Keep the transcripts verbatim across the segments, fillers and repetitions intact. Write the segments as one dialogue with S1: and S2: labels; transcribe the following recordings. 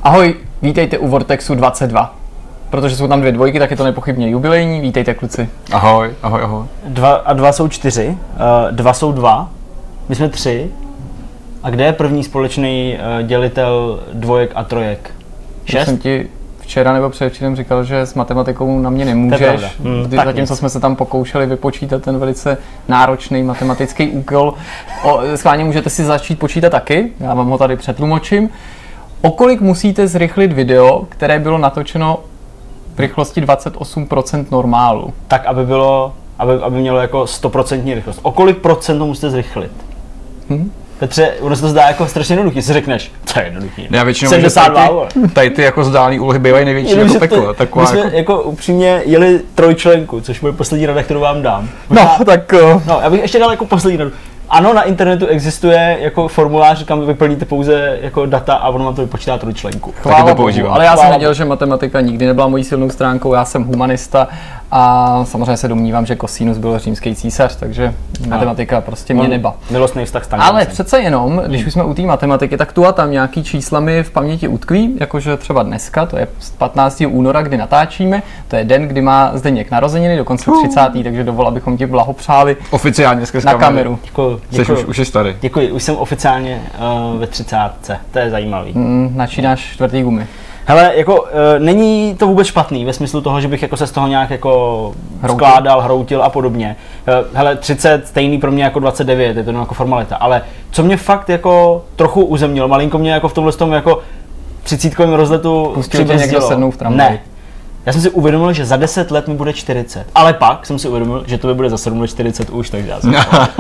S1: Ahoj, vítejte u Vortexu dvacet dva. Protože jsou tam dvě dvojky, tak je to nepochybně jubilejní. Vítejte, kluci.
S2: Ahoj, ahoj, ahoj.
S3: Dva a dva jsou čtyři, uh, dva jsou dva, my jsme tři. A kde je první společný uh, dělitel dvojek a trojek? Šest?
S1: Já jsem ti včera nebo předevčírem říkal, že s matematikou na mě nemůžeš. Hmm, zatímco jsme se tam pokoušeli vypočítat ten velice náročný matematický úkol. O, schválně můžete si začít počítat taky, já vám ho tady přetlumočím. O kolik musíte zrychlit video, které bylo natočeno v rychlosti dvacet osm procent normálu?
S3: Tak, aby bylo, aby, aby mělo jako sto procent rychlost. O kolik procent to musíte zrychlit? Hmm? Petře, ono se to zdá jako strašně jednoduchý, si řekneš, co je jednoduchý.
S2: Já většinou, že tady ty, tady ty jako zdálný úlohy bývají největší
S3: Jenom,
S2: jako peklo.
S3: My jsme jako... jako upřímně jeli trojčlenku, což bude poslední rada, kterou vám dám.
S1: Možná, no, tak... Uh...
S3: No, já bych ještě dal jako poslední radu. Ano, na internetu existuje jako formulář, kam vyplníte pouze jako data a ono vám to vypočítá trojčlenku.
S1: Chvála to používám. Ale já jsem věděl, že matematika nikdy nebyla mojí silnou stránkou, já jsem humanista a samozřejmě se domnívám, že Cosinus byl římský císař, takže no. matematika prostě mě neba.
S3: Milostný vztah s
S1: Ale přece jenom, když už jsme u té matematiky, tak tu a tam nějaký čísla mi v paměti utkví, jakože třeba dneska, to je patnáctého února, kdy natáčíme, to je den, kdy má Zdeněk narozeniny, dokonce třicátého takže dovol, abychom ti blahopřáli
S2: oficiálně
S1: na kameru.
S3: Děkuji.
S2: Jsi už, už je starý.
S3: Děkuji, už jsem oficiálně uh, ve třicátce, to je zajímavý.
S1: Mm, načínáš čtvrtý gumy.
S3: Hele, jako uh, není to vůbec špatný ve smyslu toho, že bych jako se z toho nějak jako hroutil. skládal, hroutil a podobně. Uh, hele, třicet stejný pro mě jako dvacet devět, je to jako formalita, ale co mě fakt jako trochu uzemnilo, malinko mě jako v tomhle tom jako třicítkovém rozletu
S1: pustil tě někdo sednout v tramvaji.
S3: Ne. Já jsem si uvědomil, že za deset let mi bude čtyřicet, ale pak jsem si uvědomil, že to by bude za sedm let čtyřicet už, takže já jsem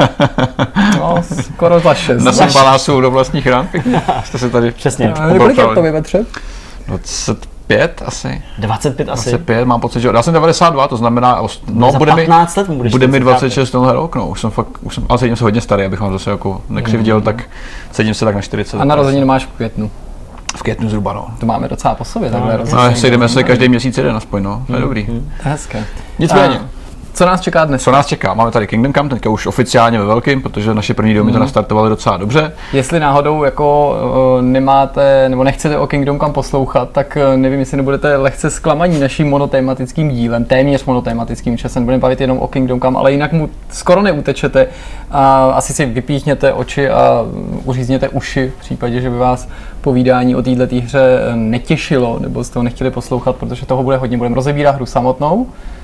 S1: no, skoro za šest.
S2: Nasypaná jsou do vlastních ran, jste se tady
S3: přesně.
S1: Kolik je to vy, Petře?
S2: dvacet pět asi.
S3: dvacet pět asi.
S2: dvacet pět, mám pocit, že já jsem devadesát dva, to znamená, no bude mi, bude mi dvacet šest tenhle rok, no, už jsem fakt, už jsem, ale cítím se hodně starý, abych vám zase jako nekřivděl, mm. tak cítím se tak na čtyřicet.
S1: A narozeniny máš v květnu?
S2: V květnu zhruba, no.
S1: To máme docela po sobě, takhle
S2: no, rozlišení. Sejdeme se každý měsíc jeden aspoň, no, to je mm. dobrý.
S1: Mm. To je hezké.
S2: Nicméně.
S1: Co nás čeká dnes?
S2: Co nás čeká? Máme tady Kingdom Come, teďka už oficiálně ve velkým, protože naše první domy mm. to nastartovaly docela dobře.
S1: Jestli náhodou jako uh, nemáte, nebo nechcete o Kingdom Come poslouchat, tak uh, nevím, jestli nebudete lehce zklamaní naším monotématickým dílem, téměř monotématickým časem. Budeme bavit jenom o Kingdom Come, ale jinak mu skoro neutečete. A asi si vypíchněte oči a uřízněte uši v případě, že by vás povídání o této hře netěšilo, nebo jste ho nechtěli poslouchat, protože toho bude hodně. Budeme rozebírat hru samotnou.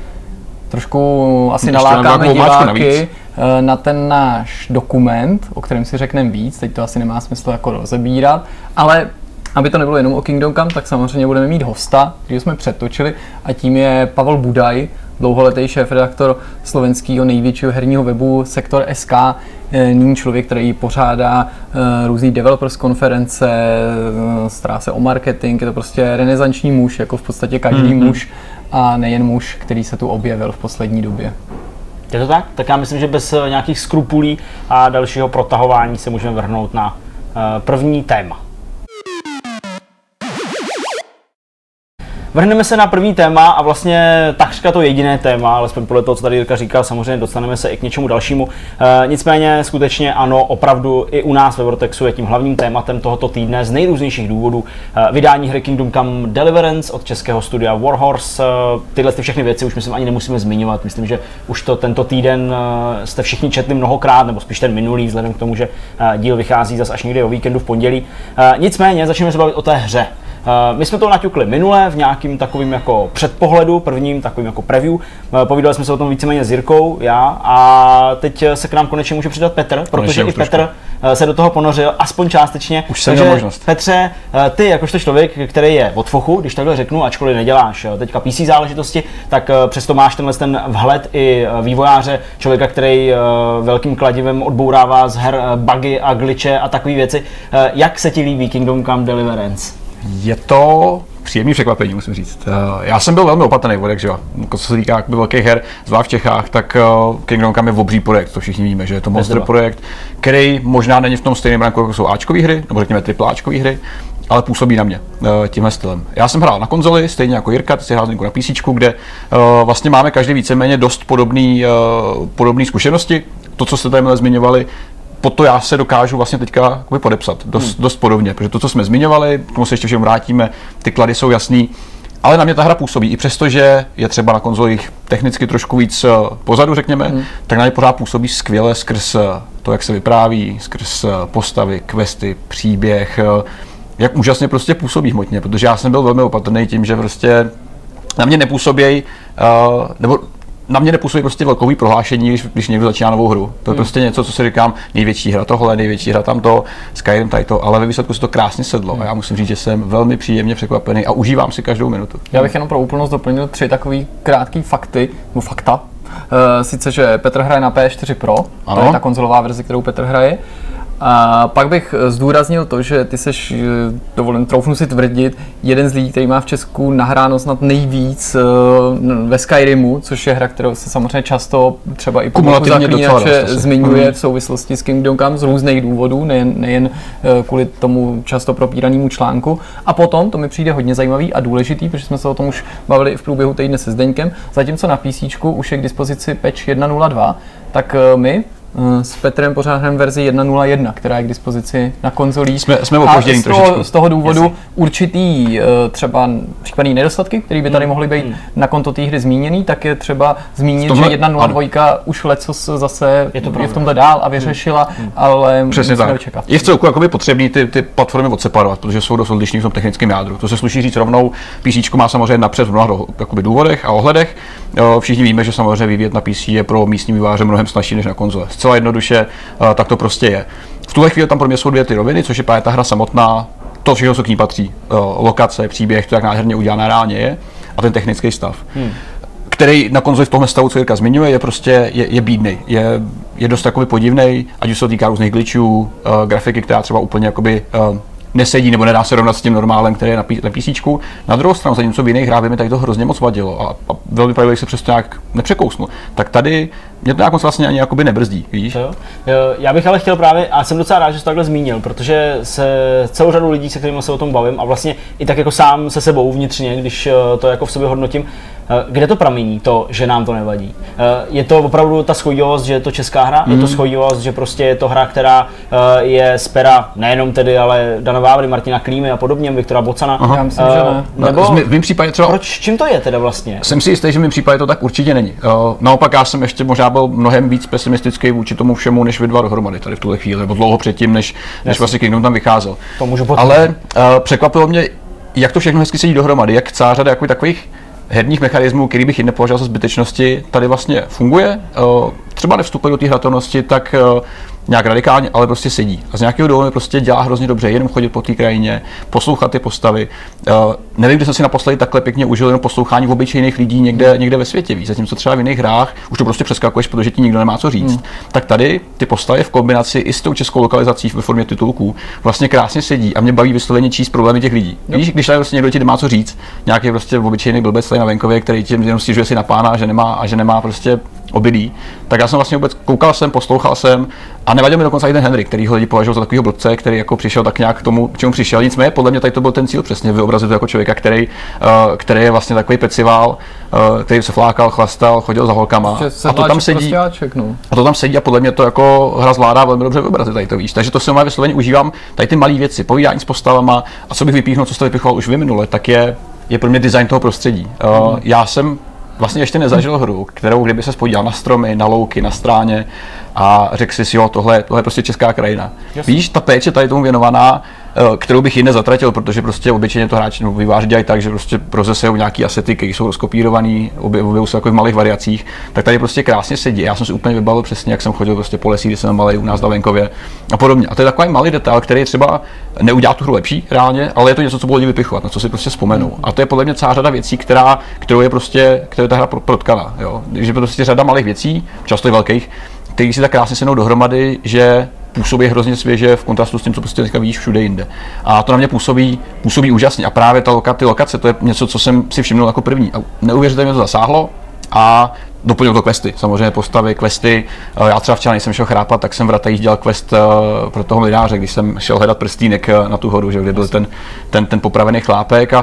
S1: Trošku asi ještě nalákáme diváky na ten náš dokument, o kterém si řekneme víc, teď to asi nemá smysl jako rozebírat, ale aby to nebylo jenom o Kingdom Come, tak samozřejmě budeme mít hosta, který jsme předtočili a tím je Pavel Budaj, dlouholetý šéfredaktor slovenského největšího herního webu Sektor tečka es ká, nyní člověk, který pořádá různý developers konference, stará se o marketing, je to prostě renesanční muž, jako v podstatě každý mm-hmm. muž a nejen muž, který se tu objevil v poslední době.
S3: Je to tak? Tak já myslím, že bez nějakých skrupulí a dalšího protahování se můžeme vrhnout na první téma. Vrhneme se na první téma a vlastně takřka to jediné téma, alespoň podle toho, co tady Jirka říkal, samozřejmě dostaneme se i k něčemu dalšímu. E, nicméně skutečně ano, opravdu i u nás ve Vortexu je tím hlavním tématem tohoto týdne z nejrůznějších důvodů e, vydání hry Kingdom Come Deliverance od českého studia Warhorse. E, tyhle ty všechny věci už myslím ani nemusíme zmiňovat. Myslím, že už to tento týden e, jste všichni četli mnohokrát, nebo spíš ten minulý, vzhledem k tomu, že e, díl vychází zas až někdy o víkendu v pondělí. E, nicméně začneme se bavit o té hře. Uh, my jsme to naťukli minule v nějakým takovým jako předpohledu, prvním takovým jako preview. Uh, povídali jsme se o tom víceméně s Jirkou, já, a teď se k nám konečně může přidat Petr, protože konečně i Petr uh, se do toho ponořil, aspoň částečně.
S2: Už jsem měl možnost.
S3: Petře, uh, ty jakožto člověk, který je od fochu, když takhle řeknu, ačkoliv neděláš uh, teďka P C záležitosti, tak uh, přesto máš tenhle ten vhled i uh, vývojáře, člověka, který uh, velkým kladivem odbourává z her uh, bugy a glitche a takové věci. Uh, jak se ti líbí Kingdom Come Deliverance?
S2: Je to příjemný překvapení, musím říct. Já jsem byl velmi opatrný vodek, že jo. Co se týká jakoby velkých her, zvlášť v Čechách, tak Kingdom Come je obří projekt, to všichni víme, že je to monster projekt, který možná není v tom stejném ranku, jako jsou Ačkový hry, nebo řekněme triple Ačkový hry, ale působí na mě tímhle stylem. Já jsem hrál na konzoli, stejně jako Jirka, ty si hrál na PCčku, kde vlastně máme každý víceméně dost podobný, podobný zkušenosti. To, co jste tady zmiňovali, po to já se dokážu vlastně teďka podepsat dost, hmm. dost podobně, protože to, co jsme zmiňovali, k tomu se ještě všem vrátíme, ty klady jsou jasný, ale na mě ta hra působí, i přesto, že je třeba na konzolích technicky trošku víc pozadu, řekněme, hmm. tak na mě pořád působí skvěle skrz to, jak se vypráví, skrz postavy, questy, příběh, jak úžasně prostě působí hmotně, protože já jsem byl velmi opatrný tím, že prostě na mě nepůsobějí, uh, nebo na mě nepůsobí prostě velkový prohlášení, když, když někdo začíná novou hru. To je hmm. prostě něco, co si říkám, největší hra tohle, největší hra tamto, Skyrim tady to, ale ve výsledku se to krásně sedlo hmm. a já musím říct, že jsem velmi příjemně překvapený a užívám si každou minutu.
S1: Já bych jenom pro úplnost doplnil tři takový krátký fakty, no fakta. Uh, sice, že Petr hraje na P S čtyři Pro, ano. To je ta konzolová verze, kterou Petr hraje. A pak bych zdůraznil to, že ty seš, dovolím, troufnu si tvrdit, jeden z lidí, který má v Česku nahráno snad nejvíc ve Skyrimu, což je hra, kterou se samozřejmě často třeba i po Zaklínače zmiňuje v souvislosti s Kingdom Come z různých důvodů, nejen, nejen kvůli tomu často propíranému článku. A potom, to mi přijde hodně zajímavý a důležitý, protože jsme se o tom už bavili v průběhu týdne se Zdeňkem, zatímco na PCčku už je k dispozici patch jedna tečka nula dva, tak my s Petrem pořád hrajeme verzi jedna tečka nula jedna, která je k dispozici na konzolích.
S2: Jsme, jsme opoždění trošičku.
S1: Z toho důvodu Jasně. určitý třeba případný nedostatky, které by tady mohly být hmm. na konto té hry zmíněný, tak je třeba zmínit, tomhle, že jedna tečka nula dva už lecos zase je, to je v tomhle dál a vyřešila, hmm. ale
S2: přesně tak. Čekat. Je v celku jakoby potřebný ty, ty platformy odseparovat, protože jsou dost odlišný v tom technickém jádru. To se sluší říct rovnou. PCčko má samozřejmě napřed v mnoha jakoby důvodech a ohledech. Všichni víme, že samozřejmě vyvíjet na P C je pro místní vývojáře mnohem snazší než na konzole. Zcela jednoduše, tak to prostě je. V tuhle chvíli tam pro mě jsou dvě ty roviny, což je právě ta hra samotná, to všechno, co k ní patří. Lokace, příběh, to jak nádherně udělaná reálně je a ten technický stav. Hmm. Který na konzoli v tomhle stavu, co Jirka zmiňuje, je prostě je, je bídnej, je, je dost takový podivnej, ať už se to týká různých glitchů, uh, grafiky, která třeba úplně jakoby uh, nesedí nebo nedá se rovnat s tím normálem, který je na, P- na PCčku. Na druhou stranu, zatímco v jiných hrách by mi tady to hrozně moc vadilo a, a velmi pravděpodobně se přesto nějak nepřekousnu, tak tady mě to nějak moc vlastně ani jakoby nebrzdí, víš?
S3: Jo. Já bych ale chtěl právě, a jsem docela rád, že jsi to takhle zmínil, protože se celou řadu lidí, se kterými se o tom bavím a vlastně i tak jako sám se sebou vnitřně, když to jako v sobě hodnotím, kde to pramení, to, že nám to nevadí? Je to opravdu ta schodivost, že je to česká hra? Mm. Je to schodivost, že prostě je to hra, která je z pera nejenom tedy, ale Dana Vávry, Martina Klímy a podobně, Viktora Bocana?
S1: Aha. Já myslím, že ne.
S3: Nebo
S2: v mém případě třeba...
S3: Proč, čím to je teda vlastně?
S2: Jsem si jistý, že v mém případě to tak určitě není. Naopak já jsem ještě možná byl mnohem víc pesimistický vůči tomu všemu, než vy dva dohromady tady v tuhle chvíli, nebo dlouho předtím, než, než vlastně Kingdom tam vycházel.
S3: To můžu
S2: Ale uh, překvapilo mě, jak to všechno hezky sedí dohromady, jak celá řada jako takových herních mechanismů, který bych jinde považoval za zbytečnosti, tady vlastně funguje. Uh, třeba nevstupuje do té hratelnosti tak uh, nějak radikálně, ale prostě sedí. A z nějakého důvodu prostě dělá hrozně dobře, jenom chodit po té krajině, poslouchat ty postavy. Uh, nevím, kdy jsem si naposledy takhle pěkně užil jenom poslouchání obyčejných lidí někde, někde ve světě víc. Zatímco třeba v jiných hrách už to prostě přeskakuješ, protože ti nikdo nemá co říct. Hmm. Tak tady ty postavy v kombinaci i s tou českou lokalizací ve formě titulků vlastně krásně sedí a mě baví vysloveně číst problémy těch lidí. Yep. Víš, když tady prostě někdo ti nemá co říct, nějaký prostě obyčejný blbec tady na venkově, který ti jenom stěžuje si na pána a že nemá a že nemá prostě obydlí, tak já jsem vlastně vůbec koukal jsem, poslouchal jsem a nevadil mi dokonce i ten Henry, který ho lidi považují za takového blbce, který jako přišel tak nějak k tomu, k čemu přišel. Nicméně podle mě tady to byl ten cíl přesně, vyobrazit to jako člověka, který, uh, který je vlastně takový pecivál, uh, který se flákal, chlastal, chodil za holkama.
S1: A to tam sedí. Prostě no.
S2: A to tam sedí a podle mě to jako hra zvládá velmi dobře vyobrazit tady to, víš. Takže to si má vysloveně užívám, tady ty malé věci, povídání s postavama a co bych vypíchnul, co jste vypichoval už vy minule, tak je je pro mě design toho prostředí. Uh, mm. Já jsem vlastně ještě nezažil hru, kterou kdyby se podíval na stromy, na louky, na stráně a řekl si, jo, tohle, tohle je prostě česká krajina. Jasně. Víš, ta péče tady tomu věnovaná, kterou bych jinde zatratil, protože prostě obyčejně to hráči nebo výváři dělají tak, že prostě rozesejou nějaký asety, které jsou rozkopírovaný, objevují se jako v malých variacích, tak tady prostě krásně sedí. Já jsem si úplně vybavil přesně, jak jsem chodil prostě po lesích, když jsem malý u nás na venkově a podobně. A to je takový malý detail, který třeba neudělá tu hru lepší reálně, ale je to něco, co budou lidi vypichovat, na co si prostě vzpomenou. A to je podle mě celá řada věcí, která, kterou je prostě, kterou je ta hra protkaná, jo. Takže prostě řada malých věcí, často i velkých, které si tak krásně sednou dohromady, že působí hrozně svěže v kontrastu s tím, co prostě dneska vidíš všude jinde. A to na mě působí, působí úžasně. A právě ta loka, ty lokace, to je něco, co jsem si všimnul jako první. A neuvěřitelně mě to zasáhlo a doplnil to questy, samozřejmě postavy, questy. Já třeba včera, než jsem šel chrápat, tak jsem v Ratajích dělal quest pro toho mlináře, když jsem šel hledat prstýnek na tu horu, že, kde byl ten, ten, ten popravený chlápek. A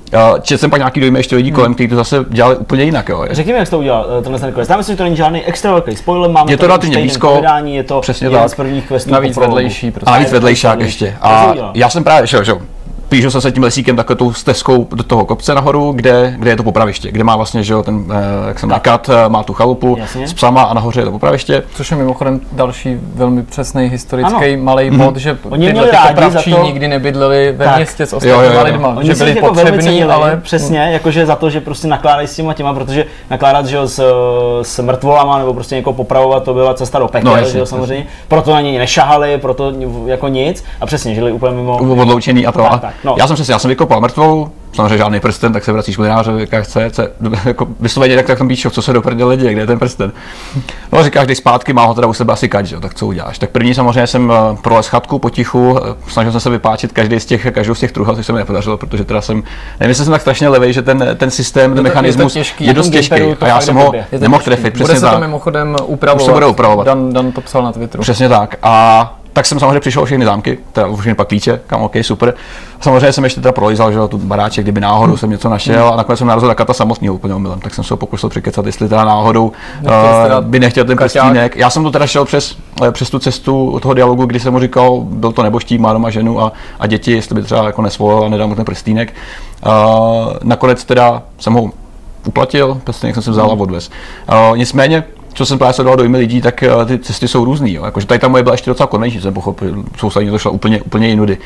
S2: Četl jsem pak nějaký dojmy ještě lidí kolem, kteří to zase dělali úplně jinak. Jo.
S3: Řekni mi, jak jsi to udělal, tenhle ten quest. Já myslím, že to není žádný extra velký spoiler, máme
S2: je to relativně blízko,
S3: povídání, je to
S2: přesně
S3: jeden
S2: tak.
S3: z prvních questů.
S1: Navíc vedlejší. Prostě.
S2: A navíc vedlejšák ještě. A já jsem právě šel, že jo. Píšu jsem se tím lesíkem takhle tou stezkou do toho kopce nahoru, kde, kde je to popraviště, kde má vlastně, že jo, ten, jak jsem nakat, má tu chalupu Jasně. s psama a nahoře je to popraviště.
S1: Což je mimochodem další velmi přesný historický malý bod, mm-hmm. že
S3: oni
S1: tyhle ty popravčí to... nikdy nebydleli ve tak. městě s ostatníma lidma,
S3: oni
S1: že byli
S3: jako
S1: potřební, ale...
S3: Přesně, jakože za to, že prostě nakládají s těma těma, protože nakládat, že jo, s, s mrtvolama nebo prostě někoho popravovat, to byla cesta do pekel, no, že jo, samozřejmě. Proto na něj nešahali, proto jako nic a přesně žili úplně mimo.
S2: Odloučený a to. Tak, tak, no. Já jsem přesně, já jsem vykopal mrtvolu, samozřejmě žádný prsten, tak se vracíš mlinářovi, jak chce, chce jako vysloveně, tak, tak tam píšou, co se do prdele děje, kde je ten prsten. No a říkáš, když zpátky, má ho teda u sebe asi kať, tak co uděláš? Tak první samozřejmě jsem prolez chatku potichu, snažil jsem se vypáčit každý z těch, každou z těch truhel, což se mi nepodařilo, protože teda jsem, nevím, jestli jsem tak strašně levej, že ten, ten systém, ten mechanismus je, je dost těžký a já jsem ho nemohl trefit.
S1: Bude se to mimochodem upravovat.
S2: Už se bude upravovat.
S1: Dan, Dan to psal na Twitteru.
S2: Přesně tak. A tak jsem samozřejmě přišel o všechny zámky, teda všechny pak klíče, kam ok, super. Samozřejmě jsem ještě teda prolízal, že tu baráček, kdyby náhodou hmm. jsem něco našel a nakonec jsem narazil na kata samotného úplně omylem, tak jsem se ho pokusil přikecat, jestli teda náhodou uh, by nechtěl ten prstínek. Já jsem to teda šel přes, přes tu cestu toho dialogu, kdy jsem mu říkal, byl to neboštík, má doma ženu a, a děti, jestli by třeba jako nesvolil a nedal mu ten prstínek. Uh, nakonec teda jsem ho uplatil, prstínek jsem si vzal a odvez. Uh, nicméně co jsem právě sledoval dojmy lidí, tak uh, ty cesty jsou různý. Jo. Jakože tady ta moje byla ještě docela konvenční, jsem pochopil, sousadně to šlo úplně, úplně jinudy.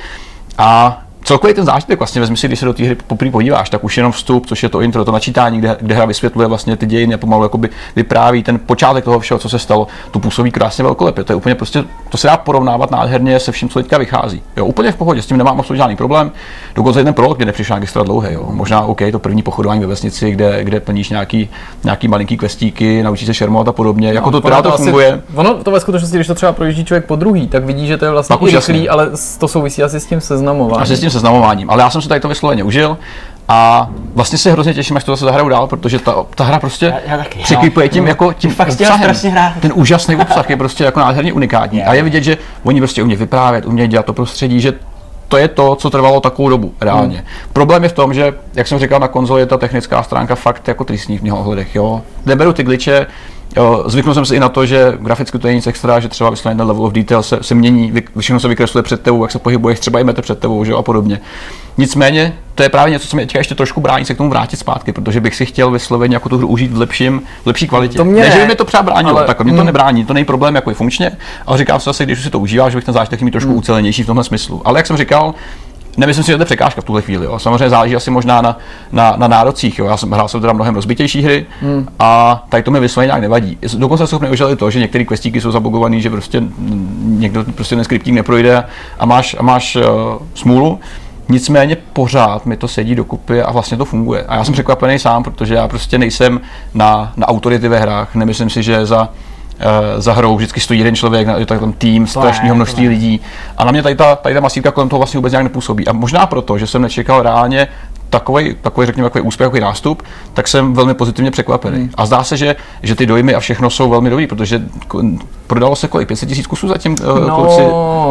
S2: A celkově ten zážitek, vlastně vezmi si, když se do té hry poprvé podíváš, tak už jenom vstup, což je to intro, to načítání, kde, kde hra vysvětluje vlastně ty dějiny a pomalu jakoby vypráví ten počátek toho všeho, co se stalo, tu působí krásně velkolepě. To je úplně prostě, to se dá porovnávat nádherně se vším, co teďka vychází. Jo, úplně v pohodě, s tím nemám absolutně žádný problém. Dokonce ten prolog, kde nepřišel nějaký extra dlouhý, jo. Možná OK, to první pochodování ve vesnici, kde, kde plníš nějaký, nějaký malinký questíky, naučíš se šermovat a podobně. No, jako to teda to funguje. Asi,
S1: ono to ve skutečnosti, když to třeba projíždí člověk po druhý, tak vidí, že to je vlastně rychlý, ale to souvisí asi s tím seznamováním.
S2: Asi s tím seznamováním, ale já jsem se tady to vysloveně užil a vlastně se hrozně těším, až to zase zahraju dál, protože ta, ta hra prostě překvapuje tím, jako tím obsahem. Ten úžasný obsah je prostě jako nádherně unikátní yeah. a je vidět, že oni prostě umějí vyprávět, umějí dělat to prostředí, že to je to, co trvalo takovou dobu, reálně. Hmm. Problém je v tom, že, jak jsem říkal, na konzoli je ta technická stránka fakt jako tristní v mnoha ohledech, jo. Neberu ty glitche, jo, zvyknul jsem si i na to, že graficky to je nic extra, že třeba vysloveně ten level of detail se, se mění, všechno se vykresluje před tebou, jak se pohybuješ, třeba i metr před tebou, že jo, a podobně. Nicméně, to je právě něco, co mě ještě trošku brání se k tomu vrátit zpátky, protože bych si chtěl vysloveně jako tu hru užít v lepším, v lepší kvalitě.
S1: To mě
S2: ne,
S1: ne,
S2: že by mi to třeba bránilo,
S1: ale,
S2: tak mě to mm. nebrání, to není problém jako i funkčně, ale říkám si zase, když už si to užíváš, že bych ten zážitek mít trošku mm. ucelenější v tomhle smyslu. Ale jak jsem říkal, nemyslím si, že to je překážka v tuhle chvíli. Jo. Samozřejmě záleží asi možná na, na, na nárocích. Jo. Já jsem hrál jsem teda mnohem rozbitější hry hmm. a tady to mi vysloveně nějak nevadí. Dokonce jsem schopný užil i to, že některé questíky jsou zabugované, že prostě někdo prostě ten skriptík neprojde a máš, a máš uh, smůlu. Nicméně pořád mi to sedí dokupy a vlastně to funguje. A já jsem překvapený sám, protože já prostě nejsem na, na autority ve hrách. Nemyslím si, že za za hrou vždycky stojí jeden člověk, je to tam tým strašného množství lidí a na mě tady ta, tady ta masívka kolem toho vlastně vůbec nějak nepůsobí. A možná proto, že jsem nečekal reálně takový, takový řekněme, takový úspěch, takový nástup, tak jsem velmi pozitivně překvapený. Hmm. A zdá se, že, že ty dojmy a všechno jsou velmi dobrý, protože prodalo se kolik? pět set tisíc kusů zatím no, kluci?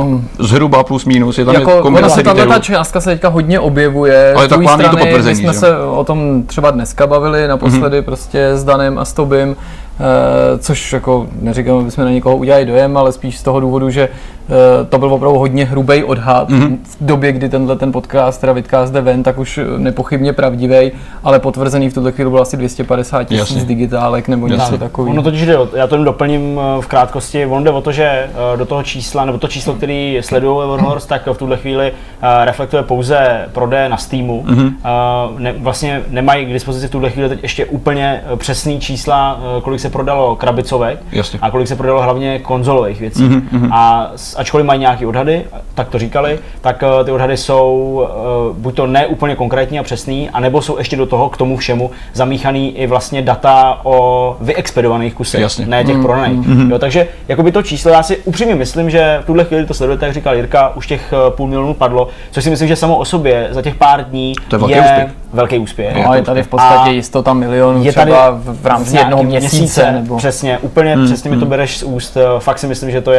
S2: Zhruba plus minus, je tam
S1: jako,
S2: je kombinace
S1: ta částka se teďka hodně objevuje.
S2: Ale tak mám to potvrzení.
S1: My jsme
S2: že?
S1: se o tom třeba dneska bavili naposledy hmm. prostě s Danem a s Tobim. Uh, což jako neříkám, aby jsme na někoho udělali dojem, ale spíš z toho důvodu, že uh, to byl opravdu hodně hrubý odhad. Mm-hmm. V době, kdy tenhle ten podcast, teda Vidcast jde ven, tak už nepochybně pravdivý, ale potvrzený v tuto chvíli bylo asi dvě stě padesát tisíc digitálek nebo Jasně. něco takového.
S3: Ono totiž jde, já to jen doplním v krátkosti, ono jde o to, že do toho čísla, nebo to číslo, který sledují Warhorse, tak v tuhle chvíli uh, reflektuje pouze prodeje na Steamu. Mm-hmm. Uh, ne, vlastně nemají k dispozici v tuhle chvíli teď ještě úplně přesný čísla, uh, kolik se prodalo krabicovek Jasně. a kolik se prodalo hlavně konzolových věcí. Mm-hmm. A ačkoliv mají nějaký odhady, tak to říkali, tak uh, ty odhady jsou uh, buď to ne úplně konkrétní a přesný, anebo jsou ještě do toho k tomu všemu zamíchaný i vlastně data o vyexpedovaných kusech, Jasně. ne těch mm-hmm. prodaných. Mm-hmm. Jo, takže jakoby to číslo, já si upřímně myslím, že v tuhle chvíli to sledujete, jak říkal Jirka, už těch uh, půl milionu padlo, což si myslím, že samo o sobě za těch pár dní
S2: to je,
S3: je
S2: úspěch.
S3: velký úspěch.
S1: No, je tady v podstatě jistota milionů je tady třeba v rámci jednoho měsíce.
S3: měsíce
S1: nebo...
S3: Přesně, úplně hmm, přesně hmm. mi to bereš z úst, fakt si myslím, že to je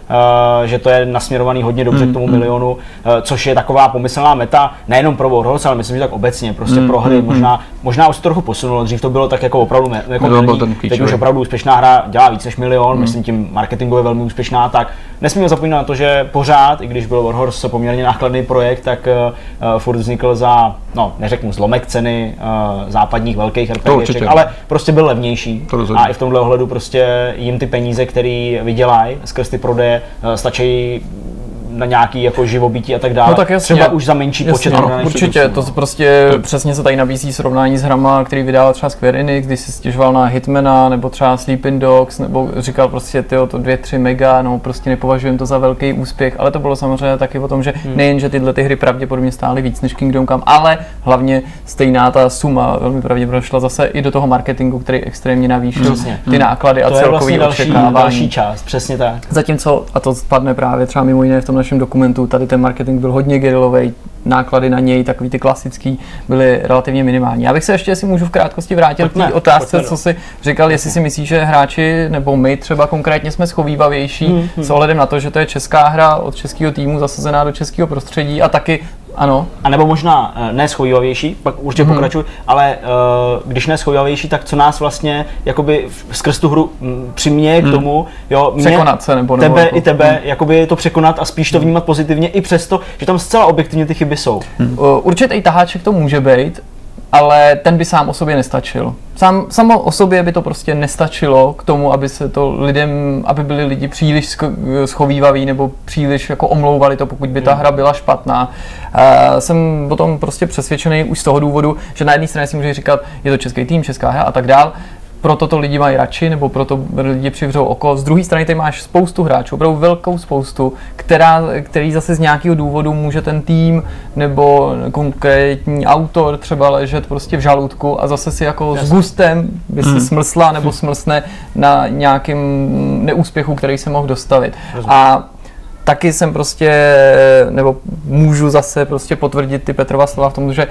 S3: že to je nasměrovaný hodně dobře
S2: mm,
S3: k tomu
S2: mm.
S3: milionu, což je taková pomyslná meta, nejenom pro Warhorse, ale myslím, že tak obecně, prostě
S2: mm,
S3: pro hry,
S2: mm,
S3: možná, možná už se to trochu posunulo, dřív to bylo tak jako opravdu jako
S2: milní,
S3: teď už opravdu úspěšná hra dělá víc než milion, mm. myslím tím marketingově velmi úspěšná, tak nesmíme zapomínat na to, že pořád, i když byl Warhorse poměrně nákladný projekt, tak uh, furt vznikl za, no neřeknu zlomek ceny uh, západních velkých RPGček, ale prostě byl levnější a i v tomhle ohledu prostě jim ty peníze, které vydělají skrz ty prodeje, uh, stačí na nějaký jako živobytí a tak dále.
S1: No tak jasně,
S3: třeba už za menší počet
S1: ano, určitě, to prostě to... přesně se tady nabízí srovnání s hrama, který vydával třeba Square Enix, když si stěžoval na Hitmana, nebo třeba Sleeping Dogs, nebo říkal prostě tyjo, to dvě tři mega, no prostě nepovažujem to za velký úspěch, ale to bylo samozřejmě taky o tom, že hmm. nejen, že tyhle ty hry pravděpodobně stály víc než Kingdom Come, ale hlavně stejná ta suma velmi pravděpodobně šla zase i do toho marketingu, který extrémně navýšil
S3: hmm.
S1: ty náklady a
S3: to
S1: celkový
S3: vlastně
S1: očekávání.
S3: Další, další část, přesně tak.
S1: Zatímco, a to spadne právě třeba mimo jiné v tom našem dokumentu, tady ten marketing byl hodně gerilový, náklady na něj, takový ty klasický, byly relativně minimální. Já bych se ještě, jestli můžu v krátkosti vrátit k té otázce, co jsi říkal, jestli si myslíš, že hráči, nebo my třeba konkrétně jsme schovývavější hmm, hmm. s ohledem na to, že to je česká hra od českého týmu zasazená do českého prostředí a taky ano.
S3: A nebo možná ne schovývavější, pak určitě hmm. pokračuj, ale uh, když ne schovývavější, tak co nás vlastně jakoby skrz tu hru m, přiměje hmm. k tomu, jo, mě,
S1: překonat se nebo,
S3: tebe
S1: nebo
S3: i tebe,
S1: hmm.
S3: jakoby to překonat a spíš to vnímat pozitivně i přesto, že tam zcela objektivně ty chyby jsou.
S1: Hmm. Uh, určitý taháček to může být, ale ten by sám o sobě nestačil. Sám, samo o sobě by to prostě nestačilo k tomu, aby se to lidem, aby byli lidi příliš schovývaví nebo příliš jako omlouvali to, pokud by ta hra byla špatná. Uh, jsem o tom prostě přesvědčený už z toho důvodu, že na jedné straně si může říkat, je to český tým, česká hra a tak dál, proto to lidi mají radši, nebo proto lidi přivřou oko. Z druhé strany tady máš spoustu hráčů, opravdu velkou spoustu, která, který zase z nějakého důvodu může ten tým nebo konkrétní autor třeba ležet prostě v žaludku a zase si jako Jasně. s gustem by si hmm. smlsla nebo smlsne na nějakém neúspěchu, který se mohl dostavit. Rozumím. A taky jsem prostě, nebo můžu zase prostě potvrdit ty Petrova slova v tom, že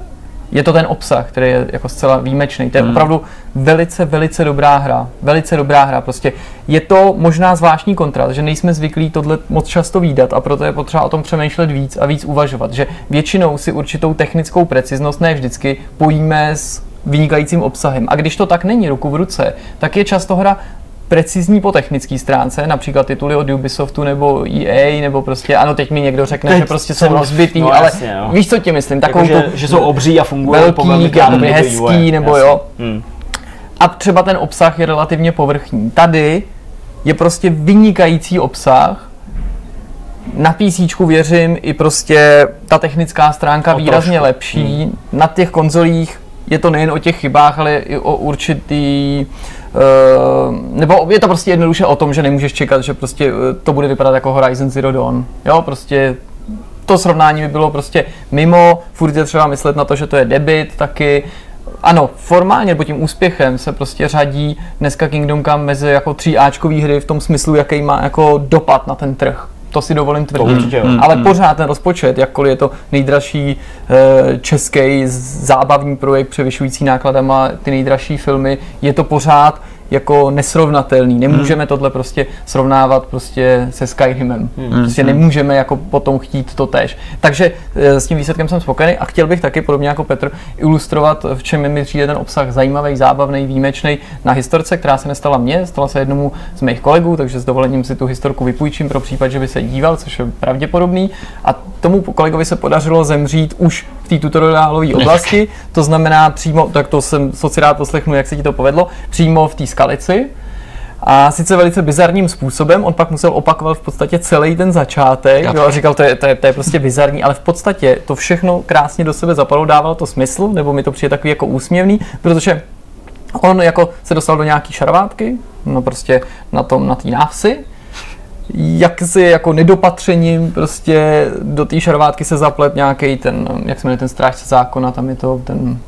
S1: je to ten obsah, který je jako zcela výjimečný. To je hmm. opravdu velice, velice dobrá hra. Velice dobrá hra. Prostě je to možná zvláštní kontrast, že nejsme zvyklí tohle moc často vídat a proto je potřeba o tom přemýšlet víc a víc uvažovat. Že většinou si určitou technickou preciznost, ne vždycky, pojíme s vynikajícím obsahem. A když to tak není ruku v ruce, tak je často hra precizní po technické stránce, například tituly od Ubisoftu nebo E A, nebo prostě, ano, teď mi někdo řekne, teď že prostě jsou rozbitý, no, ale jasně, víš, co ti myslím, takovou
S3: jako, že, že jsou obří a fungují
S1: velký, jakoby hezký, nebo jasně. jo. Hmm. A třeba ten obsah je relativně povrchní. Tady je prostě vynikající obsah, na PCčku věřím i prostě ta technická stránka o výrazně trošku. lepší, hmm. na těch konzolích je to nejen o těch chybách, ale i o určitý Uh, nebo je to prostě jednoduše o tom, že nemůžeš čekat, že prostě to bude vypadat jako Horizon Zero Dawn. Jo, prostě to srovnání by bylo prostě mimo, furt je třeba myslet na to, že to je debut taky. Ano, formálně, nebo tím úspěchem se prostě řadí dneska Kingdom Come mezi jako tříáčkový hry v tom smyslu, jaký má jako dopad na ten trh. To si dovolím tvrdit, mm, ale mm. pořád ten rozpočet, jakkoliv je to nejdražší e, český zábavní projekt převyšující nákladama ty nejdražší filmy, je to pořád jako nesrovnatelný. Nemůžeme hmm. tohle prostě srovnávat prostě se Skyrimem. Hmm. Prostě nemůžeme jako potom chtít to též. Takže s tím výsledkem jsem spokojený a chtěl bych taky, podobně jako Petr, ilustrovat, v čem mi přijde ten obsah zajímavý, zábavný, výjimečný na historce, která se nestala mně, stala se jednomu z mých kolegů, takže s dovolením si tu historku vypůjčím pro případ, že by se díval, což je pravděpodobný. A tomu kolegovi se podařilo zemřít už v té tutoriálové oblasti, to znamená přímo, tak to jsem moc rád poslechnu, jak se ti to povedlo, přímo v té skalici. A sice velice bizarním způsobem, on pak musel opakovat v podstatě celý ten začátek, jo, a říkal, to je, to, je, to je prostě bizarní, ale v podstatě to všechno krásně do sebe zapadlo, dávalo to smysl, nebo mi to přijde takový jako úsměvný, protože on jako se dostal do nějaký šarvátky, no prostě na tom, na té návsi, jak si jako nedopatřením prostě do té šarvátky se zaplet nějaký ten, jak se jmenuje ten strážce zákona, tam je to ten...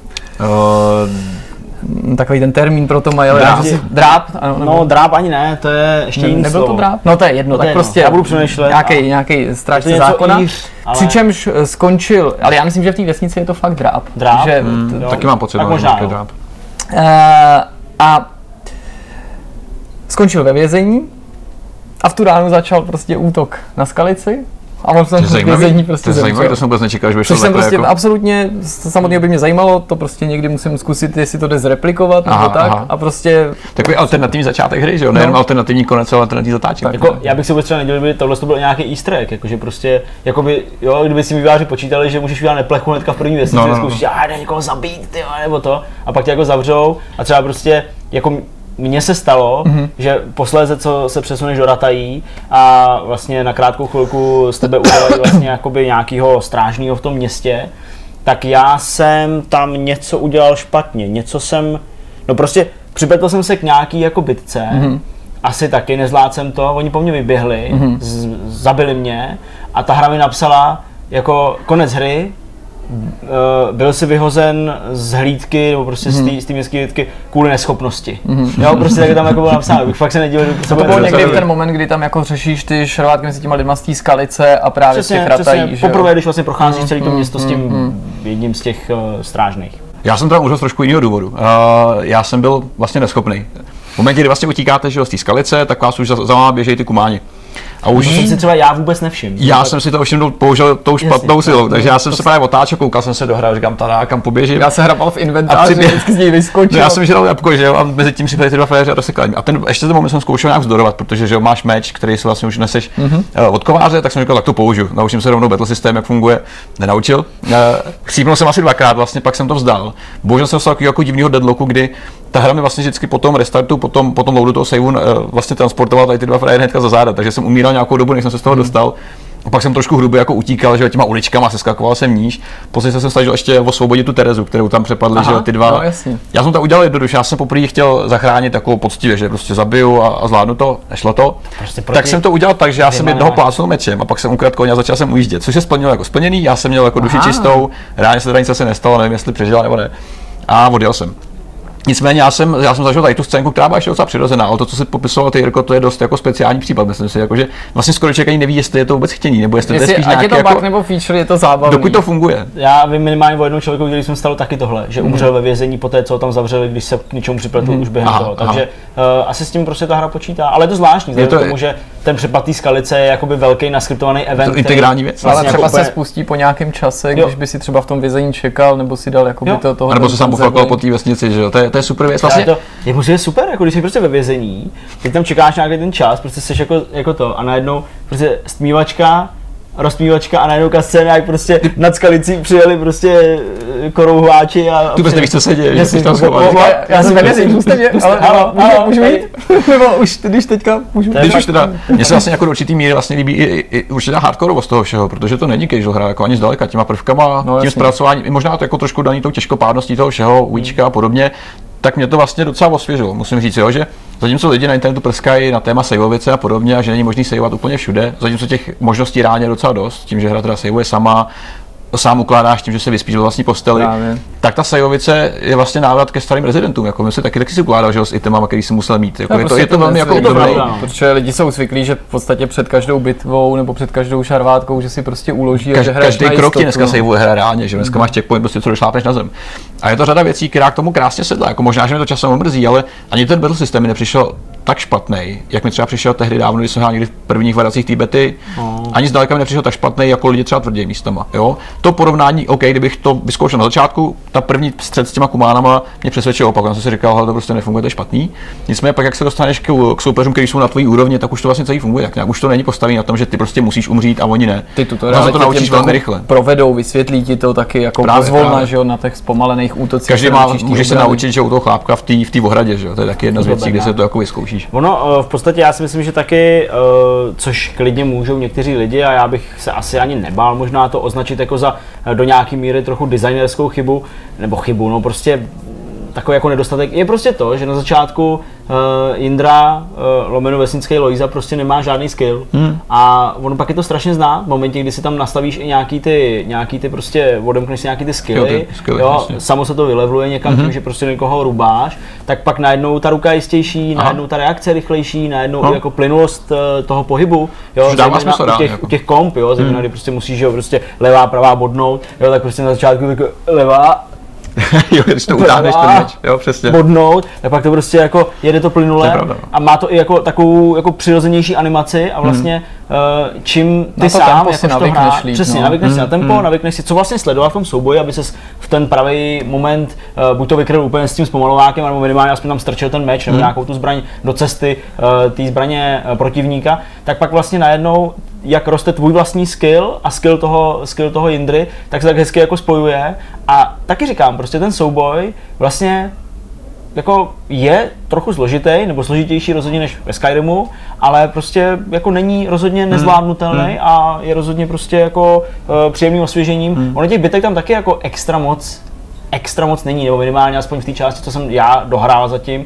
S1: Uh, takový ten termín pro to mají, ale
S3: dráp,
S1: dráp ano,
S3: nebo, no dráp ani ne, to je ještě jiný
S1: nebyl
S3: slovo.
S1: to dráp? No to je jedno,
S3: to
S1: tak
S3: je
S1: prostě
S3: já budu přemýšlet
S1: nějaký, a... nějaký strážce zákona, jíř, ale... přičemž skončil, ale já myslím, že v té vesnici je to fakt dráp.
S3: Dráp?
S1: Že,
S2: hmm, taky mám pocit,
S3: že je
S2: dráp.
S1: Uh, a skončil ve vězení A v tu ránu začal prostě útok na Skalici. A on jsem
S2: v vězení
S1: prostě
S2: to je zajímavé, to jsem vůbec nečekal, že by šlo
S1: Což jsem prostě
S2: jako...
S1: absolutně, samotného by mě zajímalo, to prostě někdy musím zkusit, jestli to jde zreplikovat nebo tak aha. A prostě...
S2: Takový alternativní začátek hry, že jo, nejenom no. alternativní konec, ale alternativní zatáčení.
S3: Jako, já bych si vůbec třeba nedělal, kdyby tohle to byl nějaký easter egg, jakože prostě, jakoby, jo, kdyby si vývojáři počítali, že můžeš udělat neplechu hnedka v první věci, no, no, no. zkoušíš, já jde někoho zabít, tyjo, nebo to, a pak tě jako zavřou a třeba prostě, jako mně se stalo, mm-hmm. že posléze, co se přesuneš do Ratají a vlastně na krátkou chvilku z tebe udělají vlastně jakoby nějakýho strážního v tom městě, tak já jsem tam něco udělal špatně, něco jsem, no prostě připletl jsem se k nějaký jako bitce, mm-hmm. asi taky, nezvládl jsem to, oni po mně vyběhli, mm-hmm. z, zabili mě a ta hra mi napsala jako konec hry, Uh, byl si vyhozen z hlídky, nebo prostě mm-hmm. z té městské hlídky kvůli neschopnosti. Mm-hmm. Jo, prostě tak tam jako bylo napsáno, bych fakt se nedíval, že
S1: to bylo někdy v ten moment, kdy tam jako řešíš ty šarvátky mezi těma lidma z té Skalice a právě
S3: přesně,
S1: z těch Ratají, že
S3: poprvé, když vlastně procházíš mm-hmm. celé to město s tím mm-hmm. jedním z těch uh, strážných.
S2: Já jsem tam užil z trošku jiného důvodu. Uh, já jsem byl vlastně neschopný. V momentě, kdy vlastně utíkáte že z té Skalice, tak vás už za, za váma běžejí ty kumáni.
S3: A už jsem si třeba já vůbec nevšiml.
S2: Já tak... jsem si to všiml, použil tou špatnou silou, takže já jsem se právě otáčel, koukal jsem se do hry, říkám tada, kam poběžím.
S1: Já se hrabal v inventáři,
S2: přibě...
S1: vždycky z něj vyskočil.
S2: No, já jsem žral jabko, že jo, a mezi tím připadly ty dva frajeři a rozsekali. A ten ještě ten moment jsem zkoušel nějak vzdorovat, protože že jo, máš meč, který si vlastně už neseš mm-hmm. uh, od kováře, tak jsem říkal, tak to použiju. Naučím se rovnou battle systém, jak funguje. Nenaučil. Uh, Chcípnul jsem asi dvakrát, vlastně pak jsem to vzdal. Bohužel jsem dostal jako divného deadlocku, kdy ta hra mi vlastně vždycky po tom restartu, po tom, po tom loadu toho saveu uh, vlastně transportovala tady ty dva frajery hnedka za záda, takže jsem umíral nějakou dobu, než jsem se z toho dostal. A pak jsem trošku hrubě jako utíkal, že těma uličkama, seskakoval jsem níž. Později jsem snažil ještě osvobodit tu Terezu, kterou tam přepadli, že ty dva.
S1: No, jasně.
S2: Já jsem to udělal jednoduše, já jsem poprvé chtěl zachránit takovou poctivě, že prostě zabiju a, a zvládnu to, nešlo to. Prostě tak jsem to udělal tak, že já jsem jednoho plácnul mečem a pak jsem ukradl koně a začal jsem ujíždět, což se splnilo jako splněný, já jsem měl jako duši čistou, reálně se teda nic asi nestalo, nevím, jestli přežila nebo ne. A odjel jsem. Nicméně já jsem, já jsem zažil tady tu scénku, která byla ještě docela přirozená, ale to, co si popisoval ty, Jirko, to je dost jako speciální případ, myslím si, jako, že vlastně skoro člověk ani neví, jestli je to vůbec chtění, nebo jestli, jestli to je spíš nějaký,
S1: je to
S2: jako,
S1: bug nebo feature, je to zábavný.
S2: Dokud to funguje.
S3: Já vím minimálně o jednom člověku, který jsem stalo taky tohle, že umřel mm. ve vězení po té, co ho tam zavřeli, když se k něčemu připletl mm. už během aha, toho, takže uh, asi s tím prostě ta hra počítá, ale je to zvláštní, je to k tomu, že ten přepad té Skalice je jakoby velký naskriptovaný event.
S2: To integrální věc.
S1: Ale třeba se spustí po nějakém čase, když by si třeba v tom vězení čekal, nebo si dal jakoby to toho.
S2: Nebo se sám poflakoval po té vesnici, že jo. To je, to je super věc. Vlastně
S3: to, je prostě super, jako když jsi prostě ve vězení, teď tam čekáš nějaký ten čas, prostě jsi jako, jako to a najednou prostě stmívačka, rozpívačka a najednou scéna, jak prostě nad Skalicí přijeli prostě korouhváči a...
S2: Tu prostě víš, co se děje, že jsi tam schovat.
S1: Já jsem nevěřím, zůstaň mě, ale můžu jít? Nebo už, když teďka můžu?
S2: Když už teda, mně se vlastně jako do určitý míry vlastně líbí i určitá hardcoreovost toho všeho, protože to není casual hra, jako ani zdaleka, těma prvkama, tím zpracováním, možná to jako trošku daný tou těžkopádností toho všeho, ujíčka a podobně, tak mě to vlastně docela osvěžilo, musím říct, jo, že zatímco lidi na internetu prskají na téma saveovice a podobně a že není možný saveovat úplně všude, zatímco těch možností reálně docela dost, tím, že hra teda saveuje sama, sám ukládáš tím, že se vyspíš do vlastní posteli, právě. Tak ta saveovice je vlastně návrat ke starým rezidentům, jako my si taky, taky si ukládal, že s itemama, který si musel mít, jako je, prostě to, je to velmi jako obdobný.
S1: Protože lidi jsou zvyklí, že v podstatě před každou bitvou nebo před každou šarvátkou, že si prostě uloží
S2: Kaž, a že každý krok ti dneska saveuje hra reálně, že dneska mm. máš checkpoint, prostě co došlápneš na zem. A je to řada věcí, která k tomu krásně sedla, jako možná, že mě to časem omrzí, ale ani ten battle systém mi nepřišel tak špatný, jak mi třeba přišel tehdy dávno, když jsem hrál někdy v prvních variacích té bety, oh. ani zdaleka mi nepřišel tak špatný, jako lidi třeba tvrdí místama. Jo? To porovnání, OK, kdybych to vyzkoušel na začátku, ta první střed s těma kumánama mě přesvědčil opak, já jsem si říkal, že to prostě nefunguje, to je špatný. Nicméně pak, jak se dostaneš k, k soupeřům, kteří jsou na tvojí úrovni, tak už to vlastně celý funguje, tak nějak už to není postavené na tom, že ty prostě musíš umřít a oni ne.
S1: Ty tutoriály
S2: to naučíš velmi rychle.
S1: Provedou, vysvětlí ti to taky jako pozvolna, že jo, na těch zpomalených útocích.
S2: Každý má, můžeš se naučit, že u toho chlápka v té v té ohradě, že jo, to je taky jedna z věcí, kde se to jako vyzkoušíš.
S3: Ono v podstatě já si myslím, že taky, což klidně můžou někteří lidi a já bych se asi ani nebál možná to označit jako za do nějaký míry trochu designerskou chybu, nebo chybu, no prostě takový jako nedostatek, je prostě to, že na začátku uh, Jindra, uh, lomeno vesnický Lojza prostě nemá žádný skill hmm. a on pak je to strašně zná v momentě, kdy si tam nastavíš i nějaký ty, nějaký ty prostě, odemkneš si nějaký ty skilly, jo, ty skilly jo, samo se to vylevluje někam hmm. tím, že prostě někoho rubáš, tak pak najednou ta ruka je jistější, aha. najednou ta reakce rychlejší, najednou no. jako plynulost uh, toho pohybu, jo,
S2: smysl,
S3: u těch,
S2: jako.
S3: u těch komp, jo, zejména, hmm. kdy prostě musíš, jo, prostě levá, pravá bodnout, jo, tak prostě na začátku tak levá,
S2: Jo, když to utáhneš ten meč, jo, přesně.
S3: Bodnout, tak pak to prostě jako jede to plynule
S2: to
S3: a má to i jako takovou jako přirozenější animaci a vlastně hmm. čím ty
S1: na
S3: sám
S1: jako
S3: to hrá, líp, přesně, no. navykneš hmm. si na tempo, hmm. navykneš si, co vlastně sledovat v tom souboji, aby ses v ten pravý moment uh, buď to vykryl úplně s tím zpomalovákem, nebo minimálně aspoň tam strčil ten meč, nebo hmm. nějakou tu zbraň do cesty uh, té zbraně uh, protivníka, tak pak vlastně najednou jak roste tvůj vlastní skill a skill toho, skill toho Jindry, tak se tak hezky jako spojuje a taky říkám, prostě ten souboj vlastně jako je trochu složitý, nebo složitější rozhodně než ve Skyrimu, ale prostě jako není rozhodně nezvládnutelný hmm. a je rozhodně prostě jako uh, příjemným osvěžením. Hmm. Ono těch bitek tam taky jako extra moc, extra moc není, nebo minimálně aspoň v té části, co jsem já dohrál zatím.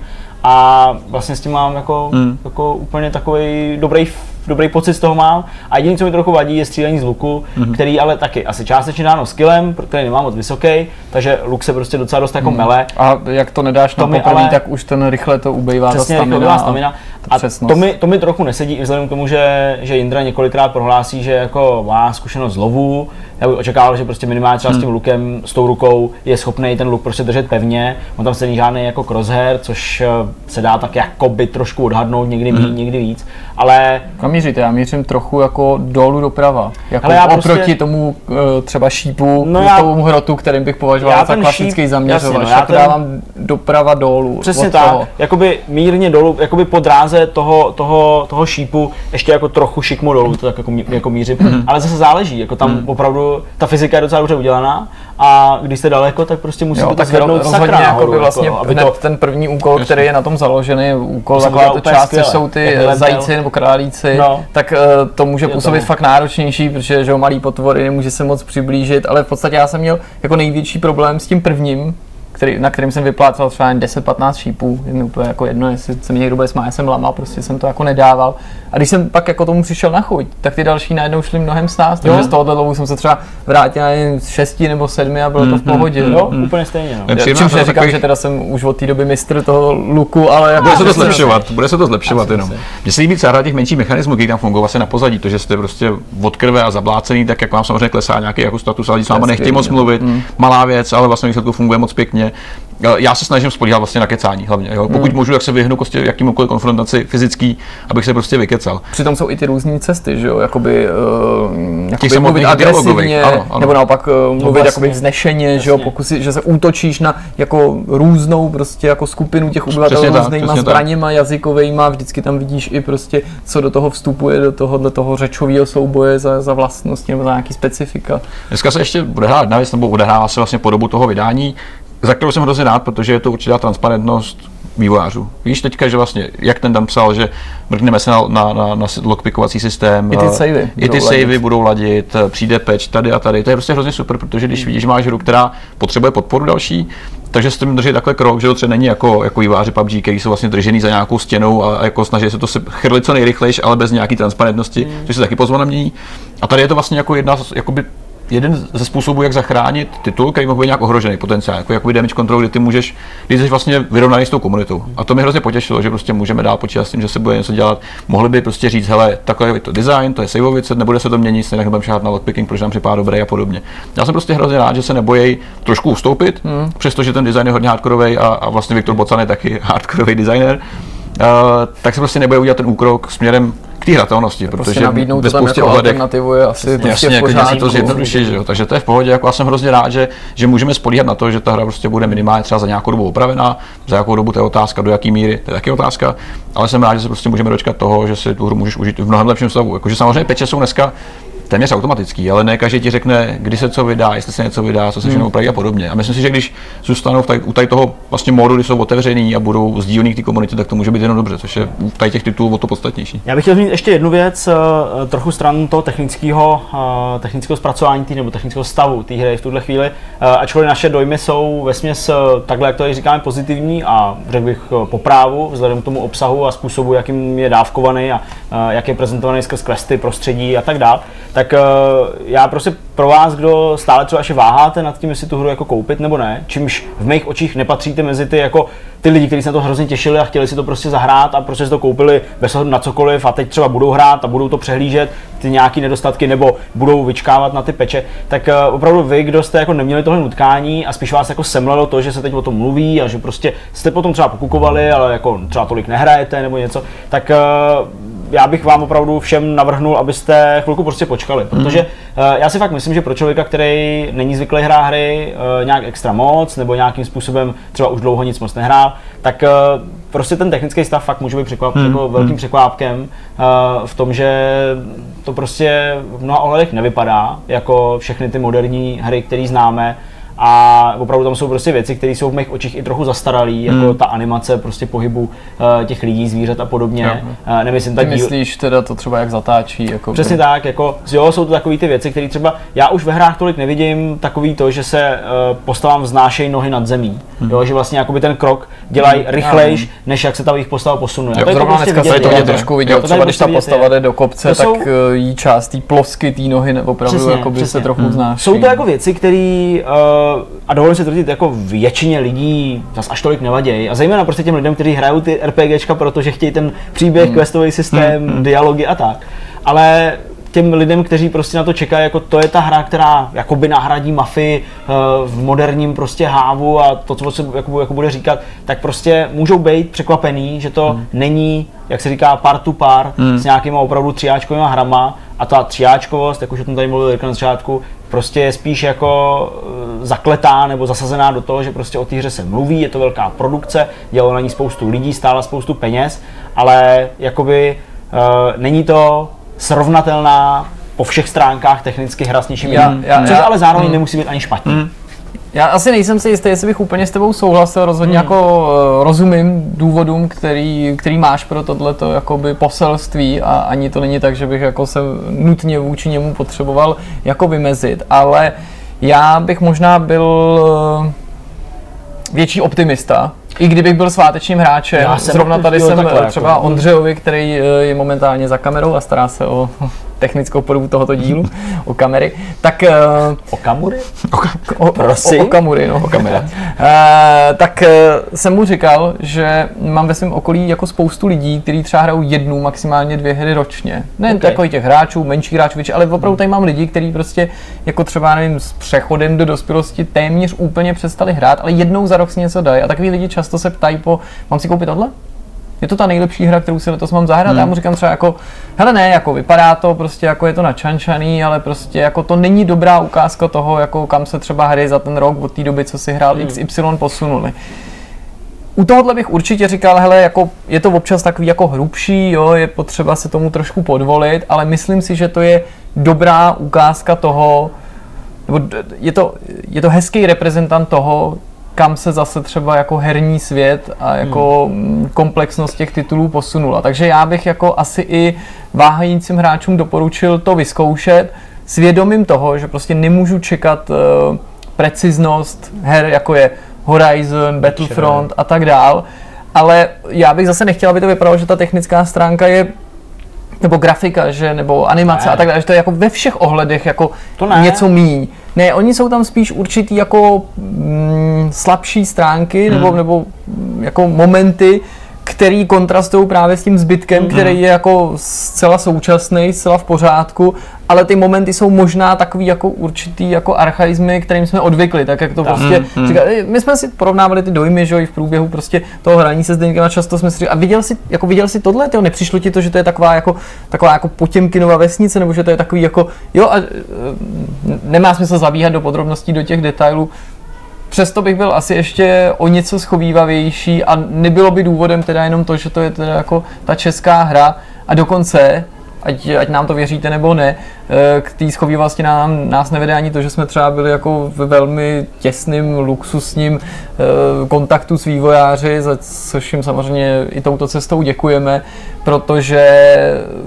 S3: A vlastně s tím mám jako, hmm. jako úplně takový dobrý, dobrý pocit z toho mám. A jediné, co mi trochu vadí, je střílení z luku, hmm. který ale taky asi částečně dáno skillem, který nemám moc vysoký, takže luk se prostě docela dost jako hmm. mele.
S1: A jak to nedáš na poprvé, ale... tak už ten rychle to ubejvá ta stamina.
S3: stamina. A, a to, mi, to mi trochu nesedí, i vzhledem k tomu, že, že Jindra několikrát prohlásí, že jako má zkušenost z lovu. Já bych očekával, že prostě minimálně třeba hmm. s tím lukem, s tou rukou je schopný ten luk prostě držet pevně. On tam se není žádný jako crosshair, což se dá tak jakoby trošku odhadnout, někdy hmm. méně, někdy víc, ale...
S1: Kam míříte? Já mířím trochu jako dolů doprava, jako oproti prostě... tomu třeba šípu, no já... tomu hrotu, kterým bych považoval za klasický šíp... zaměřovač. No, já to ten... dávám doprava dolů.
S3: Přesně tak, toho. Jakoby mírně dolů, jakoby po dráze toho, toho, toho šípu ještě jako trochu šikmo dolů, to tak jako, jako mířím, hmm. ale zase záleží, jako tam hmm. opravdu ta fyzika je docela dobře udělaná a když jste daleko, tak prostě musíte jo, to zvednout sakra nahoru.
S1: Jako vlastně jako, aby to... ten první úkol, Jasně. který je na tom založený, úkol taková ta část, což jsou ty zajíci nebo králíci, no. tak uh, to může působit to. fakt náročnější, protože že jo, malý potvory, nemůže se moc přiblížit, ale v podstatě já jsem měl jako největší problém s tím prvním, který, na kterým jsem vyplácal třeba jen deset patnáct šípů, je mi úplně jako jedno, jestli se mi někdo bude smát, jsem lama, prostě jsem to jako nedával. A když jsem pak jako tomu přišel na chuť, tak ty další najednou šly mnohem snáz, takže z tohohle lovu jsem se třeba vrátil jen z šesti nebo sedmi a bylo to v pohodě.
S3: Mm, jo, mm. úplně stejně. No.
S1: Čímž neříkám, takový... že teda jsem už od té doby mistr toho luku, ale... Jako
S2: bude se to zlepšovat, bude se to zlepšovat jenom. Mně se líbí celá těch menších mechanismů, který tam fungují vlastně na pozadí, to, že jste prostě od krve a zablácený, tak jak vám samozřejmě klesá nějaký jako status, ale s váma nechtějí moc mluvit, malá věc, ale vlastně výsledku funguje moc pěkně. Já se snažím spolíhat vlastně na kecání hlavně, jo? Pokud hmm. můžu, tak se vyhnu prostě jakýmukoliv konfrontaci fyzický, abych se prostě vykecal.
S1: Přitom jsou i ty různé cesty, že jo, jakoby, uh, jakoby mluvit agresivně, ano, ano. nebo naopak uh, mluvit vlastně, jakoby vznešeně, že jo, pokusit, že se útočíš na jako různou prostě jako skupinu těch obyvatel různýma zbraněma jazykovejma, vždycky tam vidíš i prostě, co do toho vstupuje, do tohohle toho řečového souboje za, za vlastnosti nebo za nějaký specifika.
S2: Dneska se ještě bude hrát na věc, nebo odehrává se vlastně po dobu toho vydání, za kterou jsem hrozně rád, protože je to určitá transparentnost vývojářů. Víš teďka, že vlastně, jak ten tam psal, že mrkneme se na, na, na, na lockpickovací systém,
S1: i ty savey,
S2: i ty savey budou ladit, přijde patch tady a tady. To je prostě hrozně super, protože když vidíš, že máš hru, která potřebuje podporu další, takže s tím drží takhle krok, že to třeba není jako, jako vývojáři P U B G, který jsou vlastně držený za nějakou stěnou a, a jako snaží se to se chrlit co nejrychlejší, ale bez nějaký transparentnosti, mm. což se taky pozvolna mění. A tady je to vlastně jako jedna, jakoby jeden ze způsobů, jak zachránit titul, který mohl být nějak ohrožený potenciál, jako jakoby damage control, kdy ty můžeš, když jsi vlastně vyrovnaný s tou komunitou. A to mě hrozně potěšilo, že prostě můžeme dál počítat s tím, že se bude něco dělat. Mohli by prostě říct, hele, takhle je to design, to je saveovice, nebude se to měnit, stejně nebudeme šáhat na lockpicking, protože nám připadá dobré a podobně. Já jsem prostě hrozně rád, že se nebojí trošku ustoupit, hmm. přestože ten design je hodně hardkorový a, a vlastně Viktor Bocan je taky hardkorový designer. Uh, tak se prostě nebojí udělat ten úkrok směrem k té hratelnosti,
S1: prostě
S2: protože
S1: ve spoustě jako ohledek alternativu je asi
S2: jasně, prostě v pořádku. To zjednoduší, že jo. Takže to je v pohodě, jako já jsem hrozně rád, že, že můžeme spolíhat na to, že ta hra prostě bude minimálně třeba za nějakou dobu opravená, za jakou dobu to je otázka, do jaký míry, to je taky otázka, ale jsem rád, že se prostě můžeme dočkat toho, že si tu hru můžeš užít v mnohem lepším stavu. Jakože samozřejmě peče jsou dneska téměř automatický, ale ne každý ti řekne, kdy se co vydá, jestli se něco vydá, co se všechno upraví a podobně. A myslím si, že když zůstanou v tady, u tady toho vlastně módu, kdy jsou otevřený a budou sdílení k té komunitě, tak to může být jenom dobře, což je u tady těch titulů o to podstatnější.
S3: Já bych chtěl zmínit ještě jednu věc, trochu stran toho technického, technického zpracování tý, nebo technického stavu té hry v tuhle chvíli. Ačkoliv naše dojmy jsou vesměs takhle, jak to tady říkáme, pozitivní a řekl bych po právu, vzhledem k tomu obsahu a způsobu, jakým je dávkovaný a jak je prezentovaný skrz questy, prostředí a tak dále, tak uh, já prostě pro vás, kdo stále třeba ještě váháte nad tím, jestli tu hru jako koupit nebo ne, čímž v mých očích nepatříte mezi ty jako ty lidi, kteří se na to hrozně těšili a chtěli si to prostě zahrát a prostě si to koupili bez ohledu na cokoliv a teď třeba budou hrát a budou to přehlížet, ty nějaký nedostatky nebo budou vyčkávat na ty peče, tak uh, opravdu vy, kdo jste jako neměli tohle nutkání a spíš vás jako semlelo to, že se teď o tom mluví a že prostě jste potom třeba pokukovali, ale jako třeba tolik nehrajete nebo něco, tak uh, já bych vám opravdu všem navrhnul, abyste chvilku prostě počkali, protože uh, já si fakt myslím, že pro člověka, který není zvyklý hrát hry uh, nějak extra moc nebo nějakým způsobem třeba už dlouho nic moc nehrál, tak uh, prostě ten technický stav fakt může být překvap, hmm. jako velkým překvápkem uh, v tom, že to prostě v mnoha ohledech nevypadá jako všechny ty moderní hry, které známe. A opravdu tam jsou prostě věci, které jsou v mých očích i trochu zastaralý, jako hmm. ta animace prostě pohybu uh, těch lidí, zvířat a podobně. Uh, nemyslím tak.
S1: Ty myslíš teda to třeba jak zatáčí? Jako
S3: přesně by... tak, jako jo, jsou to takové ty věci, které třeba já už ve hrách tolik nevidím, takový to, že se uh, postavám vznášejí nohy nad zemí, hmm. jo, že vlastně jakoby ten krok dělají hmm. rychlejš, hmm. než jak se ta jejich postava posunuje.
S1: Jo, zrovna dneska se to mě trošku viděl, třeba když ta postava jde do kopce, tak jí část té plosky té nohy opravdu jakoby se trochu vznáší.
S3: Jsou to jako věci, které a dovolím si tvrdit, jako většině lidí zas až tolik nevadějí. A zejména prostě těm lidem, kteří hrajou ty RPGčka, protože chtějí ten příběh, mm. questový systém, mm. dialogy a tak. Ale těm lidem, kteří prostě na to čekají, jako to je ta hra, která jakoby nahradí Mafii uh, v moderním prostě hávu a to, co se jako, jako bude říkat, tak prostě můžou být překvapený, že to mm. není, jak se říká, par to par mm. s nějakýma opravdu tříáčkovýma hrama a ta tříáčkovost, jak už o tom tady mluvil na začátku, prostě je spíš jako zakletá nebo zasazená do toho, že prostě o té hře se mluví, je to velká produkce, dělalo na ní spoustu lidí, stála spoustu peněz, ale jakoby uh, není to srovnatelná po všech stránkách technicky hra s něčím jiným, což ale zároveň mm. nemusí být ani špatný. Mm.
S1: Já asi nejsem si jistý, jestli bych úplně s tebou souhlasil, rozhodně mm. jako uh, rozumím důvodům, který, který máš pro tohleto jakoby poselství a ani to není tak, že bych jako se nutně vůči němu potřeboval jako vymezit, ale já bych možná byl uh, větší optimista, i kdybych byl svátečním hráčem. Zrovna tady jsem takhle, třeba jako. Ondřejovi, který je momentálně za kamerou a stará se o technickou podobu tohoto dílu, o kamery, tak...
S3: O kamury?
S1: O, Prosím? O, o kamury, no. O kamera. uh, tak uh, jsem mu říkal, že mám ve svém okolí jako spoustu lidí, kteří třeba hrajou jednu, maximálně dvě hry ročně. Ne okay. takových těch hráčů, menších hráčů, ale opravdu tady mám lidi, kteří prostě jako třeba nevím, s přechodem do dospělosti téměř úplně přestali hrát, ale jednou za rok si něco dají. A takový lidi často se ptají po, mám si koupit tohle? Je to ta nejlepší hra, kterou si letos mám zahrát? Hmm. Já mu říkám třeba jako, hele ne, jako vypadá to prostě jako je to načančaný, ale prostě jako to není dobrá ukázka toho, jako kam se třeba hry za ten rok od té doby, co si hrál hmm. iks ypsilon posunuli. U tohohle bych určitě říkal, hele, jako je to občas takový jako hrubší, jo, je potřeba se tomu trošku podvolit, ale myslím si, že to je dobrá ukázka toho, nebo je to, je to hezký reprezentant toho, kam se zase třeba jako herní svět a jako hmm. komplexnost těch titulů posunula. Takže já bych jako asi i váhajícím hráčům doporučil to vyzkoušet s vědomím toho, že prostě nemůžu čekat uh, preciznost her, jako je Horizon, Battlefront a tak dál, ale já bych zase nechtěl, aby to vypadalo, že ta technická stránka je nebo grafika, že, nebo animace ne. a tak dále, že to je jako ve všech ohledech jako něco míň. Ne, oni jsou tam spíš určitý jako mm, slabší stránky hmm. nebo, nebo jako momenty, který kontrastují právě s tím zbytkem, hmm. který je jako zcela současný, zcela v pořádku, ale ty momenty jsou možná takový jako určitý jako archaizmy, kterým jsme odvykli, tak jak to tak. prostě hmm. říká, my jsme si porovnávali ty dojmy, že jo, i v průběhu prostě toho hraní se Zdeňkem a často jsme si říkali, a viděl jsi, jako viděl jsi tohle, tyjo, nepřišlo ti to, že to je taková jako, taková jako Potěmkinova vesnice, nebo že to je takový jako, jo a nemá smysl zabíhat do podrobností, do těch detailů. Přesto bych byl asi ještě o něco schovývavější a nebylo by důvodem teda jenom to, že to je teda jako ta česká hra a dokonce, ať, ať nám to věříte nebo ne, k té schovývavosti nám, nás nevede ani to, že jsme třeba byli jako ve velmi těsným, luxusním kontaktu s vývojáři, za což jim samozřejmě i touto cestou děkujeme, protože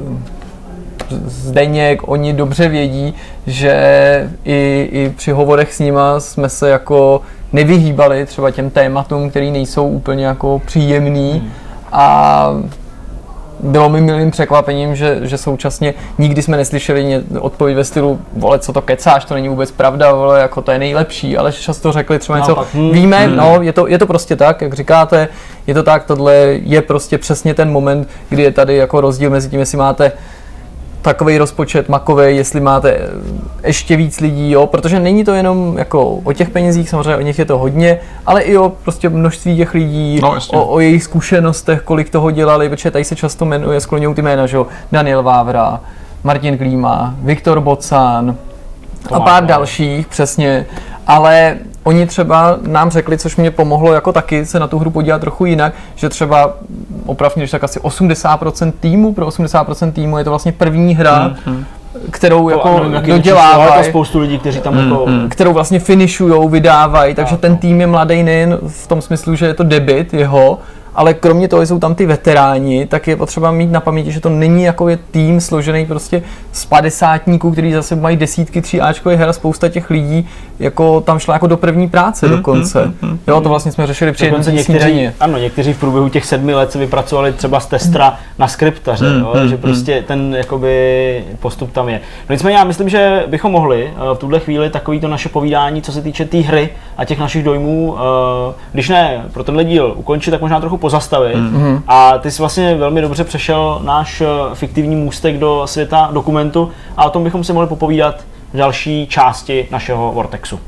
S1: Zdeněk, oni dobře vědí, že i, i při hovorech s nima jsme se jako nevyhýbali třeba těm tématům, který nejsou úplně jako příjemný hmm. a bylo mi milým překvapením, že, že současně nikdy jsme neslyšeli odpověď ve stylu, vole, co to kecáš, to není vůbec pravda, vole, jako to je nejlepší, ale často řekli třeba něco, no, víme, hmm. no, je to, je to prostě tak, jak říkáte, je to tak, tohle je prostě přesně ten moment, kdy je tady jako rozdíl mezi tím, jestli máte takový rozpočet makovej, jestli máte ještě víc lidí, jo, protože není to jenom jako o těch penězích, samozřejmě o nich je to hodně, ale i o prostě množství těch lidí, no, o, o jejich zkušenostech, kolik toho dělali, protože tady se často jmenuje, skloňují ty jména, že jo, Daniel Vávra, Martin Klíma, Viktor Bocan a pár dalších, přesně, ale oni třeba nám řekli, což mě pomohlo jako taky se na tu hru podívat trochu jinak, že třeba opravdu, když tak asi osmdesát procent týmu, pro osmdesát procent týmu je to vlastně první hra, mm-hmm. kterou to, jako dodělávají,
S3: spoustu lidí, kteří tam
S1: mm,
S3: jako...
S1: Mm, kterou vlastně finišujou, vydávají, takže no, ten tým je mladý nejen v tom smyslu, že je to debut jeho, ale kromě toho jsou tam ty veteráni, tak je potřeba mít na paměti, že to není jako je tým složený prostě z padesátníků, kteří zase mají desítky tří áčkových her a spousta těch lidí jako tam šla jako do první práce mm, dokonce. Mm, mm, jo, to vlastně jsme řešili při jednom snídaní.
S3: Ano, někteří v průběhu těch sedmi let se vypracovali třeba z testera na skriptaře, mm, jo, mm, že prostě ten jakoby postup tam je. No nicméně já myslím, že bychom mohli v tuhle chvíli takovýto naše povídání, co se týče té tý hry a těch našich dojmů, když ne pro tenhle díl ukončit, tak možná trochu pozastavit. Mm-hmm. A ty jsi vlastně velmi dobře přešel náš fiktivní můstek do světa dokumentu a o tom bychom si mohli popovídat v další části našeho Vortexu.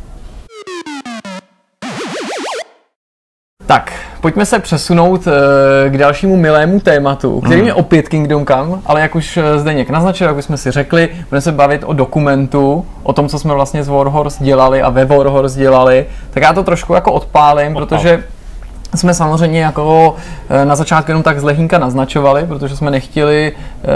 S1: Tak, pojďme se přesunout k dalšímu milému tématu, kterým je opět Kingdom Come, ale jak už Zdeněk naznačil, jak už jsme si řekli, budeme se bavit o dokumentu, o tom, co jsme vlastně z Warhorse dělali a ve Warhorse dělali, tak já to trošku jako odpálím, Odpál. protože jsme samozřejmě jako na začátku jenom tak z lehínka naznačovali, protože jsme nechtěli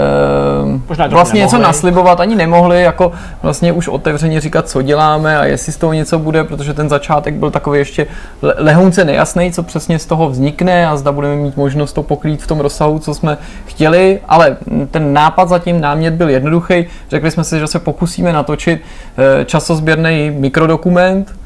S1: e, vlastně něco naslibovat, ani nemohli jako vlastně už otevřeně říkat, co děláme a jestli z toho něco bude, protože ten začátek byl takový ještě lehounce nejasný, co přesně z toho vznikne a zda budeme mít možnost to pokrýt v tom rozsahu, co jsme chtěli, ale ten nápad zatím, námět byl jednoduchý. Řekli jsme si, že se pokusíme natočit časozběrný mikrodokument.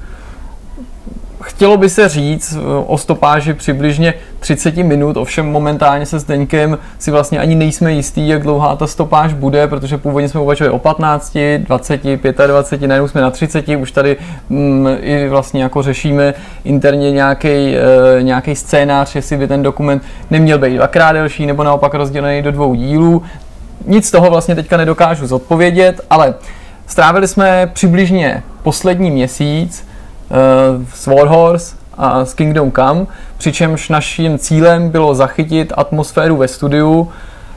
S1: Chtělo by se říct o stopáži přibližně třicet minut, ovšem momentálně se Zdeňkem si vlastně ani nejsme jistí, jak dlouhá ta stopáž bude, protože původně jsme uvažovali o patnácti, dvaceti, dvaceti pěti, najednou jsme na třiceti, už tady mm, i vlastně jako řešíme interně nějaký e, nějaký scénář, jestli by ten dokument neměl být dvakrát delší nebo naopak rozdělený do dvou dílů. Nic z toho vlastně teďka nedokážu zodpovědět, ale strávili jsme přibližně poslední měsíc s Warhorse a s Kingdom Come, přičemž naším cílem bylo zachytit atmosféru ve studiu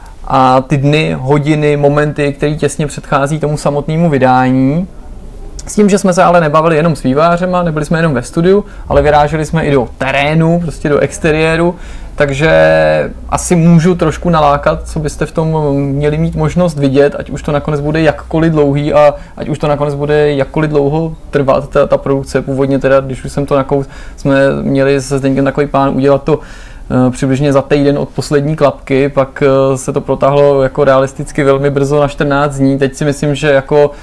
S1: a ty dny, hodiny, momenty, které těsně předchází tomu samotnému vydání. S tím, že jsme se ale nebavili jenom s vývojářema, nebyli jsme jenom ve studiu, ale vyráželi jsme i do terénu, prostě do exteriéru, takže asi můžu trošku nalákat, co byste v tom měli mít možnost vidět, ať už to nakonec bude jakkoliv dlouhý a ať už to nakonec bude jakkoliv dlouho trvat ta, ta produkce. Původně teda, když už jsem to nakous, jsme měli se Zdeňkem takový plán udělat to uh, přibližně za týden od poslední klapky, pak uh, se to protáhlo jako realisticky velmi brzo na čtrnáct dní. Teď si myslím, že jako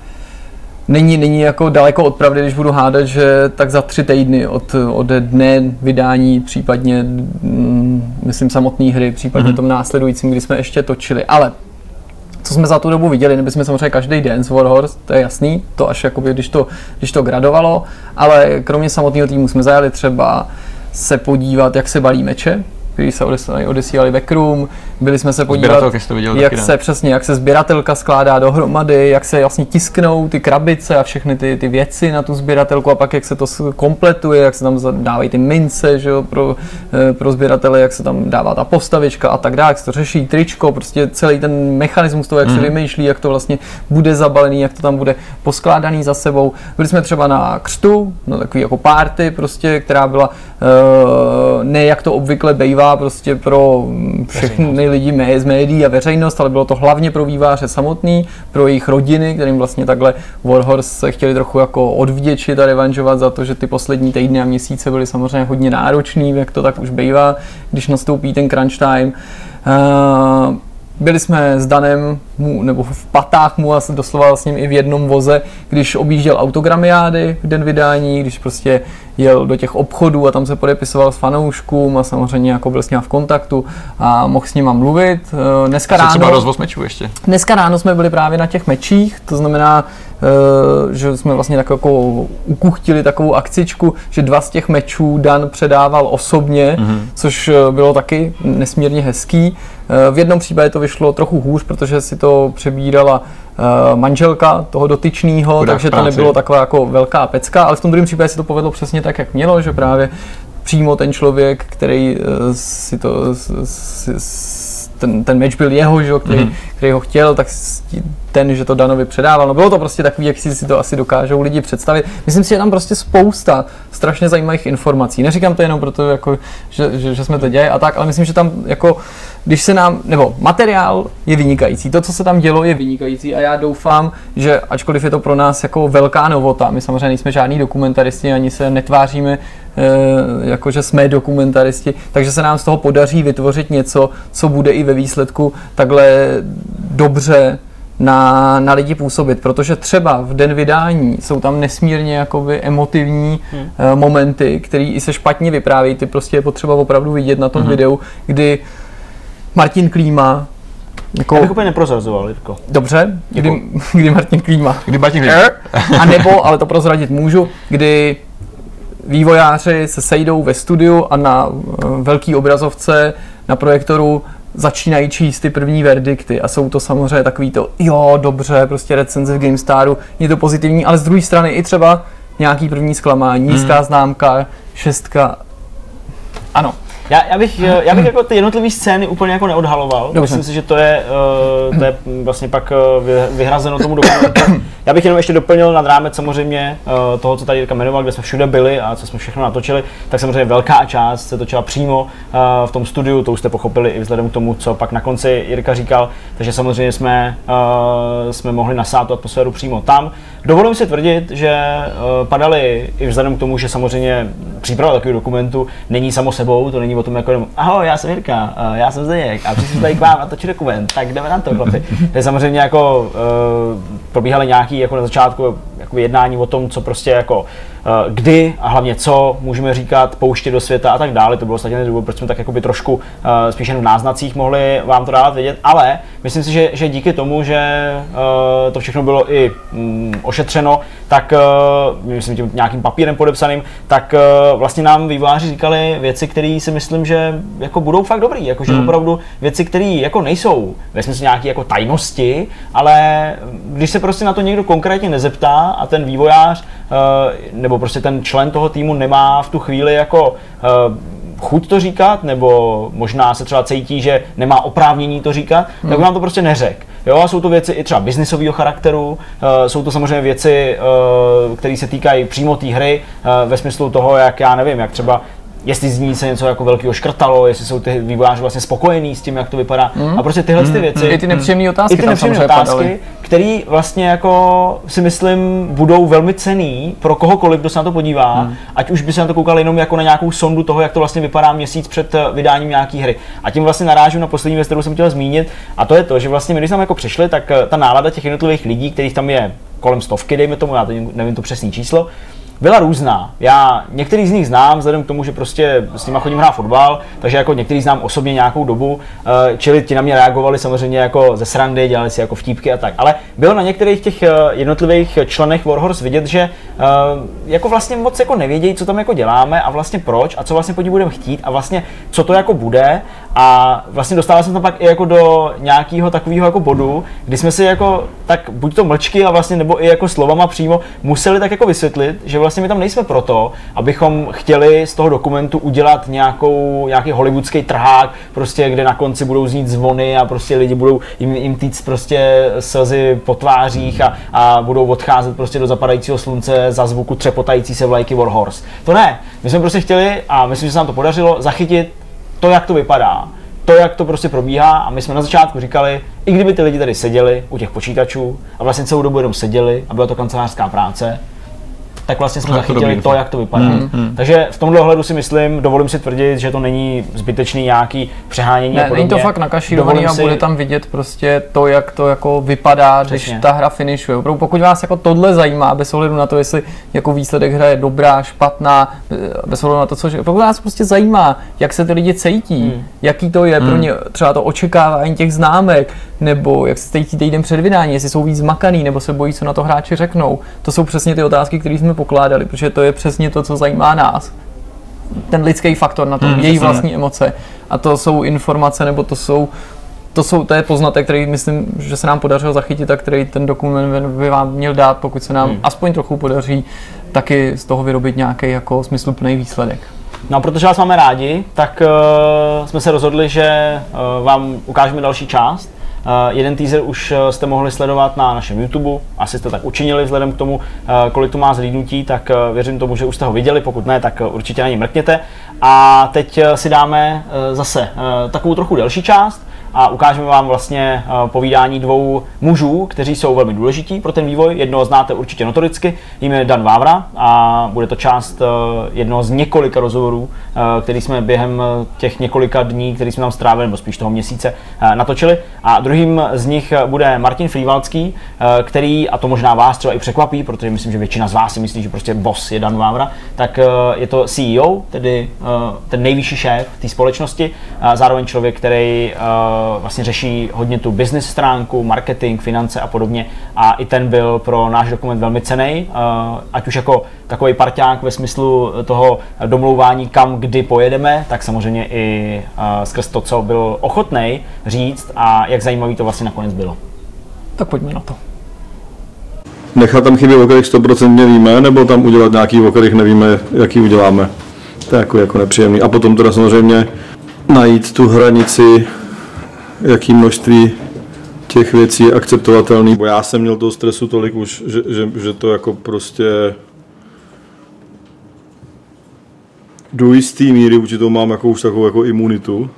S1: Není, není jako daleko od pravdy, když budu hádat, že tak za tři týdny od, od dne vydání, případně mm, myslím samotné hry, případně mm-hmm. tom následujícím, kdy jsme ještě točili. Ale co jsme za tu dobu viděli, nebyli samozřejmě každý den z Warhorse, to je jasný, to až jakoby, když to, když to gradovalo, ale kromě samotného týmu jsme zajeli třeba se podívat, jak se balí meče, který se odesílali backroom, byli jsme se podívat, jak se přesně, jak se sběratelka skládá dohromady, jak se vlastně tisknou ty krabice a všechny ty, ty věci na tu sběratelku a pak jak se to kompletuje, jak se tam dávají ty mince, že jo, pro, pro sběratele, jak se tam dává ta postavička a tak dále, jak se to řeší, tričko, prostě celý ten mechanismus toho, jak mm. se vymýšlí, jak to vlastně bude zabalený, jak to tam bude poskládaný za sebou. Byli jsme třeba na křtu, na takový jako party prostě, která byla uh, ne jak to obvykle bývá, prostě pro všechny lidi z médií a veřejnost, ale bylo to hlavně pro vývojáře samotný, pro jejich rodiny, kterým vlastně takhle Warhorse se chtěli trochu jako odvděčit a revanžovat za to, že ty poslední týdny a měsíce byly samozřejmě hodně náročný, jak to tak už bývá, když nastoupí ten crunch time. Uh, byli jsme s Danem mu, nebo v patách mu a doslova s ním i v jednom voze, když objížděl autogramiády v den vydání, když prostě jel do těch obchodů a tam se podepisoval s fanouškům a samozřejmě jako byl s ním v kontaktu a mohl s nima mluvit. Dneska ráno,
S2: třeba rozvoz mečů ještě.
S1: Dneska ráno jsme byli právě na těch mečích, to znamená, že jsme vlastně tak jako ukuchtili takovou akcičku, že dva z těch mečů Dan předával osobně, mm-hmm. což bylo taky nesmírně hezký. V jednom případě to vyšlo trochu hůř, protože si to přebírala manželka toho dotyčného, takže to nebylo taková jako velká pecka, ale v tom druhém případě si to povedlo přesně tak, jak mělo, že právě přímo ten člověk, který si to, ten, ten meč byl jeho, že, který, mm-hmm. který ho chtěl, tak ten, že to Danovi předával. No bylo to prostě takový, jak si, si to asi dokážou lidi představit. Myslím si, že tam prostě spousta strašně zajímavých informací. Neříkám to jenom proto, jako, že, že, že jsme to dělali a tak, ale myslím, že tam jako, když se nám, nebo materiál je vynikající, to, co se tam dělo, je vynikající a já doufám, že ačkoliv je to pro nás jako velká novota, my samozřejmě nejsme žádní dokumentaristi, ani se netváříme, e, jako že jsme dokumentaristi, takže se nám z toho podaří vytvořit něco, co bude i ve výsledku takhle dobře na, na lidi působit, protože třeba v den vydání jsou tam nesmírně jakoby emotivní hmm. uh, momenty, které i se špatně vyprávějí, ty prostě je potřeba opravdu vidět na tom hmm. videu, kdy Martin Klíma jako...
S3: Já bych úplně neprozrazoval, Jirko.
S1: Dobře, kdy, kdy Martin Klíma.
S2: Kdy Martin Klíma.
S1: A nebo, ale to prozradit můžu, kdy vývojáři se sejdou ve studiu a na uh, velký obrazovce, na projektoru začínají číst ty první verdikty a jsou to samozřejmě takový to, jo, dobře, prostě recenze v GameStaru, je to pozitivní, ale z druhé strany i třeba nějaký první zklamání, nízká mm. známka, šestka, ano.
S3: Já, já, bych, já bych jako ty jednotlivé scény úplně jako neodhaloval. Dobře. Myslím si, že to je, uh, to je vlastně pak uh, vyhrazeno tomu dokumentu. Já bych jenom ještě doplnil nad rámec samozřejmě uh, toho, co tady Jirka jmenoval, kde jsme všude byli a co jsme všechno natočili, tak samozřejmě velká část se točila přímo uh, v tom studiu, to už jste pochopili i vzhledem k tomu, co pak na konci Jirka říkal, takže samozřejmě jsme, uh, jsme mohli nasát tu atmosféru přímo tam. Dovolím si tvrdit, že uh, padaly i vzhledem k tomu, že samozřejmě příprava takového dokumentu není samo sebou, to není o tom jako jenom, ahoj, já jsem Jirka, uh, já jsem Zdeněk a přišli tady k vám natočit dokument, tak jdeme na to, chlapi. To samozřejmě jako uh, probíhaly nějaký jako na začátku jako jednání o tom, co prostě jako uh, kdy a hlavně co můžeme říkat, pouštět do světa a tak dále. To bylo ostatně důvod, proč jsme tak jakoby trošku uh, spíš jen v náznacích mohli vám to dávat vědět, ale myslím si, že, že díky tomu, že uh, to všechno bylo i um, ošetřeno, tak uh, myslím tím nějakým papírem podepsaným, tak uh, vlastně nám vývojáři říkali věci, které si myslím, že jako budou fakt dobrý, jakože hmm. opravdu věci, které jako nejsou ve smyslu nějaké jako tajnosti, ale když se prostě na to někdo konkrétně nezeptá a ten vývojář uh, nebo prostě ten člen toho týmu nemá v tu chvíli jako uh, chuť to říkat, nebo možná se třeba cítí, že nemá oprávnění to říkat, hmm. tak vám to prostě neřek. Jo, a jsou to věci i třeba biznisového charakteru, uh, jsou to samozřejmě věci, uh, které se týkají přímo té hry, uh, ve smyslu toho, jak já nevím, jak třeba jestli z ní se něco jako velkého škrtalo, jestli jsou ty vývojáři vlastně spokojení s tím, jak to vypadá. Mm. A prostě tyhle mm. ty věci.
S1: I ty nepříjemné otázky.
S3: I ty nepříjemné otázky, které vlastně jako si myslím budou velmi cenný pro kohokoliv, kdo se na to podívá, mm. ať už by se na to koukal jenom jako na nějakou sondu toho, jak to vlastně vypadá měsíc před vydáním nějaký hry. A tím vlastně narážu na poslední věc, kterou jsem chtěl zmínit, a to je to, že vlastně my, když jsme jako přišli, tak ta nálada těch jednotlivých lidí, kterých tam je kolem stovky, dejme tomu, já teď nevím to přesné číslo, byla různá. Já některý z nich znám, vzhledem k tomu, že prostě s nima chodím hrát fotbal, takže jako některý znám osobně nějakou dobu, čili ti na mě reagovali samozřejmě jako ze srandy, dělali si jako vtípky a tak. Ale bylo na některých těch jednotlivých členech Warhorse vidět, že jako vlastně moc jako nevědějí, co tam jako děláme a vlastně proč a co vlastně po ní budeme chtít a vlastně co to jako bude. A vlastně dostával jsem tam pak i jako do nějakého takového jako bodu, kdy jsme si jako tak buď to mlčky a vlastně nebo i jako slovama přímo museli tak jako vysvětlit, že vlastně my tam nejsme proto, abychom chtěli z toho dokumentu udělat nějakou, nějaký hollywoodský trhák, prostě kde na konci budou znít zvony a prostě lidi budou jim, jim týct prostě slzy po tvářích a, a budou odcházet prostě do zapadajícího slunce za zvuku třepotající se vlajky Warhorse. To ne, my jsme prostě chtěli a myslím, že se nám to podařilo zachytit to, jak to vypadá, to, jak to prostě probíhá a my jsme na začátku říkali, i kdyby ty lidi tady seděli u těch počítačů a vlastně celou dobu jenom seděli a byla to kancelářská práce, tak vlastně jsme
S2: tak
S3: zachytili to, to, jak to vypadá. Mm, mm. Takže v tomhle ohledu si myslím, dovolím si tvrdit, že to není zbytečný nějaký přehánění
S1: ne,
S3: a podobně.
S1: Není to fakt nakašírovaný a
S3: si...
S1: bude tam vidět prostě to, jak to jako vypadá, Přesně. když ta hra finišuje. Opravdu pokud vás jako tohle zajímá, bez ohledu na to, jestli jako výsledek hry je dobrá, špatná, bez ohledu na to, co, pokud vás prostě zajímá, jak se ty lidi cítí, hmm. jaký to je hmm. pro ně třeba to očekávání těch známek, nebo jak se cítí týden před vydání, jestli jsou víc zmakaný, nebo se bojí, co na to hráči řeknou. To jsou přesně ty otázky, které jsme pokládali, protože to je přesně to, co zajímá nás. Ten lidský faktor na tom, hmm, její vlastní emoce. A to jsou informace, nebo to jsou To, jsou, to je poznatek, který myslím, že se nám podařilo zachytit a který ten dokument by vám měl dát, pokud se nám hmm. aspoň trochu podaří taky z toho vyrobit nějaký jako smysluplný výsledek.
S3: No a protože vás máme rádi, tak uh, jsme se rozhodli, že uh, vám ukážeme další část. Uh, jeden teaser už uh, jste mohli sledovat na našem YouTube, asi jste tak učinili vzhledem k tomu, uh, kolik to má zhlídnutí, tak uh, věřím tomu, že už jste ho viděli, pokud ne, tak uh, určitě na něj mrkněte. A teď uh, si dáme uh, zase uh, takovou trochu delší část, a ukážeme vám vlastně povídání dvou mužů, kteří jsou velmi důležití pro ten vývoj. Jednoho znáte určitě notoricky, jím je Dan Vávra a bude to část jednoho z několika rozhovorů, který jsme během těch několika dní, který jsme tam strávili, nebo spíš toho měsíce, natočili. A druhým z nich bude Martin Frývalský, který, a to možná vás třeba i překvapí, protože myslím, že většina z vás si myslí, že prostě boss je Dan Vávra, tak je to C E O, tedy ten nejvyšší šéf té společnosti, zároveň člověk, který vlastně řeší hodně tu business stránku, marketing, finance a podobně. A i ten byl pro náš dokument velmi cenný, ať už jako takový parťák ve smyslu toho domlouvání, kam kdy pojedeme, tak samozřejmě i skrz to, co byl ochotnej říct a jak zajímavý to vlastně nakonec bylo.
S1: Tak pojďme na to.
S4: Nechat tam chyby, o kterých sto procent víme, nebo tam udělat nějaký, o kterých nevíme, jaký uděláme. To je jako, jako nepříjemný. A potom teda samozřejmě najít tu hranici, jaký množství těch věcí je akceptovatelný. Bo já jsem měl toho stresu tolik už, že, že, že to jako prostě do jistý míry určitou mám jako už takovou jako imunitu.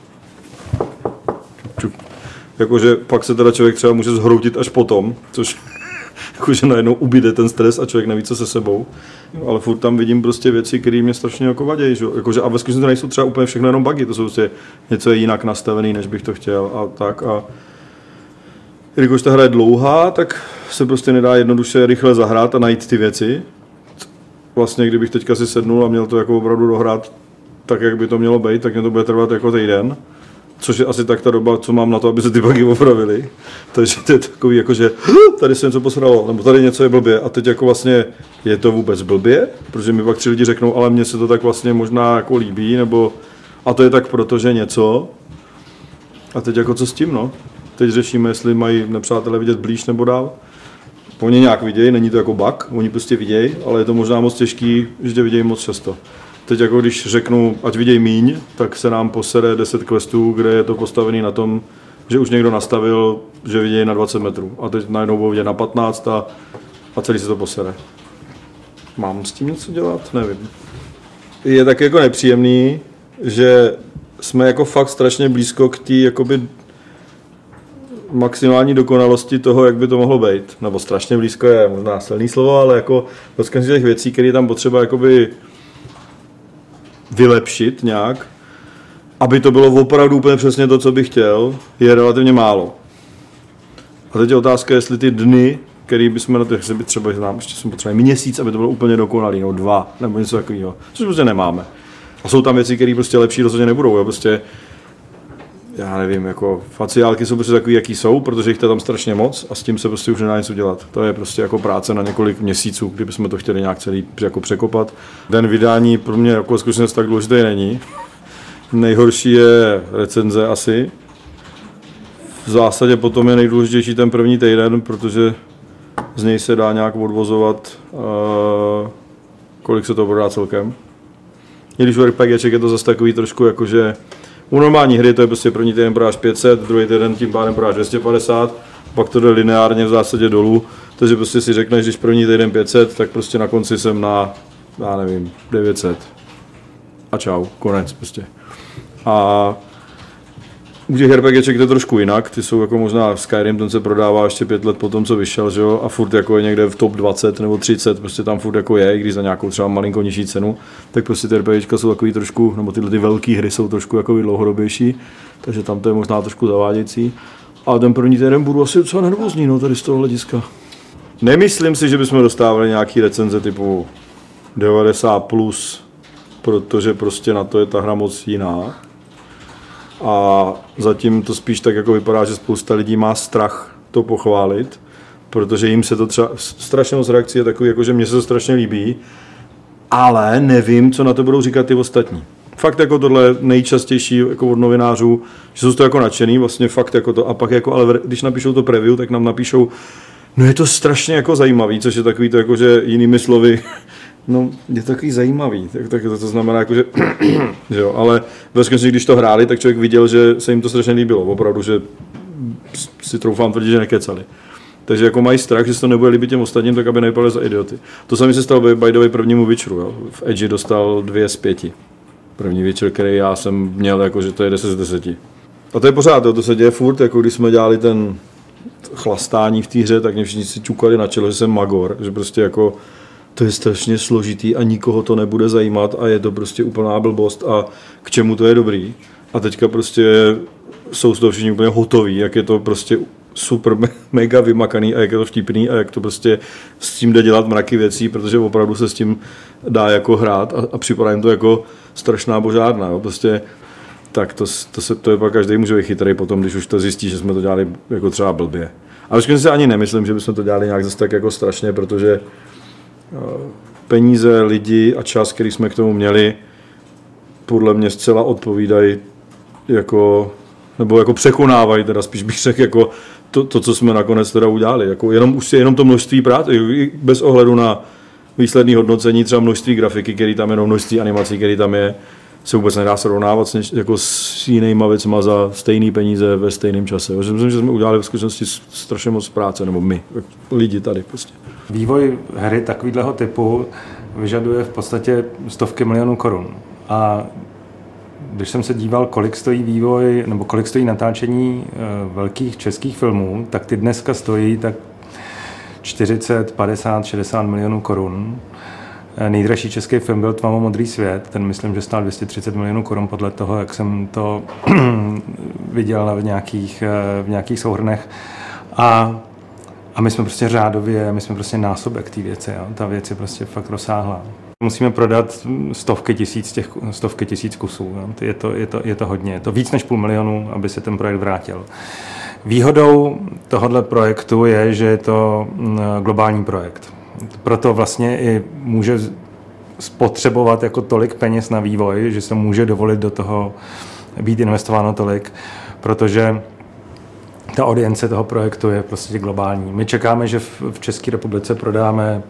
S4: Jakože pak se teda člověk třeba může zhroutit až potom, což jakože najednou ubyde ten stres a člověk neví, co se sebou. Ale furt tam vidím prostě věci, které mě strašně jako vadějí. Jakože, a ve skutečnosti to nejsou třeba úplně všechno jenom bugy, to jsou prostě něco je jinak nastavený, než bych to chtěl a tak. A když ta hra je dlouhá, tak se prostě nedá jednoduše rychle zahrát a najít ty věci. Vlastně kdybych teďka si sednul a měl to jako opravdu dohrát tak, jak by to mělo být, tak mě to bude trvat jako týden. Což je asi tak ta doba, co mám na to, aby se ty bugy opravily. Takže to je takový jako, že tady se něco posralo, nebo tady něco je blbě a teď jako vlastně je to vůbec blbě, protože mi pak tři lidi řeknou, ale mně se to tak vlastně možná jako líbí, nebo a to je tak proto, že něco. A teď jako co s tím, no? Teď řešíme, jestli mají nepřátelé vidět blíž nebo dál. Oni nějak vidějí, není to jako bug, oni prostě vidějí, ale je to možná moc těžký, že tě vidějí moc často. Teď jako když řeknu, ať viděj míň, tak se nám posere deset questů, kde je to postavený na tom, že už někdo nastavil, že vidějí na dvacet metrů. A teď najednou budou vidět na patnáct a, a celý se to posere. Mám s tím něco dělat? Nevím. Je tak jako nepříjemný, že jsme jako fakt strašně blízko k té jakoby maximální dokonalosti toho, jak by to mohlo být. Nebo strašně blízko je možná silný slovo, ale jako z těch věcí, které tam potřeba jakoby vylepšit nějak, aby to bylo opravdu úplně přesně to, co bych chtěl, je relativně málo. A teď je otázka, jestli ty dny, který bychom na těch by třeba znám, ještě jsme potřebovali měsíc, aby to bylo úplně dokonalý, no dva, nebo něco takového, což prostě nemáme. A jsou tam věci, které prostě lepší rozhodně nebudou, jo, prostě já nevím, jako faciálky jsou prostě takový, jaký jsou, protože jich je tam strašně moc a s tím se prostě už nedá nic udělat. To je prostě jako práce na několik měsíců, kdybychom to chtěli nějak celý jako překopat. Den vydání pro mě jako zkušenost tak důležitý není. Nejhorší je recenze asi. V zásadě potom je nejdůležitější ten první týden, protože z něj se dá nějak odvozovat, uh, kolik se to prodá celkem. I když u RPGček je to zase takový trošku jakože u normální hry to je prostě první týden prodáš pět set, druhý týden tím pádem prodáš dvě stě padesát, pak to jde lineárně v zásadě dolů, takže prostě si řekneš, když první týden pět set, tak prostě na konci jsem na, já nevím, devět set. A čau, konec prostě. A U těch RPGček to je trošku jinak, ty jsou jako možná Skyrim, ten se prodává ještě pět let po tom, co vyšel, že jo, a furt jako je někde v top dvacet nebo třicet, prostě tam furt jako je, i když za nějakou třeba malinko nižší cenu, tak prostě ty RPGčka jsou takový trošku, nebo tyhle ty velké hry jsou trošku jako dlouhodobější, takže tam to je možná trošku zavádějící. A ten první týden budu asi docela nervózní, no, tady z toho hlediska. Nemyslím si, že bychom dostávali nějaký recenze typu devadesát plus, protože prostě na to je ta hra moc jiná. A zatím to spíš tak jako vypadá, že spousta lidí má strach to pochválit, protože jim se to třeba, strašně moc reakcí je takový, jako že mně se to strašně líbí, ale nevím, co na to budou říkat ty ostatní. Fakt jako tohle nejčastější jako od novinářů, že jsou to jako nadšený, vlastně fakt jako to, a pak jako, ale když napíšou to preview, tak nám napíšou, no je to strašně jako zajímavý, což je takový to jako, že jinými slovy, no je to takový zajímavý, tak, tak to, to znamená jako, že, že jo, ale ve skutečnosti, když to hráli, tak člověk viděl, že se jim to strašně líbilo, opravdu, že si troufám tvrdit, že nekecali. Takže jako mají strach, že se to nebude líbit těm ostatním, tak aby nevypadali za idioty. To samé se stalo by the way prvnímu Witcheru, jo. V Edge dostal dvě z pěti. První Witcher, který já jsem měl, jako, že to je deset z deseti. A to je pořád, jo, to se děje furt, jako když jsme dělali ten chlastání v té hře, tak mě všichni si čukali na čelo, že jsem magor, že prostě jako to je strašně složitý a nikoho to nebude zajímat a je to prostě úplná blbost a k čemu to je dobrý. A teďka prostě jsou z toho všichni úplně hotoví, jak je to prostě super mega vymakaný a jak je to vtipný a jak to prostě s tím jde dělat mraky věcí, protože opravdu se s tím dá jako hrát a, a připadá jim to jako strašná božárna. Jo. Prostě tak to, to, se, to je pak každý může být chytrý potom, když už to zjistí, že jsme to dělali jako třeba blbě. Ale si ani nemyslím, že bychom to dělali nějak zase tak jako strašně, protože peníze, lidi a čas, který jsme k tomu měli, podle mě zcela odpovídají jako, nebo jako překonávají, teda spíš bych řekl, jako to, to, co jsme nakonec teda udělali. Jako jenom, už je jenom to množství práce, bez ohledu na výsledné hodnocení, třeba množství grafiky, který tam je, no množství animací, který tam je, se vůbec nedá srovnávat s, jako s jinýma věcma za stejné peníze ve stejném čase. Já myslím, že jsme udělali v skutečnosti strašně moc práce, nebo my, lidi tady prostě.
S5: Vývoj hry takového typu vyžaduje v podstatě stovky milionů korun. A když jsem se díval, kolik stojí vývoj, nebo kolik stojí natáčení velkých českých filmů, tak ty dneska stojí tak čtyřicet, padesát, šedesát milionů korun. Nejdražší český film byl Tmavomodrý svět, ten myslím, že stál dvě stě třicet milionů korun podle toho, jak jsem to viděl v nějakých, v nějakých souhrnech. A, a my jsme prostě řádově, my jsme prostě násobek té věci, jo. Ta věc je prostě fakt rozsáhlá. Musíme prodat stovky tisíc, těch, stovky tisíc kusů, jo. Je to, je to, je to hodně, je to víc než půl milionu, aby se ten projekt vrátil. Výhodou tohoto projektu je, že je to globální projekt. Proto vlastně i může spotřebovat jako tolik peněz na vývoj, že se může dovolit do toho být investováno tolik, protože ta audience toho projektu je prostě globální. My čekáme, že v České republice prodáme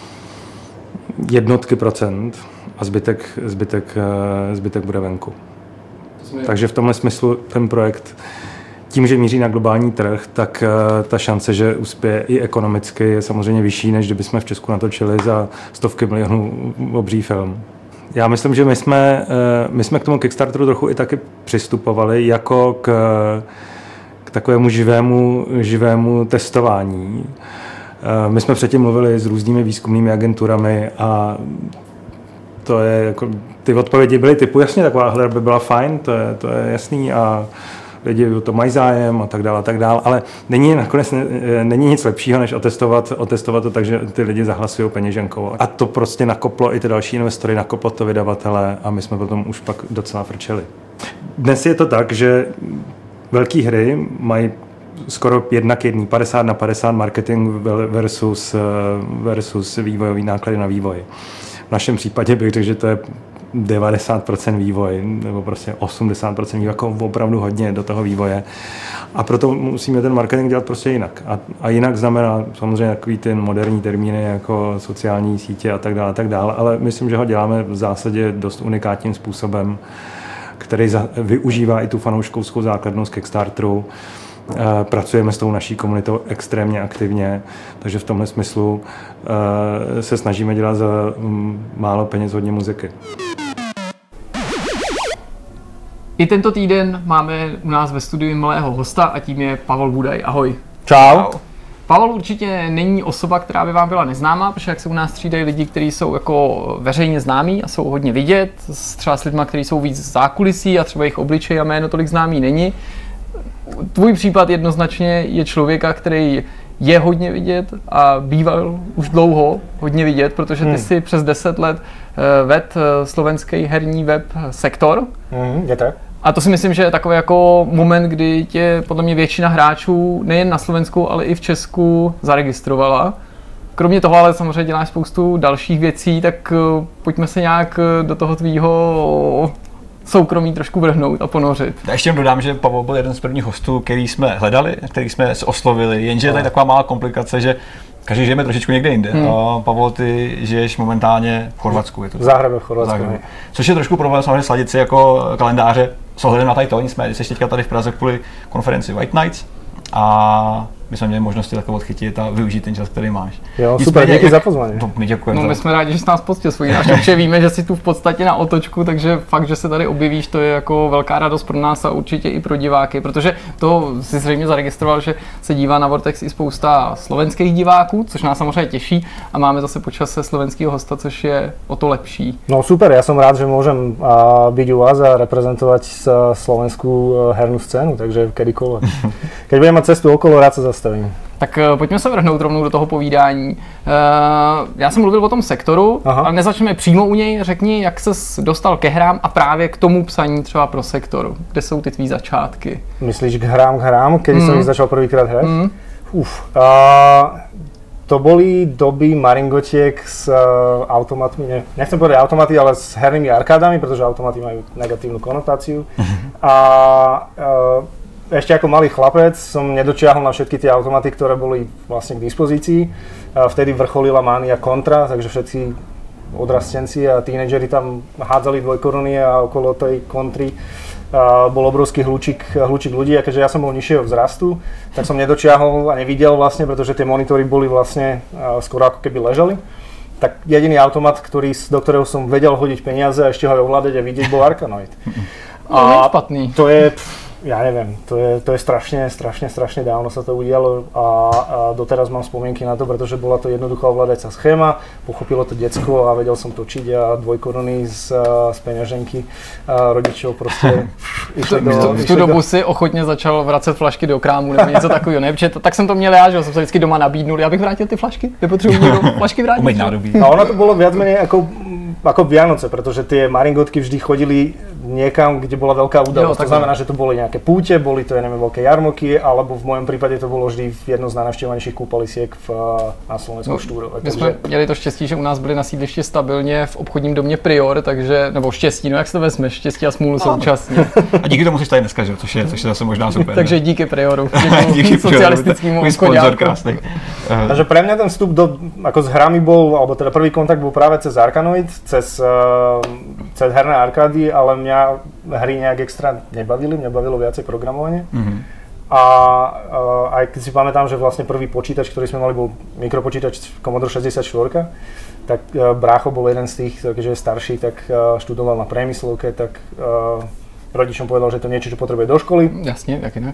S5: jednotky procent a zbytek, zbytek, zbytek bude venku. Takže v tomhle smyslu ten projekt tím, že míří na globální trh, tak ta šance, že uspěje i ekonomicky, je samozřejmě vyšší, než kdybychom v Česku natočili za stovky milionů obří film. Já myslím, že my jsme, my jsme k tomu Kickstarteru trochu i taky přistupovali jako k, k takovému živému, živému testování. My jsme předtím mluvili s různými výzkumnými agenturami a to je jako, ty odpovědi byly typu, jasně, taková hra by byla fajn, to je, to je jasný a lidi o to mají zájem a tak dále, a tak dále, ale není nakonec není nic lepšího, než otestovat, otestovat to tak, že ty lidi zahlasují peněženkou. A to prostě nakoplo i ty další investory, nakoplo to vydavatele a my jsme potom už pak docela frčeli. Dnes je to tak, že velké hry mají skoro jedna k jedný, padesát na padesát marketing versus, versus vývojový náklady na vývoj. V našem případě bych řekl, že to je devadesát procent vývoj, nebo prostě osmdesát procent vývoj, jako opravdu hodně do toho vývoje. A proto musíme ten marketing dělat prostě jinak. A, a jinak znamená samozřejmě takový ten moderní termíny jako sociální sítě a tak dále, a tak dále, ale myslím, že ho děláme v zásadě dost unikátním způsobem, který za, využívá i tu fanouškovskou základnu z Kickstarteru. Pracujeme s tou naší komunitou extrémně aktivně, takže v tomhle smyslu se snažíme dělat za málo peněz hodně muziky.
S1: I tento týden máme u nás ve studiu milého hosta a tím je Pavel Budaj. Ahoj.
S3: Čau.
S1: Čau. Pavel určitě není osoba, která by vám byla neznámá, protože jak se u nás střídají lidi, kteří jsou jako veřejně známí a jsou hodně vidět, třeba s lidma, kteří jsou víc zákulisí a třeba jejich obličej a jméno tolik známý není. Tvůj případ jednoznačně je člověka, který je hodně vidět a býval už dlouho hodně vidět, protože ty hmm. si přes deset let ved slovenský herní web Sektor.
S3: Hmm, je tak.
S1: A to si myslím, že je takový jako moment, kdy tě podle mě většina hráčů nejen na Slovensku, ale i v Česku zaregistrovala. Kromě toho ale samozřejmě děláš spoustu dalších věcí, tak pojďme se nějak do toho tvýho soukromí trošku vrhnout a ponořit.
S2: Já ještě dodám, že Pavel byl jeden z prvních hostů, který jsme hledali, který jsme se oslovili, jenže je tady taková malá komplikace, že každý žijeme trošičku někde jinde. Hmm. A Pavel, ty žiješ momentálně v Chorvatsku. Je to
S3: v Záhřebu v Chorvatsku. Záhřebu.
S2: Což je trošku problém samozřejmě sladit si jako kalendáře s ohledem na tady to, nicméně jsi teďka tady v Praze kvůli konferenci White Nights a my jsme měli možnosti takhle odchytit a využít ten čas, který máš.
S3: Jo, super, díky za pozvání.
S2: No, my děkujeme.
S1: No, my jsme rádi, že jsi nás poctil svojí návštěvou, víme, že jsi tu v podstatě na otočku, takže fakt, že se tady objevíš, to je jako velká radost pro nás a určitě i pro diváky, protože to si zřejmě zaregistroval, že se dívá na Vortex i spousta slovenských diváků, což nás samozřejmě těší a máme zase počase slovenského hosta, což je o to lepší.
S3: No super, já jsem rád, že můžem být u vás a reprezentovat slovenskou hernú scénu, takže kedykoľvek. Keď budeme mať cestu okolo, rád se zastavím.
S1: Tak uh, pojďme se vrhnout rovnou do toho povídání. Uh, já jsem mluvil o tom Sektoru, Aha. ale nezačneme přímo u něj. Řekni, jak ses dostal ke hrám a právě k tomu psaní třeba pro Sektor. Kde jsou ty tvý začátky?
S3: Myslíš k hrám, k hrám? Kedy mm. som ich začal prvýkrát hrať? Mm. Uf. Uh, to boli doby maringotiek s uh, automatmi, ne, nechcem povedať automaty, ale s hernými arkádami, pretože automaty majú negatívnu konotáciu. A uh, ešte ako malý chlapec som nedočiahol na všetky tie automaty, ktoré boli vlastne k dispozícii. Vtedy vrcholila mánia kontra, takže všetci odrastenci a tínedžeri tam hádzali dvojkoruny a okolo tej kontry bol obrovský hlučík, hlučík ľudí. A keďže ja som bol nižšieho vzrastu, tak som nedočiahol a nevidel vlastne, pretože tie monitory boli vlastne skoro ako keby ležali. Tak jediný automat, ktorý, do ktorého som vedel hodiť peniaze a ešte ho aj ovládať a vidieť, bol Arkanoid.
S1: A
S3: to je... Ja neviem, to je, to je strašne, strašne, strašne dávno sa to udialo a, a doteraz mám spomienky na to, pretože bola to jednoduchá ovládacia schéma, pochopilo to decko a vedel som točiť a dvojkoruny z, z peňaženky a rodičov proste išli do...
S1: V tu dobu si ochotně začal vracet flašky do krámu nebo něco takového, ne? Protože to, tak jsem to měl já, že jsem se vždycky doma nabídnul, já bych vrátil ty flašky, nepotřebuji někdo flašky vrátit.
S2: Umeď nádobí.
S3: No ono to bolo viac menej ako, ako Vianoce, pretože tie maringotky vždy chodili niekam, kde bola veľká udalosť. To znamená, že to boli nejaké púte, boli to, ja neviem, veľké jarmoky, alebo v mojom prípade to bolo vždy jedno z najnavštevovanejších kúpalisiek v, na Slovensku, no, Štúrove.
S1: My takže... jsme měli to štěstí, že u nás byli na sídlišti stabilně v obchodním domě Prior, takže, nebo štěstí, no jak se to vezme, štěstí a smůlu současně.
S2: A díky tomu jsi tady dneska, že? Což je, což je zase možná super.
S1: Takže díky Prioru, díky socialistickému
S2: obchodňáku.
S3: Takže pre mňa ten vstup do, ako s hrami bol, alebo teda prvý kontakt bol práve cez Arkanoid, cez, cez herné arkády, ale mňa hry nejak extra nebavili, mňa bavilo viacej programovanie. Mm-hmm. A uh, aj keď si pamätám, že vlastne prvý počítač, ktorý sme mali, bol mikropočítač Commodore šesťdesiatštyri, tak uh, brácho bol jeden z tých, keďže je starší, tak uh, študoval na priemyslovke, tak uh, rodičom povedal, že to niečo, čo potrebuje do školy.
S1: Jasne, jak inak.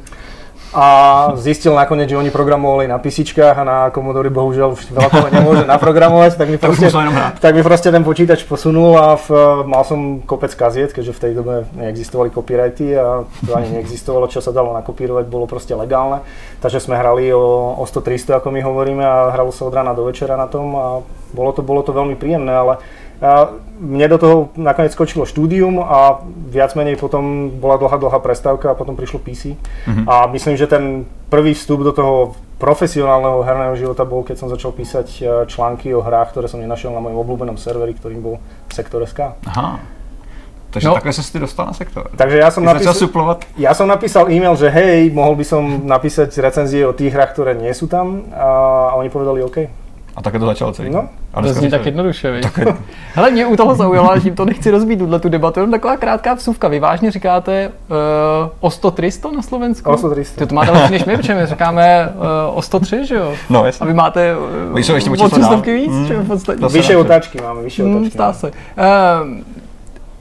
S3: A zistil nakoniec, že oni programovali na písičkách a na Commodore bohužiaľ už veľa toho nemôže naprogramovať, tak mi proste, tak mi proste ten počítač posunul a v, mal som kopec kaziet, keďže v tej dobe neexistovali copyrighty a to ani neexistovalo, čo sa dalo nakopírovať, bolo proste legálne. Takže sme hrali o, o sto tristo, ako my hovoríme, a hralo sa od rána do večera na tom a bolo to, bolo to veľmi príjemné, ale a mne do toho nakoniec skočilo štúdium a viac menej potom bola dlhá, dlhá prestávka a potom prišlo pé cé. Mm-hmm. A myslím, že ten prvý vstup do toho profesionálneho herného života bol, keď som začal písať články o hrách, ktoré som nenašiel na mojom obľúbenom serveri, ktorým bol Sektor bodka es ká.
S2: Aha. Takže no. Takhle sa si dostal na Sektor.
S3: Takže ja som, napísal, ja som napísal e-mail, že hej, mohol by som napísať recenzie o tých hrách, ktoré nie sú tam a, a oni povedali OK.
S2: A také to začalo celý.
S3: No.
S1: To zní tak jednoduše, víš. Tak... Hele, mě u toho zaujalo, že tím to nechci rozbít tuhle tu debatu, jenom taková krátká vsuvka. Vy vážně říkáte uh, o sto tři sto na Slovensku?
S3: O sto tři sto.
S1: Ty to máte lepší než my, protože my říkáme uh, o sto tři, že jo?
S2: No, jasně.
S1: A vy máte uh,
S2: jsou ještě
S1: o tři stovky víc, mm. že v podstatě.
S3: Vyššie otáčky máme, vyššie
S1: mm,
S3: otáčky.
S1: Stá se. Uh,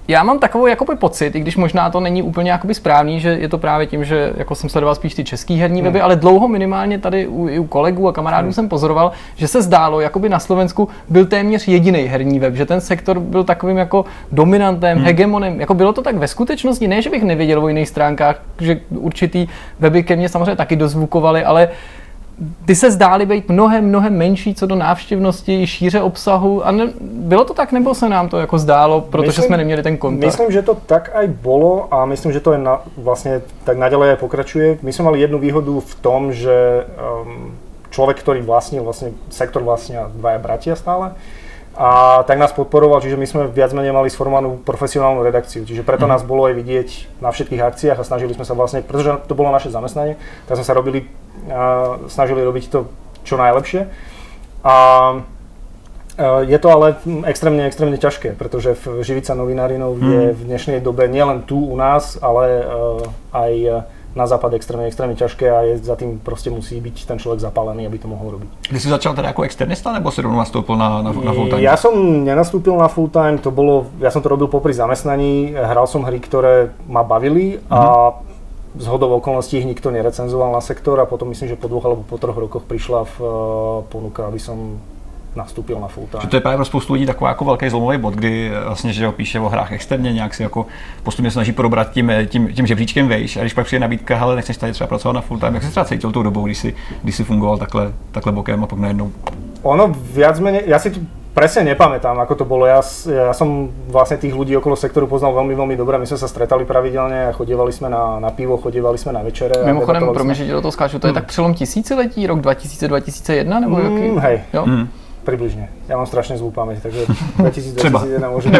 S1: Já mám takový jakoby pocit, i když možná to není úplně jakoby správný, že je to právě tím, že jako jsem sledoval spíš ty český herní weby, hmm. ale dlouho minimálně tady u, i u kolegů a kamarádů hmm. jsem pozoroval, že se zdálo, jakoby na Slovensku byl téměř jediný herní web, že ten sektor byl takovým jako dominantem, hmm. hegemonem. Jako bylo to tak ve skutečnosti, ne, že bych nevěděl o jiných stránkách, že určitý weby ke mně samozřejmě taky dozvukovaly, ale ty se zdály být mnohem, mnohem menší co do návštěvnosti, šíře obsahu a ne, bylo to tak, nebo se nám to jako zdálo, protože myslím, jsme neměli ten kontakt?
S6: Myslím, že to tak aj bolo a myslím, že to je na, vlastne tak naďalej aj pokračuje. My sme mali jednu výhodu v tom, že um, človek, ktorý vlastnil vlastne sektor vlastnia dvaja bratia stále, a tak nás podporoval, čiže my sme viac menej mali sformovanú profesionálnu redakciu, čiže preto nás bolo aj vidieť na všetkých akciách a snažili sme sa vlastne, pretože to bolo naše zamestnanie, tak sme sa robili, a snažili robiť to čo najlepšie. A je to ale extrémne, extrémne ťažké, pretože živiť sa novinárinou je v dnešnej dobe nielen tu u nás, ale aj na západ extrémně, extrémně těžké a je, za tím prostě musí být ten člověk zapálený, aby to mohl robiť.
S2: Ty jsi začal teda jako externista, nebo si rovnou nastoupil na, na, na full time?
S6: Ja som nenastúpil na full time, to bolo, ja som to robil popri zamestnaní, hral som hry, ktoré ma bavili a mm-hmm. zhodou okolností ich nikto nerecenzoval na sektor a potom myslím, že po dvoch alebo po troch rokoch prišla v uh, ponuka, aby som nastúpil na full time.
S2: Že to je právě pro spoustu lidí takový jako velký zlomový bod, kdy vlastně, že ho píše o hrách externě, nějak si jako postupně snaží probrat tím, tím, tím žebříčkem vejš a když pak přijde nabídka, hele, nechceš tady třeba pracovat na full time, jak jsi třeba cítil tou dobou, když jsi, když jsi fungoval takhle, takhle bokem a pak najednou?
S6: Ono viac menej, ja si tu presne nepamätám, ako to bolo. Ja, ja som vlastne tých ľudí okolo sektoru poznal veľmi, veľmi dobre. My sme sa stretali pravidelne a chodievali sme na, na pivo, chodievali sme na večere.
S1: Mimochodem, pro mě, že do toho skáču, to je hmm. tak přelom tisíciletí, rok dva tisíce, dva tisíce jedna, nebo
S6: mm,
S1: jaký?
S6: Hej.
S1: Jo?
S6: Mm. Približne. Ja mám strašne zlú pamäť, takže dva tisíce, dva tisíc jeden môžem...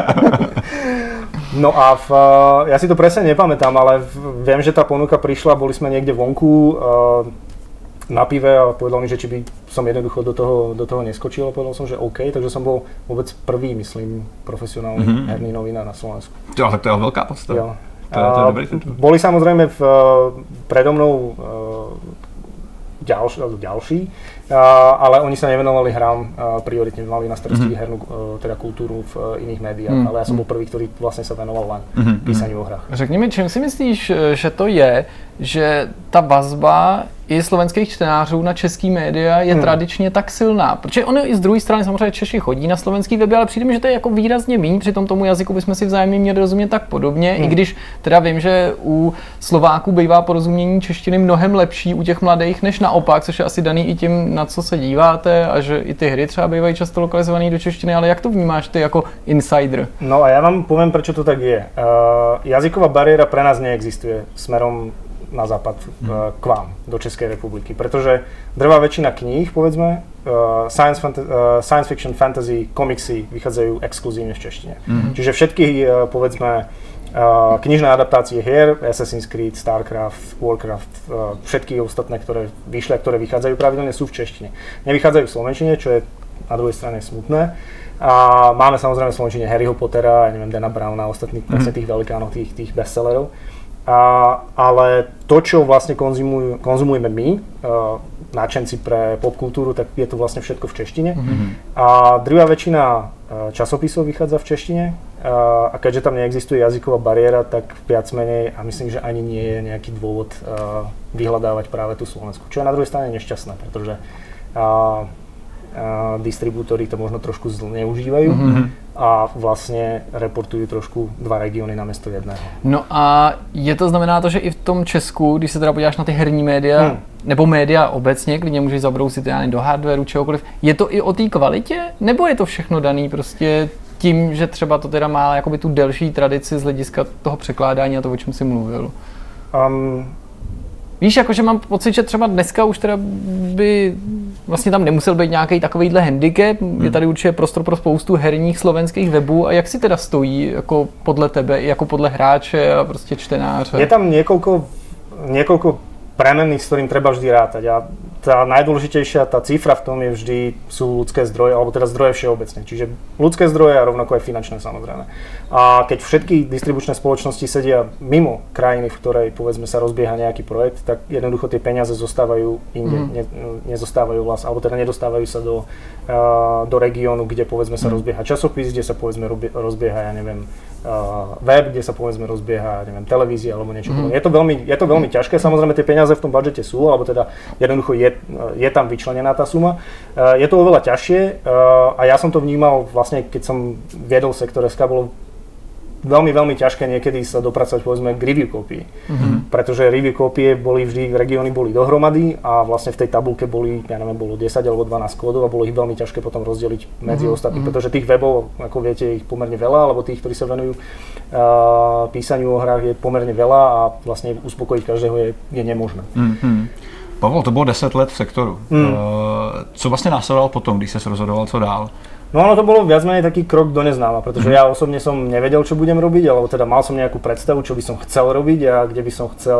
S6: No a v, ja si to presne nepamätám, ale v, viem, že tá ponuka prišla, boli sme niekde vonku uh, na pive a povedal mi, že či by som jednoducho do toho, do toho neskočil a povedal som, že OK, takže som bol vôbec prvý, myslím, profesionálny mm-hmm. herný novinár na Slovensku.
S2: Jo, tak to je veľká podstava.
S6: Jo.
S2: To je, to je dobrý titul.
S6: Boli samozrejme v, predo mnou uh, ďalší, ďalší uh, ale oni sa nevenovali hrám, uh, prioritne mali na starosti mm-hmm. hernú uh, teda kultúru v uh, iných médiách, mm-hmm. ale ja som bol prvý, ktorý vlastne sa venoval len mm-hmm. písaní o hrách.
S1: Řekni mi, čím si myslíš, že to je, že ta vazba i slovenských čtenářů na český média je hmm. tradičně tak silná? Protože ono i z druhé strany samozřejmě Češi chodí na slovenský weby, ale přijde mi, že to je jako výrazně méně, při tom tomu jazyku bychom si vzájemně měli rozumět tak podobně, hmm. i když teda vím, že u Slováků bývá porozumění češtiny mnohem lepší u těch mladých než naopak, což je asi daný i tím, na co se díváte a že i ty hry třeba bývají často lokalizované do češtiny, ale jak to vnímáš ty jako insider?
S6: No a ja vám poviem, prečo to tak je. Uh, jazyková bariéra pre nás neexistuje smerom na západ hmm. k vám, do Českej republiky, pretože drvá väčšina kníh, povedzme, uh, science, fanta- uh, science fiction, fantasy, komiksy vychádzajú exkluzívne v češtine. Hmm. Čiže všetky, uh, povedzme, uh, knižné adaptácie hier, Assassin's Creed, Starcraft, Warcraft, uh, všetky ostatné, ktoré vyšli a ktoré vychádzajú pravidelne, sú v češtine. Nevychádzajú v slovenčine, čo je na druhej strane smutné. A máme samozrejme v slovenčine Harryho Pottera, ja neviem, Dana Browna a ostatných hmm. tých velikánov, tých, tých bestsellerov. A, ale to, čo vlastne konzumuj, konzumujeme my, uh, náčenci pre popkultúru, tak je to vlastne všetko v češtine. Mm-hmm. A druhá väčšina uh, časopisov vychádza v češtine uh, a keďže tam neexistuje jazyková bariéra, tak viac menej a myslím, že ani nie je nejaký dôvod uh, vyhľadávať práve tú Slovensku. Čo je na druhej strane nešťastné, pretože uh, Uh, distribútory to možno trošku zneužívajú mm-hmm. a vlastně reportují trošku dva regiony namiesto jedného.
S1: No a je to znamená to, že i v tom Česku, když se teda podíváš na ty herní média, hmm. nebo média obecně, klidně můžeš zabrousit do hardwareu, čehokoliv, je to i o té kvalitě, nebo je to všechno daný prostě tím, že třeba to teda má jakoby tu delší tradici z hlediska toho překládání a to, o čem jsi mluvil? Um, Víš, jakože mám pocit, že třeba dneska už teda by vlastně tam nemusel být nějaký takovýhle handicap, hmm. je tady určitě prostor pro spoustu herních slovenských webů a jak si teda stojí jako podle tebe, jako podle hráče a prostě čtenáře?
S6: Je tam niekoľko, niekoľko premenných, s ktorým treba vždy rátať a tá najdôležitejšia, tá cifra v tom je vždy, sú ľudské zdroje, alebo teda zdroje všeobecne, čiže ľudské zdroje a rovnako aj finančné samozrejme. A keď všetky distribučné spoločnosti sedia mimo krajiny, v ktorej povedzme sa rozbieha nejaký projekt, tak jednoducho tie peniaze zostávajú inde, mm. ne, nezostávajú vlastne, alebo teda nedostávajú sa do, uh, do regiónu, kde povedzme sa mm. rozbieha časopis, kde sa povedzme rozbieha, ja neviem, uh, web, kde sa povedzme rozbieha, neviem, televízia alebo niečo. Mm. Je to veľmi, je to veľmi ťažké, samozrejme tie peniaze v tom budžete sú, alebo teda jednoducho je, je tam vyčlenená tá suma. Uh, je to oveľa ťažšie uh, a ja som to vnímal vlastne, keď som viedol sektor es ká, bolo veľmi, veľmi ťažké niekedy sa dopracovať povedzme k review kópii. Mm-hmm. Pretože review kópie boli vždy, regióny boli dohromady a vlastne v tej tabulke boli, ja neviem, bolo desať alebo dvanásť kódov a bolo ich veľmi ťažké potom rozdeliť medzi mm-hmm. ostatných, pretože tých webov, ako viete, ich pomerne veľa, alebo tých, ktorí sa venujú uh, písaniu o hrách, je pomerne veľa a vlastne uspokojiť každého je, je nemožné.
S2: Mm-hmm. Pavel, to bylo deset let v sektoru. Mm. Uh, co vlastně následovalo potom, když ses rozhodoval, co dál?
S6: No ono to bolo viac menej taký krok do neznáma, pretože ja osobne som nevedel, čo budem robiť, alebo teda mal som nejakú predstavu, čo by som chcel robiť a kde by som chcel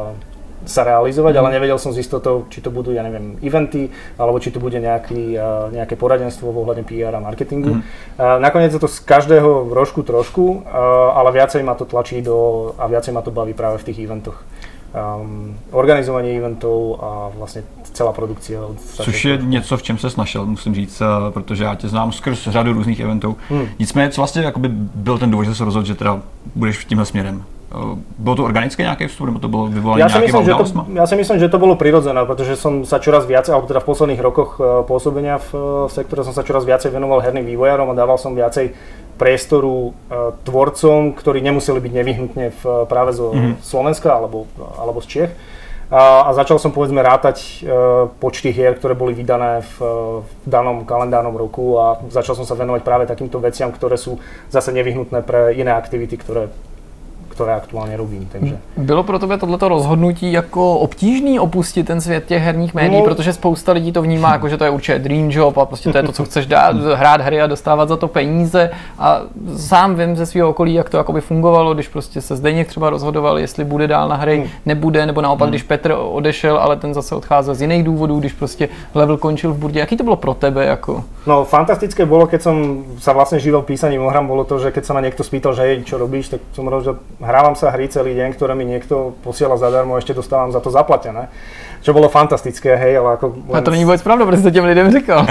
S6: sa realizovať, ale nevedel som z istotou, či to budú, ja neviem, eventy, alebo či to bude nejaký, nejaké poradenstvo ohľadne pé er a marketingu. Mm. Nakoniec je to z každého rožku trošku, ale viacej ma to tlačí do, a viacej ma to baví práve v tých eventoch. Um, organizování eventů a vlastně celá produkce.
S2: Což je něco, v čem ses našel, musím říct, protože já tě znám skrz řadu různých eventů. Hmm. Nicméně, co vlastně jakoby byl ten důvod, že se rozhodl, že teda budeš tímhle směrem? Bylo to organické nějaký vstup, nebo to bylo vyvolání
S6: ja
S2: nějakým udalostma?
S6: Ja si myslím, že to bolo prirodzené, pretože som sa čoraz viacej, alebo teda v posledných rokoch pôsobenia v, v sektore som sa čoraz viacej venoval herným vývojárom a dával som viacej priestoru tvorcom, ktorí nemuseli byť nevyhnutne v, práve zo mm-hmm. Slovenska alebo, alebo z Čech. A, a začal som povedzme rátať počty hier, ktoré boli vydané v, v danom kalendárnom roku a začal som sa venovať práve takýmto veciam, ktoré sú zase nevyhnutné pre iné aktivity, ktoré které aktuálně robím. Takže.
S1: Bylo pro tebe tohleto rozhodnutí jako obtížný opustit ten svět těch herních médií, no, protože spousta lidí to vnímá jako, že to je určitě dream job a prostě to je to, co chceš dát, hrát hry a dostávat za to peníze a sám vím ze svého okolí, jak to jakoby fungovalo, když prostě se Zdeněk třeba rozhodoval, jestli bude dál na hry, nebude, nebo naopak, když Petr odešel, ale ten zase odcházel z jiných důvodů, když prostě level končil v Burdě. Jaký to bylo pro tebe jako?
S6: No, fantastické bolo, keď som sa vlastne živil písaním o hrám, bolo to, že keď sa ma niekto spýtal, že hej, čo robíš, tak som hovoril, že hrávam sa hry celý deň, ktoré mi niekto posiela zadarmo a ešte dostávam za to zaplatené. Čo bolo fantastické, hej, ale ako...
S1: A to není vůbec pravda, protože to těm lidem říkal.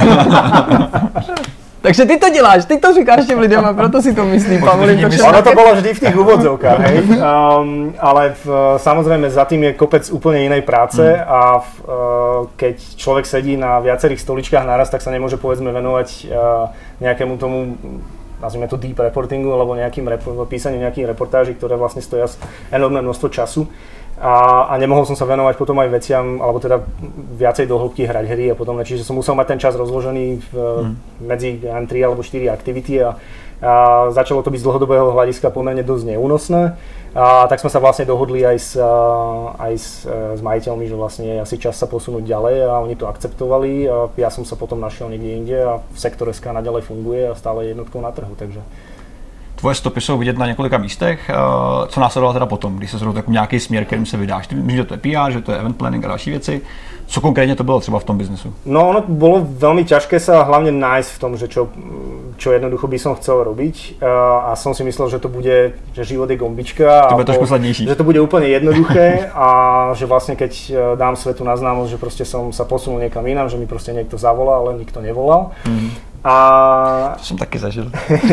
S1: Takže ty to děláš, ty to říkáš těm lidem a proto si to myslím, Pavel.
S6: To ono to bolo vždy v tých úvodzovkách, hej, um, ale v, samozrejme za tým je kopec úplne inej práce mm. a v, uh, keď človek sedí na viacerých stoličkách naraz, tak sa nemôže povedzme venovať uh, nejakému tomu, nazvime to deep reportingu alebo nejakým repor- písaniu nejakých reportáží, ktoré vlastne stoja enormné množstvo času. A, a nemohol som sa venovať potom aj veciam, alebo teda viacej do hĺbky hrať hry a potom, čiže som musel mať ten čas rozložený v, mm. medzi tri alebo štyri aktivity a, a začalo to byť z dlhodobého hľadiska pomerne dosť neúnosné. A tak sme sa vlastne dohodli aj s, aj s, s majiteľmi, že vlastne je asi čas sa posunúť ďalej a oni to akceptovali a ja som sa potom našiel niekde inde a sektor es ká naďalej funguje a stále je jednotkou na trhu, takže...
S2: Tvoje stopy jsou vidět na několika místech. Co následovalo teda potom, když se zrovna jako nějaký směr, kterým se vydáš? Ty víš, že to je pé er, že to je event planning a další věci. Co konkrétně to bylo třeba v tom biznesu?
S6: No, ono bolo veľmi ťažké sa hlavne nájsť v tom, že čo, čo jednoducho by som chcel robiť. A som si myslel, že to bude, že život je gombička.
S2: To bude trošku sladnější.
S6: Že to bude úplne jednoduché a že vlastne keď dám svetu na známosť, že proste som sa posunul niekam inám, že mi proste niekto zavolá, ale nikto nevolal. Mm. A...
S2: To som taky zažil.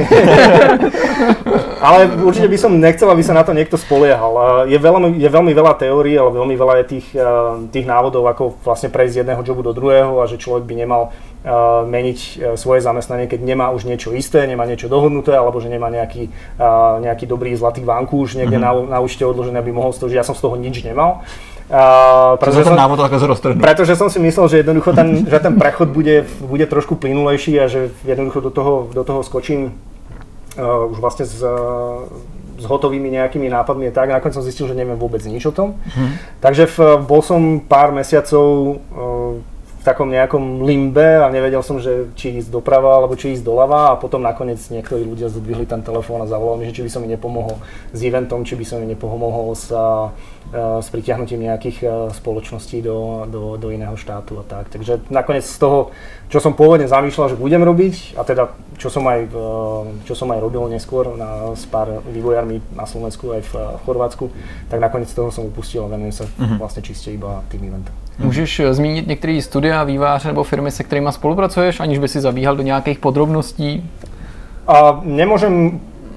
S6: Ale určite by som nechcel, aby sa na to niekto spoliehal. Je veľmi, je veľmi veľa teórií, ale veľmi veľa je tých, tých návodov, ako vlastne prejsť z jedného jobu do druhého a že človek by nemal uh, meniť uh, svoje zamestnanie, keď nemá už niečo isté, nemá niečo dohodnuté, alebo že nemá nejaký, uh, nejaký dobrý zlatý vankúš niekde mm-hmm. na, na účte odložený, aby mohol z toho, že ja som z toho nič nemal. Uh, pretože, som, pretože som si myslel, že jednoducho ten, že ten prechod bude, bude trošku plynulejší a že jednoducho do toho, do toho skočím uh, už vlastne s, s hotovými nejakými nápadmi. Tak nakoniec som zistil, že neviem vôbec nič o tom. Hmm. Takže v, bol som pár mesiacov uh, v takom nejakom limbe a nevedel som, že či ísť doprava alebo či ísť doľava a potom nakoniec niektorí ľudia zdvihli ten telefón a zavolal mi, že či by som mi nepomohol s eventom, či by som mi nepomohol s s pritiahnutím nejakých spoločností do, do, do iného štátu a tak. Takže nakoniec z toho, čo som pôvodne zamýšľal, že budem robiť, a teda čo som aj, čo som aj robil neskôr na, s pár vývojármi na Slovensku aj v, v Chorvátsku, tak nakoniec z toho som upustil a venujem sa mm-hmm. vlastne čiste iba tým eventom.
S1: Můžeš zmínit některé studia, výváře nebo firmy, se kterými spolupracuješ, aniž by si zabíhal do nějakých podrobností?
S6: A nemôžem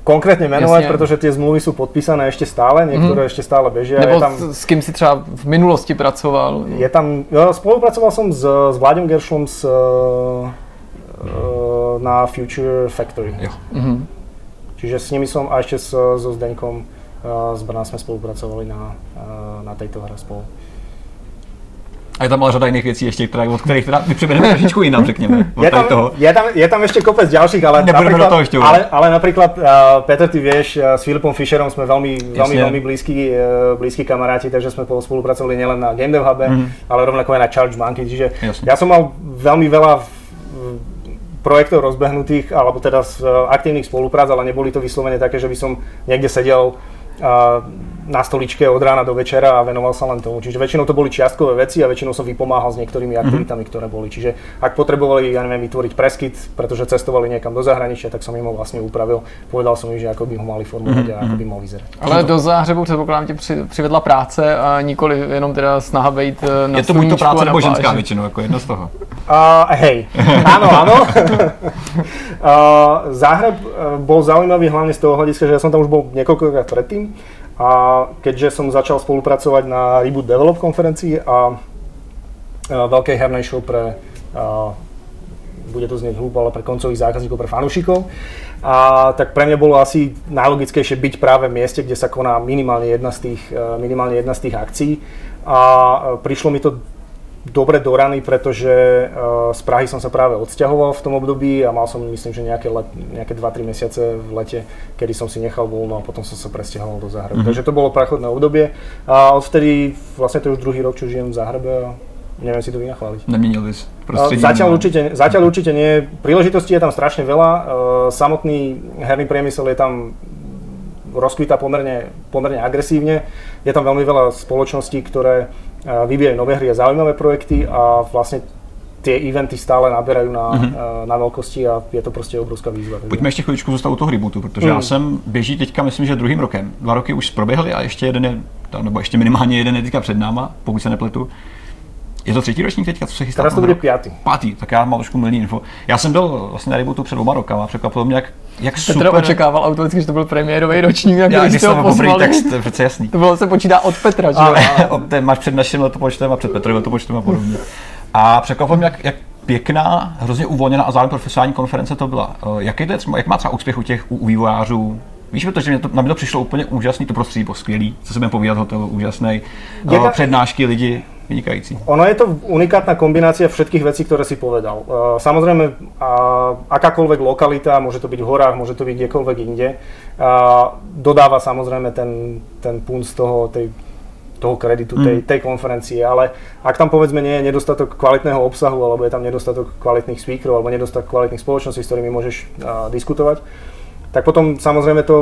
S6: konkrétne menovať,
S1: Jasne.
S6: pretože tie zmluvy sú podpísané ešte stále, niektoré mm. ešte stále bežia.
S1: Nebo
S6: je tam,
S1: s kým si třeba v minulosti pracoval?
S6: Je tam, ja spolupracoval som s, s Vláďom Geršlom s, uh, na Future Factory.
S2: Jo.
S1: Mm-hmm.
S6: Čiže s nimi som a ešte s, so Zdeňkom uh, z Brna sme spolupracovali na, uh, na tejto hre spolu.
S2: A je tam ale řada jiných věcí ještě, které, od kterých teda my převedeme trošičku jinam, řekněme.
S6: Je tam,
S2: toho.
S6: je, tam, je tam ešte kopec ďalších, ale
S2: Nebudeme do toho ešte
S6: ale, ale napríklad, uh, Peter, ty vieš, uh, s Filipom Fischerom sme veľmi, veľmi, veľmi blízki, uh, blízki kamaráti, takže sme spolupracovali nielen na Game Dev Hube, mm. ale rovnako aj na Charge Monkey, čiže Jasne. Ja som mal veľmi veľa projektov rozbehnutých, alebo teda z uh, aktívnych spoluprác, ale neboli to vyslovene také, že by som niekde sedel uh, na stoličke od rána do večera a venoval sa len tomu. Čiže väčšinou to boli čiastkové veci a väčšinou som vypomáhal s niektorými aktivitami, ktoré boli. Čiže ak potrebovali, ja neviem, vytvoriť preskit, pretože cestovali niekam do zahraničia, tak som im ho vlastne upravil. Povedal som im, že ako by ho mali formovať a ako by mal vyzerať.
S1: Ale do Záhřebu předpokládám tě při, přivedla práce a nikoli jenom teda snaha být na
S2: je to buď to práce nebo ženská většinou, jako jedno z toho.
S6: Uh, hej, áno, áno. uh, Záhreb bol zaujímavý hlavne z toho hľadiska, že ja som tam už bol niekoľkokrát predtým. A keďže som začal spolupracovať na Reboot Develop konferencii a, a veľkej hernej show pre, a, bude to znieť hlúpo, ale pre koncových zákazníkov, pre fanúšikov, a tak pre mňa bolo asi najlogickejšie byť práve v mieste, kde sa koná minimálne jedna z tých, minimálne jedna z tých akcií. A prišlo mi to dobre do rany, pretože uh, z Prahy som sa práve odsťahoval v tom období a mal som, myslím, že nejaké, let, nejaké dva tri mesiace v lete, kedy som si nechal voľno a potom som sa presťahoval do Záhreby. Mm-hmm. Takže to bolo prechodné obdobie a odvtedy vlastne to je už druhý rok, čo žijem v Záhrebe a neviem si to vynachváliť.
S2: Neměnil bys prostředí?
S6: Zatiaľ určite, zatiaľ určite nie. Príležitostí je tam strašne veľa. Uh, samotný herný priemysel je tam rozkvita pomerne, pomerne agresívne. Je tam veľmi veľa spoločností, ktoré vyvíjajú nové hry a zaujímavé projekty a vlastne tie eventy stále naberajú na, mm-hmm. na veľkosti a je to prostě obrovská výzva.
S2: Pojďme ještě chvíličku zůstat u toho rebootu, protože mm. já jsem běží teďka, myslím, že druhým rokem. Dva roky už proběhly a ještě jeden je, nebo ještě minimálně jeden je teďka před náma, pokud se nepletu. Je to třetí ročník teďka, co se chystá?
S6: Teraz to bude pátý.
S2: Pátý, tak já mám trošku mylný info. Já jsem byl vlastně na rebootu před dvěma rokama, překvapilo mě, jak, jak
S1: Petr
S2: super...
S1: očekával automaticky, že to byl premiérový ročník, na který jste ho pozvali.
S2: Text, to je přece jasný.
S1: To bylo se počítá od Petra, že jo?
S2: Máš před naším letopočtem a před Petrovým letopočtem a podobně. A překvapilo mě, jak, jak pěkná, hrozně uvolněná a zároveň profesionální konference to byla. Jaký to je, jak má třeba úspěch u těch u, u vývojářů? Víš, protože mě to, na mě to přišlo úplně úžasný, to prostředí bylo skvělý, co se budeme povídat hotelu, úžasný, Jedna... přednášky lidi, vynikající.
S6: Ono je to unikátna kombinácia všetkých vecí, ktoré si povedal. Samozrejme, akákoľvek lokalita, môže to byť v horách, môže to byť kdekoľvek inde, dodáva samozrejme ten, ten punt z toho, tej, toho kreditu, tej, tej konferencie, ale ak tam povedzme nie je nedostatok kvalitného obsahu, alebo je tam nedostatok kvalitných speakerov, alebo nedostatok kvalitných spoločností, s ktorými môžeš uh, diskutovať, tak potom samozrejme to,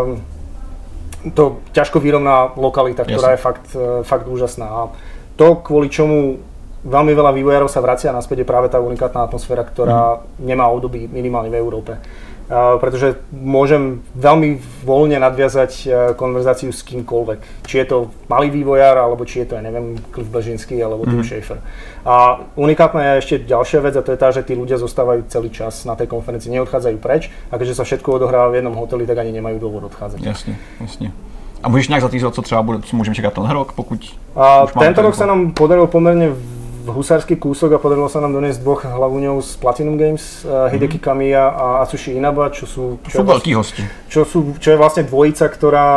S6: uh, to ťažko výrovná lokalita, ktorá Jasne. je fakt, uh, fakt úžasná. A to, kvôli čomu veľmi veľa vývojárov sa vracia naspäť, je práve tá unikátna atmosféra, ktorá mm. nemá období minimálne v Európe. Uh, pretože môžem veľmi voľne nadviazať uh, konverzáciu s kýmkoľvek. Či je to malý vývojár, alebo či je to, ja neviem, Cliff Blažinský, alebo Tim mm. Schafer. A unikátna je ešte ďalšia vec, a to je tá, že tí ľudia zostávajú celý čas na tej konferencii, neodchádzajú preč, a keďže sa všetko odohráva v jednom hoteli, tak ani nemajú dôvod odchádzať.
S2: Jasne, jasne. A můžeš nějak zatýzat, co třeba bude, co můžeme čekat ten rok, pokud...
S6: A tento rok sa nám podarilo pomerne husarský kúsok a podarilo sa nám doniesť dvoch hlavúňov z Platinum Games, uh, Hideki Kamiya a Atsushi Inaba, čo sú...
S2: Čo sú veľkí hosti.
S6: Čo, sú, čo je vlastne dvojica, ktorá...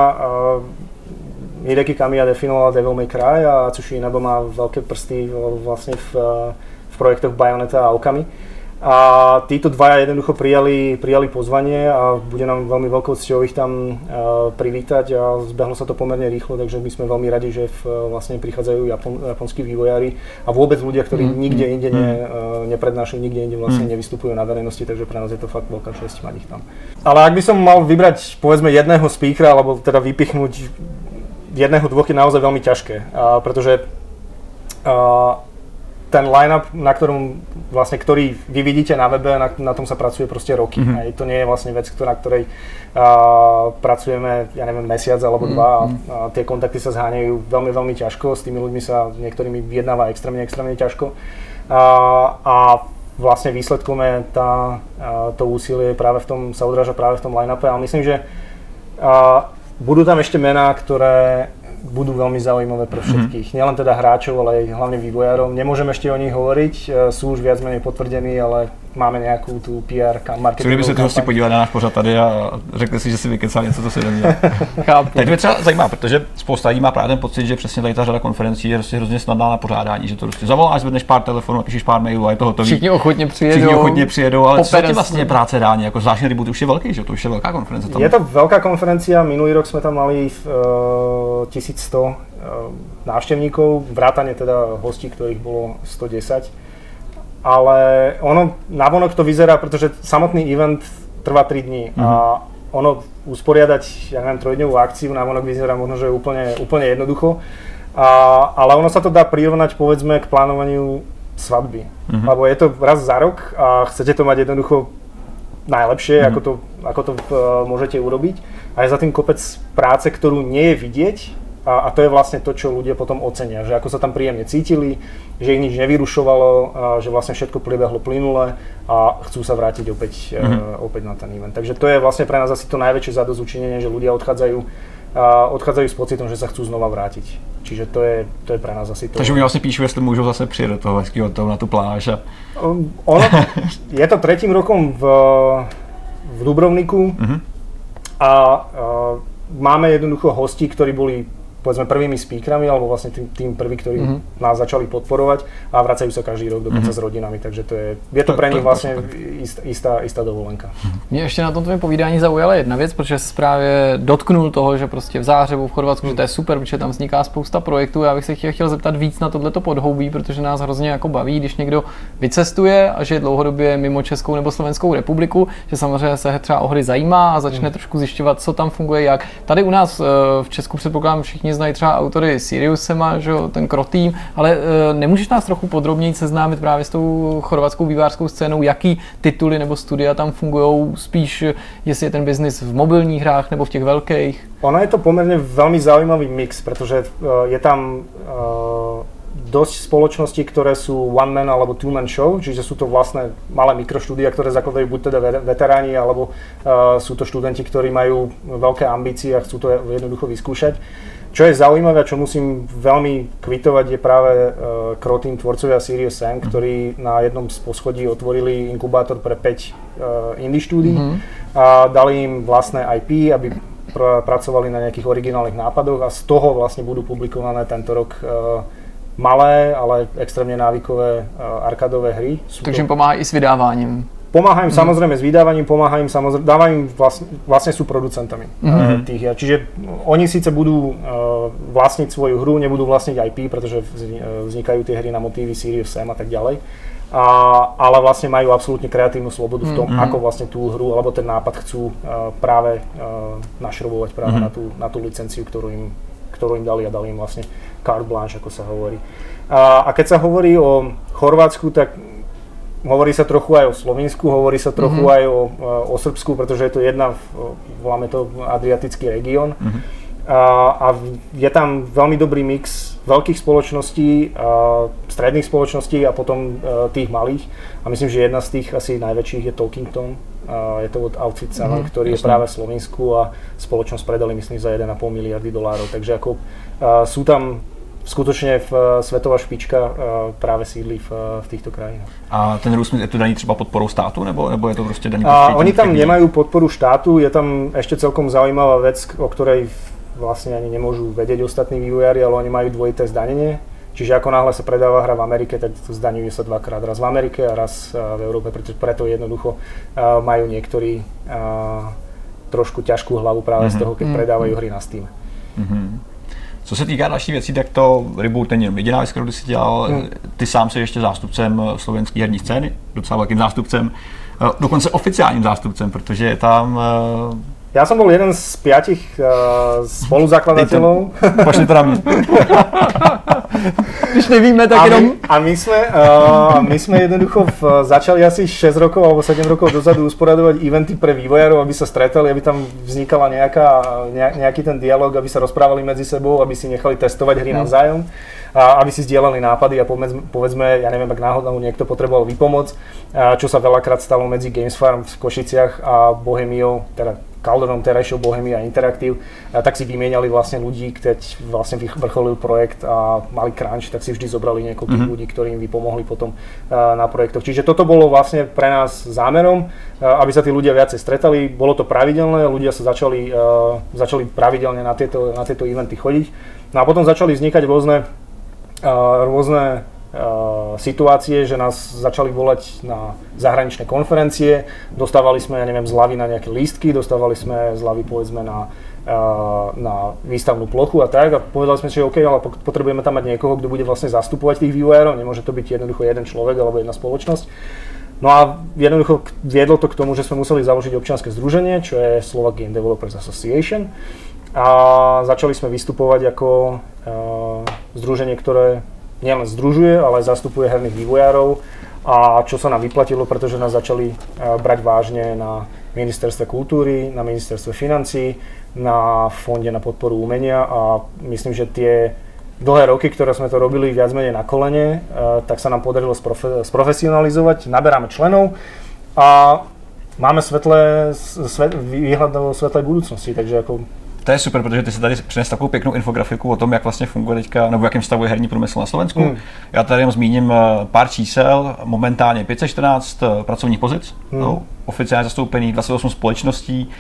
S6: Uh, Hideki Kamiya definovala Devil May Cry a Atsushi Inaba má veľké prsty vlastne v, v projektoch Bayonetta a Okami. A títo dvaja jednoducho prijali, prijali pozvanie a bude nám veľmi veľkou cťou ich tam uh, privítať a zbehlo sa to pomerne rýchlo, takže my sme veľmi radi, že v, vlastne prichádzajú Japon, japonskí vývojári a vôbec ľudia, ktorí mm, nikde inde mm, ne, uh, neprednášajú, nikde inde vlastne mm. nevystupujú na verejnosti, takže pre nás je to fakt veľká česť mať ich tam. Ale ak by som mal vybrať povedzme jedného speakera, alebo teda vypichnúť jedného, dvoch, je naozaj veľmi ťažké, uh, pretože uh, ten line-up, na ktorom vlastne, ktorý vy vidíte na webe, na, na tom sa pracuje proste roky. Mm-hmm. Hej. To nie je vlastne vec, na ktorej uh, pracujeme, ja neviem, mesiac alebo mm-hmm. dva a, a tie kontakty sa zháňajú veľmi, veľmi ťažko. S tými ľuďmi sa niektorými vyjednáva extrémne, extrémne ťažko. Uh, a vlastne výsledkom je tá, to úsilie práve v tom, sa odráža práve v tom line-upe, ale myslím, že budú tam ešte mená, ktoré budú veľmi zaujímavé pre všetkých. Mm-hmm. Nielen teda hráčov, ale aj hlavne vývojárov. Nemôžem ešte o nich hovoriť, sú už viac menej potvrdení, ale máme nějakou tu P R marketingovou.
S2: Co kdyby se ty hosti podívali na náš pořad tady a řekli si, že si vykecal něco, co si neměl. Chápu. Teď mě třeba zajímá, protože spousta lidí má právě ten pocit, že přesně tady ta řada konferencí je prostě hrozně snadná na pořádání, že to prostě zavoláš, zvedneš pár telefonů, napíšeš pár mailů a je to hotový.
S1: Všichni ochotně přijedou.
S2: Všichni ochotně přijedou, ale co ti vlastně práce dání? Jako zvláštní Reboot už je velký, že to už je velká konference. Tam.
S6: Je to velká konferencia, minulý rok jsme tam mali uh, tisíc sto uh, návštěvníků, vrátane teda hostí, ktorých bolo sto desať. Ale ono navonok to vyzerá, pretože samotný event trvá tri dní mm-hmm. a ono usporiadať, ja neviem, trojdňovú akciu navonok vyzerá možno, že úplne, úplne jednoducho, a, ale ono sa to dá prirovnať povedzme k plánovaniu svadby, mm-hmm. lebo je to raz za rok a chcete to mať jednoducho najlepšie, mm-hmm. ako to, ako to uh, môžete urobiť a je za tým kopec práce, ktorú nie je vidieť. A, a to je vlastne to, čo ľudia potom ocenia, že ako sa tam príjemne cítili, že ich nič nevyrušovalo, a že vlastne všetko priebehlo plynule a chcú sa vrátiť opäť, mm-hmm. uh, opäť na ten event. Takže to je vlastne pre nás asi to najväčšie zadosťučinenie, že ľudia odchádzajú, uh, odchádzajú s pocitom, že sa chcú znova vrátiť. Čiže to je, to je pre nás asi to.
S2: Takže mi vlastne píšu, jestli môžu zase přijet do toho hezkého hotelu na tú pláž. A...
S6: Um, ono, je to tretím rokom v, v Dubrovniku mm-hmm. a uh, máme jednoducho hostí, ktorí boli povedzme prvými speakerami, alebo vlastne tým, tým prvý, ktorí mm-hmm. nás začali podporovať a vracajú sa každý rok dokonca mm-hmm. s rodinami, takže to je, je to, to pre nich vlastne ist, istá, istá dovolenka.
S1: Mě ještě na tom tvém povídání zaujala jedna věc, protože jsi právě dotknul toho, že prostě v Záhřebu, v Chorvatsku, mm. že to je super, protože tam vzniká spousta projektů. Já bych se chtěl, chtěl zeptat víc na tohleto podhoubí, protože nás hrozně jako baví, když někdo vycestuje a že je dlouhodobě mimo Českou nebo Slovenskou republiku, že samozřejmě se třeba o hry zajímá a začne mm. trošku zjišťovat, co tam funguje, jak. Tady u nás v Česku předpokládám všichni znají třeba autory Sirius Sema, že ten Krotým, ale e, nemůžeš nás trochu podrobněji seznámit právě s tou chorvatskou vývojářskou scénou, jaký tituly nebo studia tam fungují, spíš jestli je ten biznis v mobilních hrách nebo v těch velkých?
S6: Ono je to pomerne veľmi zaujímavý mix, pretože e, je tam e, dosť spoločností, ktoré sú one man alebo two man show, čiže sú to vlastne malé mikroštúdia, ktoré zakladajú buď teda veteráni, alebo uh, sú to študenti, ktorí majú veľké ambície a chcú to jednoducho vyskúšať. Čo je zaujímavé a čo musím veľmi kvitovať je práve uh, Krotým tvorcovia Sirius Sam, ktorí na jednom z poschodí otvorili inkubátor pre päť uh, indie štúdií mm-hmm. a dali im vlastné í pé, aby pr- pracovali na nejakých originálnych nápadoch a z toho vlastne budú publikované tento rok uh, malé, ale extrémně návykové uh, arkadové hry.
S1: Takže jim pomáhá i s vydáváním.
S6: Pomáhá jim mm. samozřejmě s vydáváním, pomáhá jim samozřejmě, dávají jim vlastne, vlastne sú producentami mm. uh, tých hier. Čiže oni síce budú uh, vlastniť svoju hru, nebudú vlastniť í pé, pretože vznikajú tie hry na motívy Sirius Sam a tak ďalej. A, ale vlastne majú absolútne kreatívnu slobodu v tom, mm. ako vlastne tú hru alebo ten nápad chcú uh, práve uh, našrobovať práve mm. na, tú, na tú licenciu, ktorú im, ktorú im dali a dali im vlastne carte blanche, ako sa hovorí. A, a keď sa hovorí o Chorvátsku, tak hovorí sa trochu aj o Slovinsku, hovorí sa trochu mm-hmm. aj o, o Srbsku, pretože je to jedna, voláme to Adriatický región. Mm-hmm. A, a je tam veľmi dobrý mix veľkých spoločností, a stredných spoločností a potom a, tých malých. A myslím, že jedna z tých asi najväčších je Talkington. A je to od Outfit sedem, mm-hmm. ktorý je práve v Slovensku a spoločnosť predali myslím za jeden a pol miliardy dolárov. Takže ako a, sú tam skutočne v, svetová špička práve sídlí v, v týchto krajinách.
S2: A ten růst je to daný třeba podporou státu, nebo, nebo je to prostě daný
S6: prostředí? Oni tam nemajú podporu štátu, je tam ešte celkom zaujímavá vec, o ktorej vlastne ani nemôžu vedieť ostatní vývojári, ale oni majú dvojité zdanenie. Čiže ako náhle sa predáva hra v Amerike, tak to zdaňuje sa dvakrát, raz v Amerike a raz v Európe, pretože preto jednoducho majú niektorí trošku ťažkú hlavu práve mm-hmm. z toho, keď predávajú hry na Steam.
S2: Mm-hmm. Co se týká další věcí, tak to Reboot není jenom jediná věc, kterou ty jsi dělal. Hmm. Ty sám jsi ještě zástupcem slovenské herní scény, docela velkým zástupcem, dokonce oficiálním zástupcem, protože je tam...
S6: Já jsem byl jeden z pětich uh, spoluzakladateľov.
S2: Pošli to na mě.
S1: Když nevíme, tak
S6: a
S1: jenom...
S6: My, a my sme, uh, my sme jednoducho v, začali asi šesť rokov alebo sedem rokov dozadu usporadovať eventy pre vývojárov, aby sa stretali, aby tam vznikala nejaká, nejaký ten dialog, aby sa rozprávali medzi sebou, aby si nechali testovať hry navzájom, a aby si zdieľali nápady a povedzme, povedzme, ja neviem, ak náhodou niekto potreboval výpomoc, čo sa veľakrát stalo medzi Games Farm v Košiciach a Bohemiou, teda Calderon, terajšou Bohemia Interactive, a tak si vymieniali vlastne ľudí, keď vlastne vrcholil projekt a mali crunch, tak si vždy zobrali niekoľkých mm-hmm. ľudí, ktorí im vypomohli potom na projektoch. Čiže toto bolo vlastne pre nás zámerom, aby sa tí ľudia viacej stretali. Bolo to pravidelné, ľudia sa začali, začali pravidelne na tieto, na tieto eventy chodiť. No a potom začali vznikať rôzne, rôzne Uh, situácie, že nás začali volať na zahraničné konferencie, dostávali sme, ja neviem, zľavy na nejaké lístky, dostávali sme zľavy, povedzme, na, uh, na výstavnú plochu a tak, a povedali sme si, že OK, ale potrebujeme tam mať niekoho, kto bude vlastne zastupovať tých vývojárov, nemôže to byť jednoducho jeden človek alebo jedna spoločnosť. No a jednoducho viedlo to k tomu, že sme museli založiť občianske združenie, čo je Slovak Game Developers Association, a začali sme vystupovať ako uh, združenie, ktoré nielen združuje, ale aj zastupuje herných vývojárov, a čo sa nám vyplatilo, pretože nás začali brať vážne na ministerstve kultúry, na ministerstve financií, na fonde na podporu umenia, a myslím, že tie dlhé roky, ktoré sme to robili viac menej na kolene, tak sa nám podarilo sprofe- sprofesionalizovať, naberáme členov a máme svetlé, svet, výhľad do svetlej budúcnosti, takže ako
S2: to je super, protože ty si tady přines takovou pěknou infografiku o tom, jak vlastně funguje teďka, nebo v jakém stavu je herní průmysl na Slovensku. Hmm. Já tady jenom zmíním pár čísel, momentálně pět set čtrnáct pracovních pozic, hmm. no, oficiálně zastoupených dvacet osm společností,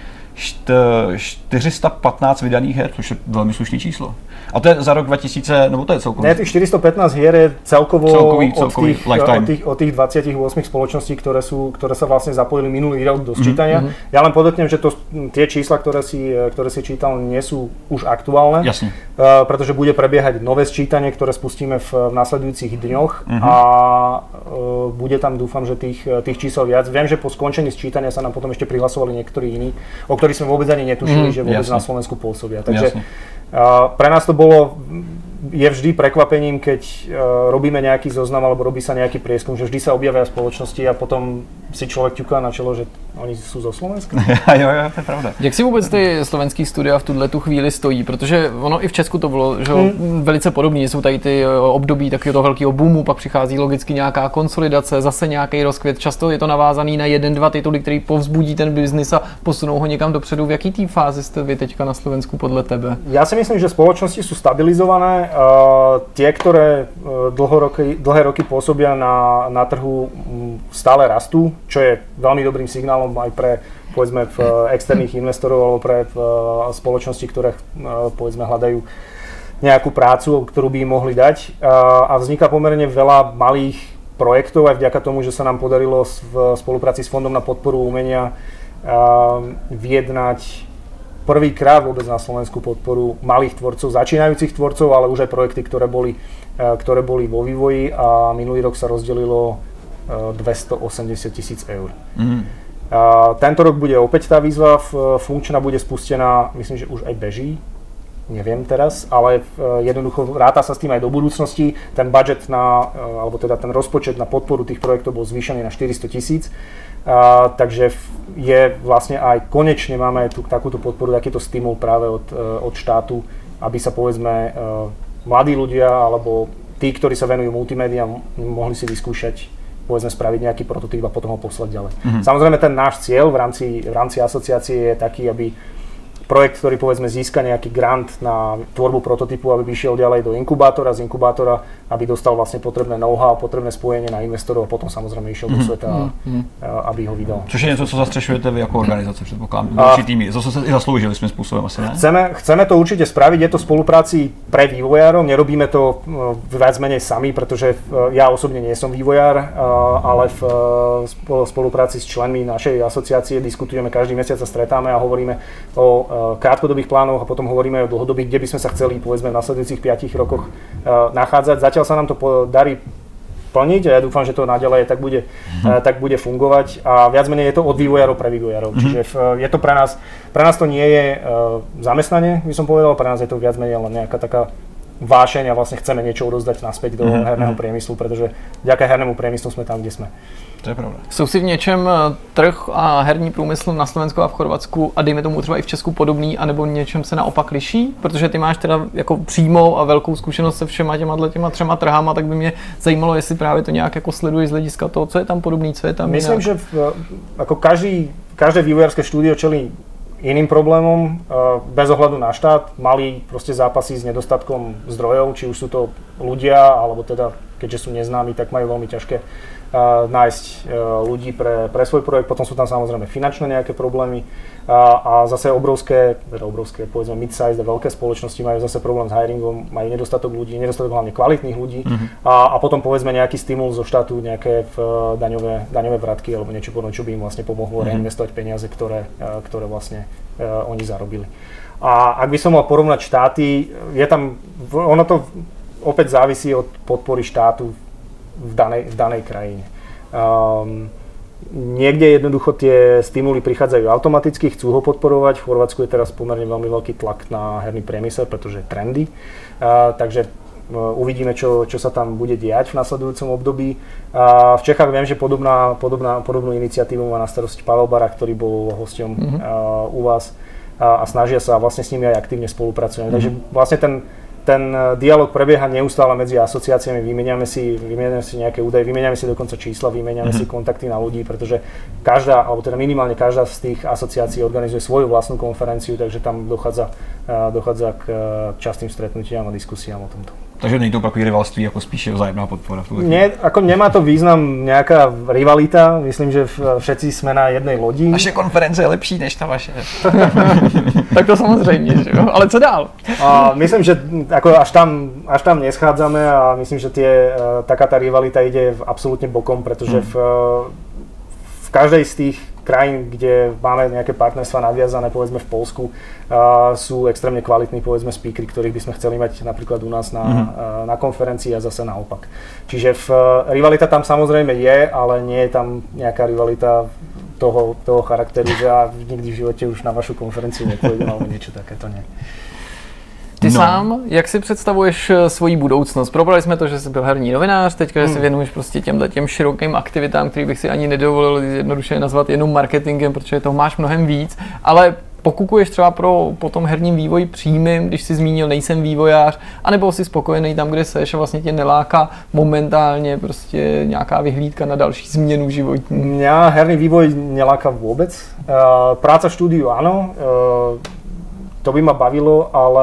S2: čtyři sta patnáct vydaných her, což je velmi slušné číslo. A to je za rok dva tisíce, nebo to je celkově?
S6: Ne, tých štyristo pätnásť hier je celkovo
S2: celkový, celkový,
S6: od, tých, od, tých, od tých dvadsaťosem spoločností, ktoré, sú, ktoré sa vlastne zapojili minulý rok do sčítania. Mm-hmm. Ja len podotknem, že to, tie čísla, ktoré si, ktoré si čítal, nie sú už aktuálne.
S2: Jasne.
S6: Uh, pretože bude prebiehať nové sčítanie, ktoré spustíme v, v nasledujúcich dňoch, mm-hmm. a uh, bude tam, dúfam, že tých, tých čísel viac. Viem, že po skončení sčítania sa nám potom ešte prihlasovali niektorí iní, o ktorých sme vôbec ani netušili, mm, že vôbec jasne. Na Slovensku pôsobia. Takže uh, pre nás to bolo, je vždy prekvapením, keď uh, robíme nejaký zoznam alebo robí sa nejaký prieskum, že vždy sa objavia spoločnosti a potom si člověk ťuká na čelo, že oni jsou zo Slovenska.
S2: jo, jo, to je pravda.
S1: Jak si vůbec ty slovenský studia v tuhle tu chvíli stojí? Protože ono i v Česku to bylo, že hmm. velice podobné. Jsou tady ty období takového toho velkého boomu, pak přichází logicky nějaká konsolidace, zase nějaký rozkvět. Často je to navázaný na jeden, dva tituly, který povzbudí ten biznis a posunou ho někam dopředu. V jaký té fázi jste vy teďka na Slovensku podle tebe?
S6: Já si myslím, že společnosti jsou stabilizované. Uh, tie, ktoré uh, dlho roky, dlhé roky pôsobia na, na trhu, um, stále rastú, čo je veľmi dobrým signálom aj pre, povedzme, v, externých investorov alebo pre v, spoločnosti, ktoré povedzme hľadajú nejakú prácu, ktorú by im mohli dať. A vzniká pomerne veľa malých projektov aj vďaka tomu, že sa nám podarilo v spolupráci s Fondom na podporu umenia vyjednať prvýkrát vôbec na Slovensku podporu malých tvorcov, začínajúcich tvorcov, ale už aj projekty, ktoré boli, ktoré boli vo vývoji, a minulý rok sa rozdelilo dvestoosemdesiat tisíc eur. Mm. A tento rok bude opäť tá výzva funkčná, bude spustená, myslím, že už aj beží, neviem teraz, ale jednoducho ráta sa s tým aj do budúcnosti. Ten budget na, alebo teda ten rozpočet na podporu tých projektov bol zvýšený na štyristo tisíc, takže je vlastne aj konečne máme tu takúto podporu, takýto stimul práve od, od štátu, aby sa povedzme mladí ľudia alebo tí, ktorí sa venujú multimédiám, mohli si vyskúšať, povedzme, spraviť nejaký prototyp a potom ho poslať ďalej. Mm-hmm. Samozrejme, ten náš cieľ v rámci, v rámci asociácie je taký, aby projekt, ktorý povedzme získa nejaký grant na tvorbu prototypu, aby vyšiel ďalej do inkubátora, z inkubátora, aby dostal vlastne potrebné know-how, potrebné spojenie na investorov a potom samozrejme išiel do sveta, mm-hmm. aby ho vydal.
S2: Což je něco, co zastřešujete vy jako organizace, předpokládám, další týmy. Zase se i zasloužili svým způsobem asi, ne?
S6: Chceme, chceme to určite spraviť, je to v spolupráci pre vývojárov, nerobíme to viac menej sami, pretože ja osobne nie som vývojár, ale v spolupráci s členmi našej asociácie diskutujeme každý mesiac, sa stretáme a hovoríme o krátkodobých plánoch a potom hovoríme o dlhodobých, kde by sme sa chceli povedzme v nasledujúcich piatich rokoch nachádzať. Zatiaľ sa nám to darí plniť a ja dúfam, že to naďalej tak bude, mm-hmm. tak bude fungovať a viac menej je to od vývojárov pre vývojárov. Mm-hmm. Čiže je to pre nás, pre nás to nie je zamestnanie, by som povedal, pre nás je to viac menej len nejaká taká vášeň a vlastne chceme niečo odozdať naspäť do mm-hmm. herného priemyslu, pretože vďaka hernému priemyslu sme tam, kde sme.
S1: To je pravda. Jsou si v něčem trh a herní průmysl na Slovensku a v Chorvatsku a dejme tomu třeba i v Česku podobný, anebo něčem se naopak liší? Protože ty máš teda jako přímou a velkou zkušenost se všema těma těma třema trhama, tak by mě zajímalo, jestli právě to nějak jako sleduješ z hlediska toho, co je tam podobný, co je tam
S6: Myslím,
S1: jinak.
S6: že v, ako každý, každé vývojárske štúdio čelí iným problémom, bez ohľadu na štát, mali proste zápasy s nedostatkom zdrojov, či už sú to ľudia, alebo teda, keďže sú neznámi, tak majú veľmi ťažké uh, nájsť uh, ľudí pre, pre svoj projekt. Potom sú tam samozrejme finančné nejaké problémy uh, a zase obrovské, teda obrovské, povedzme mid-size a veľké spoločnosti majú zase problém s hiringom, majú nedostatok ľudí, nedostatok hlavne kvalitných ľudí mm-hmm. a, a potom povedzme nejaký stimul zo štátu, nejaké v, uh, daňové, daňové vratky alebo niečo podobné, čo by im vlastne pomohlo mm-hmm. reinvestovať peniaze, ktoré, uh, ktoré vlastne uh, oni zarobili. A ak by som mal porovnať štáty, je tam, ono to opäť závisí od podpory štátu v danej, v danej krajine. Um, niekde jednoducho tie stimuly prichádzajú automaticky, chcú ho podporovať. V Chorvátsku je teraz pomerne veľmi veľký tlak na herný priemysel, pretože trendy. Uh, takže uh, uvidíme, čo, čo sa tam bude diať v nasledujúcom období. Uh, v Čechách viem, že podobná, podobná, podobnú iniciatívu má na starosti Pavel Barák, ktorý bol hosťom mm-hmm. uh, u vás a, a snažia sa, vlastne s nimi aj aktívne spolupracujeme. Mm-hmm. Takže vlastne ten Ten dialog prebieha neustále medzi asociáciami, vymeniame si, vymeniame si nejaké údaje, vymeniame si dokonca čísla, vymeniame mm-hmm. si kontakty na ľudí, pretože každá, alebo teda minimálne každá z tých asociácií organizuje svoju vlastnú konferenciu, takže tam dochádza, dochádza k častým stretnutiam a diskusiám o tomto.
S2: Takže není to takový rivalství, jako spíše vzájemná podpora.
S6: Nie, ako nemá to význam nejaká rivalita, myslím, že všetci sme na jednej lodi.
S2: Naše konference je lepší než ta vaše.
S1: Tak to samozřejmě, že jo? Ale co dál?
S6: A myslím, že ako až tam, až tam neschádzame a myslím, že tie, taká tá rivalita ide absolútne bokom, pretože v, v každej z tých krajín, kde máme nejaké partnerstva nadviazané, povedzme v Poľsku, uh, sú extrémne kvalitní, povedzme, speakery, ktorých by sme chceli mať napríklad u nás na, mm-hmm. uh, na konferencii a zase naopak. Čiže v, uh, rivalita tam samozrejme je, ale nie je tam nejaká rivalita toho, toho charakteru, že ja nikdy v živote už na vašu konferenciu nepôjdem alebo niečo takéto nie.
S1: Ty no. sám, jak si představuješ svoji budoucnost? Probrali jsme to, že jsi byl herní novinář, teďka, že hmm. si věnuješ prostě těmhle těm širokým aktivitám, který bych si ani nedovolil jednoduše nazvat jenom marketingem, protože toho máš mnohem víc, ale pokukuješ třeba pro potom herním vývoji přímým, když jsi zmínil, nejsem vývojář, anebo jsi spokojený tam, kde seš a vlastně tě neláká momentálně prostě nějaká vyhlídka na další změnu životní?
S6: Mňa herný vývoj neláka vôbec. Uh, práca v štúdiu áno, uh, to by ma bavilo, ale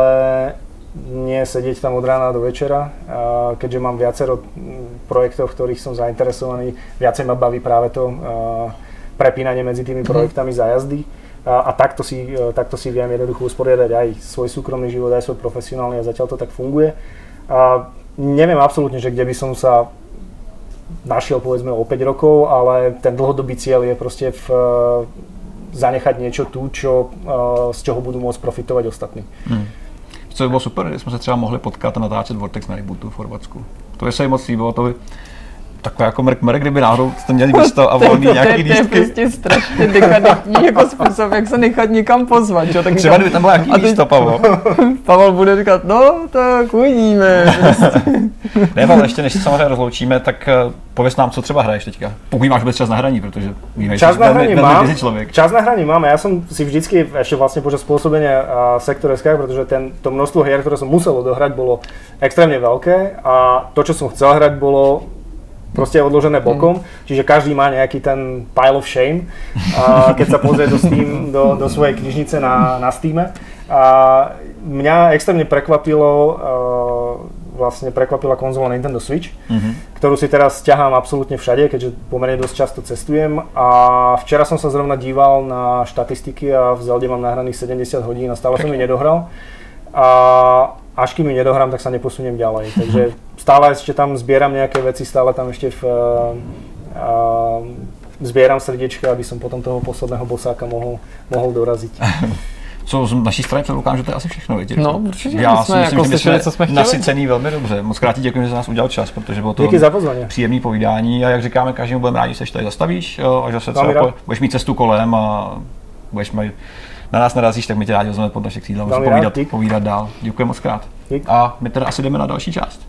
S6: nie sedieť tam od rána do večera, keďže mám viacero projektov, v ktorých som zainteresovaný. Viacej ma baví práve to prepínanie medzi tými projektami za jazdy. A takto si, takto si viem jednoducho usporiadať aj svoj súkromný život, aj svoj profesionálny a zatiaľ to tak funguje. A neviem absolútne, že kde by som sa našiel povedzme o päť rokov, ale ten dlhodobý cieľ je proste v zanechať niečo tu, čo, uh, z čeho budú môcť profitovať ostatní. Hmm.
S2: Co by bylo super, když jsme se třeba mohli potkat a natáčet Vortex na rebootu v Chorvatsku. To by se jim moc líbilo, to by takové jako mrk mrk, kdyby náhodou jste měli místo a volný nějaký lístky.
S1: To je prostě strašně dekadentní jako způsob, jak se nechat někam pozvat. Čo? Tak
S2: třeba kdyby tam bylo nějaký místo, Pavel.
S1: Pavel bude říkat, no tak uvidíme.
S2: Ne, Pavel, ještě než se samozřejmě rozloučíme, tak pověz nám, co třeba hraješ teďka. Pokud máš vůbec čas na hraní, protože víme,
S6: čas
S2: že
S6: na hraní mám,
S2: člověk.
S6: Čas na hraní mám, ja som si vždycky ešte vlastne počas pôsobenia Sektor es ká, pretože ten, to množstvo hier, ktoré som musel odohrať, bolo extrémne veľké a to, čo som chcel hrať, bolo proste odložené bokom, mm. čiže každý má nejaký ten pile of shame, a keď sa pozrie do, Steam, do, do svojej knižnice na, na Steame. A mňa extrémne prekvapilo, uh, vlastne prekvapila konzola Nintendo Switch, mm-hmm. ktorú si teraz ťahám absolútne všade, keďže pomerne dosť často cestujem. A včera som sa zrovna díval na štatistiky a v Zelde mám nahraných sedemdesiat hodín a stále som ju nedohral. A až kým ju nedohrám, tak sa neposuniem ďalej. Takže stále ešte tam zbieram nejaké veci, stále tam ešte v, uh, zbieram srdiečka, aby som potom toho posledného bosáka mohol, mohol doraziť.
S2: Co z naší strany předpokládám, že to je asi všechno, vidět.
S1: No, určitě.
S2: Já
S1: jsme
S2: myslím,
S1: jako
S2: že
S1: slyšeli, co jsme chtěli.
S2: Nasycený velmi dobře. Moc krát ti děkuji, že jsi nás udělal čas, protože bylo to příjemné povídání a jak říkáme, každému budeme rádi, že se tady zastavíš, až zase třeba budeš mít cestu kolem a budeš mít na nás narazíš, tak my tě rádi vezmeme pod naše křídla, můžeme povídat, povídat dál. Děkuji moc krát. Dík. A my teda asi jdeme na další část.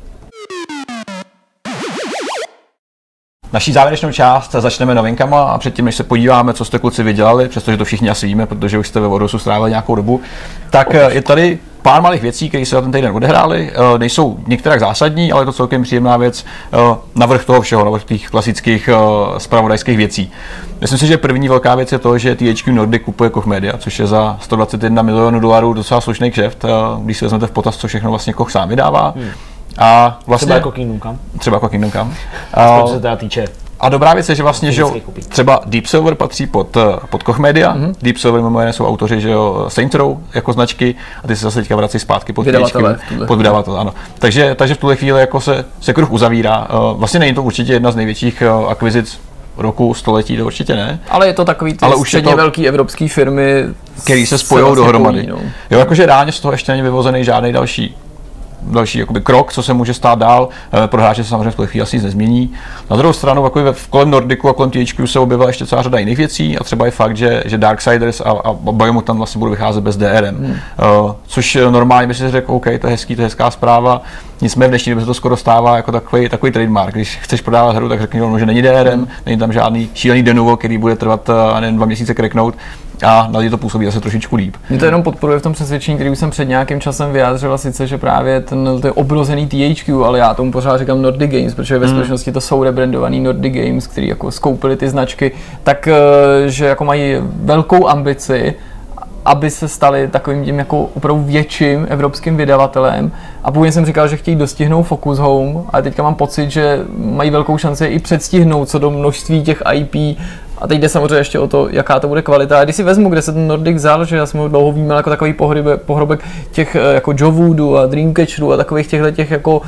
S2: Naší závěrečnou část začneme novinkama a předtím, než se podíváme, co jste kluci vydělali, přestože to všichni asi víme, protože už jste ve Vodosu strávili nějakou dobu, tak je tady pár malých věcí, které se za ten týden odehrály. Nejsou některé zásadní, ale je to celkem příjemná věc navrch toho všeho, navrch těch klasických zpravodajských věcí. Myslím si, že první velká věc je to, že T H Q Nordic kupuje Koch Media, což je za sto dvacet jedna milionů dolarů docela slušný kšeft, když si vezmete v potaz, co všechno vlastně Koch sám vydává. Hmm. A vlastně,
S3: třeba jako Kingdom Come.
S2: Třeba jako Kingdom Come.
S3: A, se teda týče.
S2: A dobrá věc je, že vlastně, že třeba Deep Silver patří pod, pod Koch Media. Mm-hmm. Deep Silver mimo jiné jsou autoři, že jo, Saints Row jako značky a ty se zase teďka vrací zpátky pod
S1: vydavatele.
S2: Pod vydavatele, ano. Takže, takže v tuhle chvíli jako se, se kruh uzavírá. Vlastně není to určitě jedna z největších akvizic roku, století, to určitě ne.
S1: Ale je to takový ty středně to, velký evropský firmy,
S2: který se spojou dohromady. Pojí, no. Jo, jakože reálně z toho ještě není vyvozený žádný další další jakoby krok, co se může stát dál. Pro hráče se samozřejmě v chvíli asi nic nezmění. Na druhou stranu jako kolem Nordicu a kolem T H Q se objevila ještě celá řada jiných věcí a třeba je fakt, že, že Darksiders a, a Biomutant vlastně budou vycházet bez D R M. Hmm. Uh, což normálně by si řekl, OK, to je hezký, to je hezká zpráva. Nicméně v dnešní době se to skoro stává jako takový, takový trademark. Když chceš prodávat hru, tak řekni, že není D R M, hmm. není tam žádný šílený de novo, který bude trvat a ne dva měsíce kreknout. A na lidi to působí zase trošičku líp.
S1: Mě to jenom podporuje v tom přesvědčení, který už jsem před nějakým časem vyjádřil, sice, že právě ten, ten obrozený T H Q, ale já tomu pořád říkám Nordic Games, protože ve mm. skutečnosti to jsou rebrandovaný Nordic Games, který jako skoupili ty značky, tak že jako mají velkou ambici, aby se stali takovým tím jako opravdu větším evropským vydavatelem. A původně jsem říkal, že chtějí dostihnout Focus Home, ale teďka mám pocit, že mají velkou šanci i předstihnout co do množství těch I P. A teď jde samozřejmě ještě o to, jaká to bude kvalita. A když si vezmu, kde se ten Nordic vzal, že já jsem ho dlouho vnímal jako takový pohrobek, pohrobek těch jako Jovoodu a Dreamcatcherů a takových těchto těch jako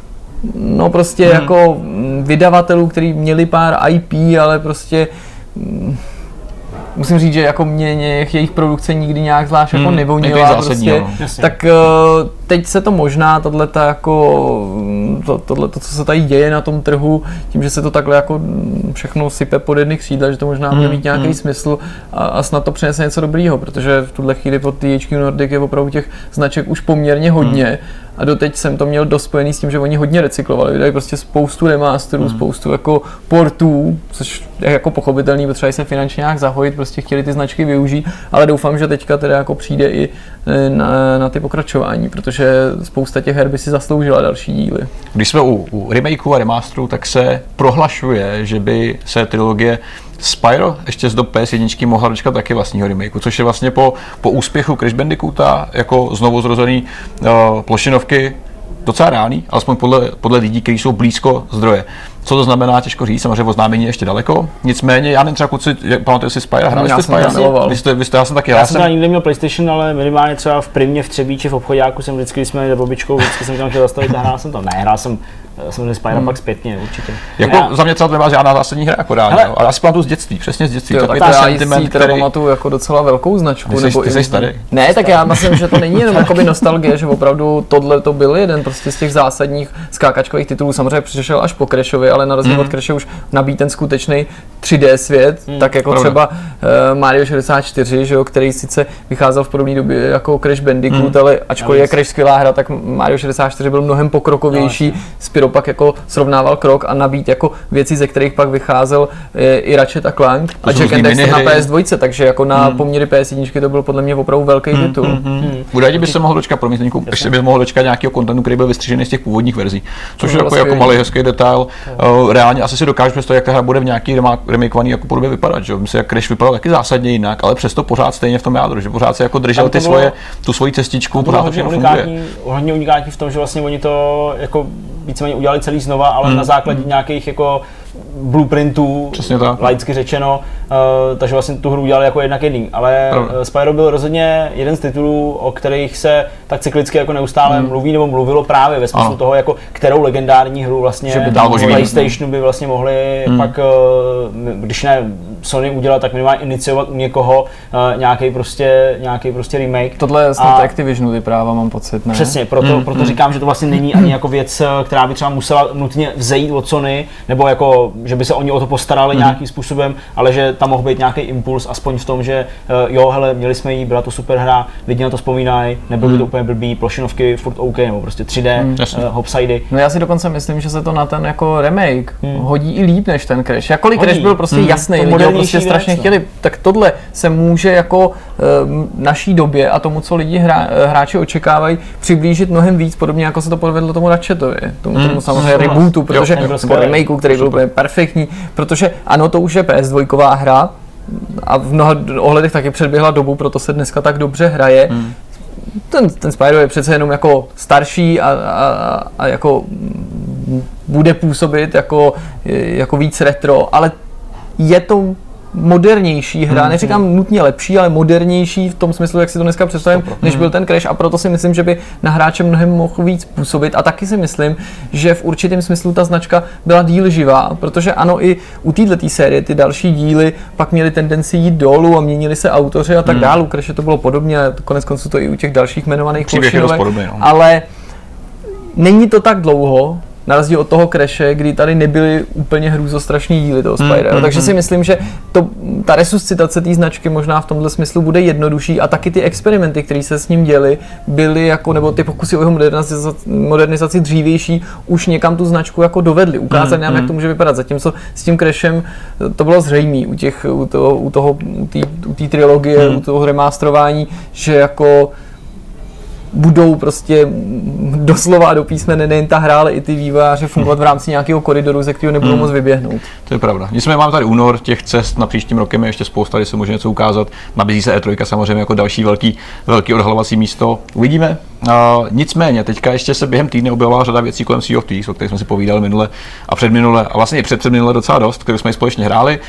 S1: no prostě hmm. jako vydavatelů, kteří měli pár I P, ale prostě musím říct, že jako mě, mě jejich produkce nikdy nějak zvlášť hmm, jako nevonila, prostě, no. Tak uh, teď se to možná, tohleto jako, to, tohleto, co se tady děje na tom trhu, tím, že se to takhle jako všechno sype pod jedny křídla, že to možná bude mít nějaký hmm. smysl a, a snad to přinese něco dobrýho, protože v tuhle chvíli pod T H Q Nordic je opravdu těch značek už poměrně hodně. Hmm. A doteď jsem to měl dost spojený s tím, že oni hodně recyklovali, vydali prostě spoustu remasterů, hmm. spoustu jako portů, což je jako pochopitelný, potřebují se finančně nějak zahojit, prostě chtěli ty značky využít, ale doufám, že teďka teda jako přijde i na, na ty pokračování, protože spousta těch her by si zasloužila další díly.
S2: Když jsme u, u remakeu a remasterů, tak se prohlašuje, že by se trilogie Spyro ještě z dob P S jedna mohla dočkat taky vlastního remakeu, což je vlastně po, po úspěchu Crash Bandicoota jako znovu zrozený uh, plošinovky docela reálný, alespoň podle, podle lidí, kteří jsou blízko zdroje. Co to znamená, těžko říct, samozřejmě oznámení ještě daleko. Nicméně, já nevím, třeba kluci, pamatujete si Spyro, hráli jste Spyro? Vy jste, vy jste, já jsem taky.
S3: Já, já jsem tam nikdy měl PlayStation, ale minimálně třeba v Primě, v Třebíči, v obchodáku jsem vždycky, když jsme jeli za babičkou, vždycky jsem tam chtěl zastavit a hrál jsem tam. Ne, hrál jsem jsem Spyro hmm. pak zpětně, určitě.
S2: Jako já... za mě třeba to nemá žádná zásadní hra, jako dál, ale já si pamatuju z dětství, přesně z dětství.
S1: Jo, tak já si teda pamatuju jako docela velkou značku.
S2: Ty
S1: nebo
S2: jsi, ty jsi starý.
S1: Ne, tak já myslím, že to není jenom jakoby nostalgie, že opravdu tohle to byl jeden prostě z těch zásadních skákačkových titulů. Samozřejmě přišel až po Crashovi, ale na rozdíl hmm. od Crashe už nabíjí ten skutečný tři dé svět, hmm. tak jako Pravda. třeba uh, Mario šedesát čtyři, že jo, který sice vycházel v podobné době jako Crash Bandicoot, hmm. ale ačkoliv je Crash skvělá hra, tak Mario šedesát čtyři byl mnohem pokrokovější. No, Spyro pak jako srovnával krok a nabít jako věci, ze kterých pak vycházel e, i Ratchet a Clank a Jack and Daxter na P S dva, takže jako na hmm. poměry P S jedna to byl podle mě opravdu velký hmm. titul. Hmm.
S2: Hmm. Bude by se mohl dočkat, pro mě, ještě by mohl dočkat nějakého kontentu, který byl vystřižený z těch původních verzí, což je jako, jako malý hezký detail. Uh, reálně asi si dokážu představit, jak ta hra bude v nějaký remakovaný jako podobě vypadat, že? Myslím, jak Crash vypadal taky zásadně jinak, ale přesto pořád stejně v tom jádru, že pořád se jako držel ty svoje, tu svoji cestičku, pořád to všechno funguje.
S3: Hodně unikátní v tom, že vlastně oni to jako víceméně udělali celý znova, ale hmm. na základě hmm. nějakých jako blueprintů, laicky řečeno, uh, takže vlastně tu hru udělali jako jednak jedný, ale uh, Spyro byl rozhodně jeden z titulů, o kterých se tak cyklicky jako neustále hmm. mluví nebo mluvilo právě ve smyslu ano. toho, jako kterou legendární hru vlastně že by z PlayStationu by vlastně mohli hmm. pak, uh, když ne Sony udělat, tak minimálně iniciovat u někoho uh, nějaký prostě, nějaký prostě remake.
S1: Tohle je snad Activisionu ty práva, mám pocit, ne?
S3: Přesně, proto, hmm. proto říkám, že to vlastně není ani jako věc, která by třeba musela nutně vzejít od Sony, nebo jako že by se oni o to postarali mm. nějakým způsobem, ale že tam mohl být nějaký impuls, aspoň v tom, že uh, jo, hele, měli jsme jí, byla to super hra, lidi na to vzpomínají, nebylo by to úplně blbý, plošinovky furt OK, nebo prostě tři dé, hmm. uh, hopsidy.
S1: No já si dokonce myslím, že se to na ten jako remake hmm. hodí i líp než ten Crash. Jakkoliv Crash byl prostě hmm. jasný, lidi ho prostě strašně věc, chtěli, tak tohle se může jako um, naší době a tomu, co lidi hra, hráči očekávají, přiblížit mnohem víc, podobně jako se to povedlo tomu Ratchetovi, tomu, tomu hmm. samozřejmě hmm. rebootu, protože nebo remakeu, který byl úplně perfektní, protože ano, to už je P S dva hra a v mnoha ohledech taky předběhla dobu, proto se dneska tak dobře hraje. Hmm. Ten, ten Spyro je přece jenom jako starší a, a, a jako bude působit jako, jako víc retro, ale je to modernější hra, hmm. neříkám nutně lepší, ale modernější v tom smyslu, jak si to dneska představím, než byl ten Crash, a proto si myslím, že by na hráče mnohem mohl víc působit a taky si myslím, že v určitém smyslu ta značka byla díl živá, protože ano, i u této série ty další díly pak měly tendenci jít dolů a měnili se autoři a tak hmm. dál, u Crashe to bylo podobně, konec konců to i u těch dalších jmenovaných plošinovek, no. Ale není to tak dlouho, na rozdíl od toho Crashe, kdy tady nebyly úplně hrůzostrašný díly toho Spyra. Mm, Takže mm, si myslím, že to, ta resuscitace té značky možná v tomhle smyslu bude jednodušší a taky ty experimenty, které se s ním děly, byly jako, nebo ty pokusy o jeho modernizaci, modernizaci dřívější, už někam tu značku jako dovedly. Ukázali nám, mm, jak to může vypadat. Zatímco s tím Crashem to bylo zřejmé u těch, u toho, u toho, u té trilogie, mm. u toho remasterování, že jako budou prostě doslova do písmene nejen ta hra, ale i ty vývojáři fungovat v rámci nějakého koridoru, ze kterého nebudou hmm. moc vyběhnout.
S2: To je pravda. Nicméně máme tady únor, těch cest na příštím rokem je ještě spousta, kdy se může něco ukázat. Nabízí se E tři samozřejmě jako další velký, velký odhalovací místo. Uvidíme. Uh, nicméně, teďka ještě se během týdne objevila řada věcí kolem Sea of Thieves, o kterých jsme si povídali minule a předminule, a vlastně i předpředminule docela dost, které jsme společně hráli.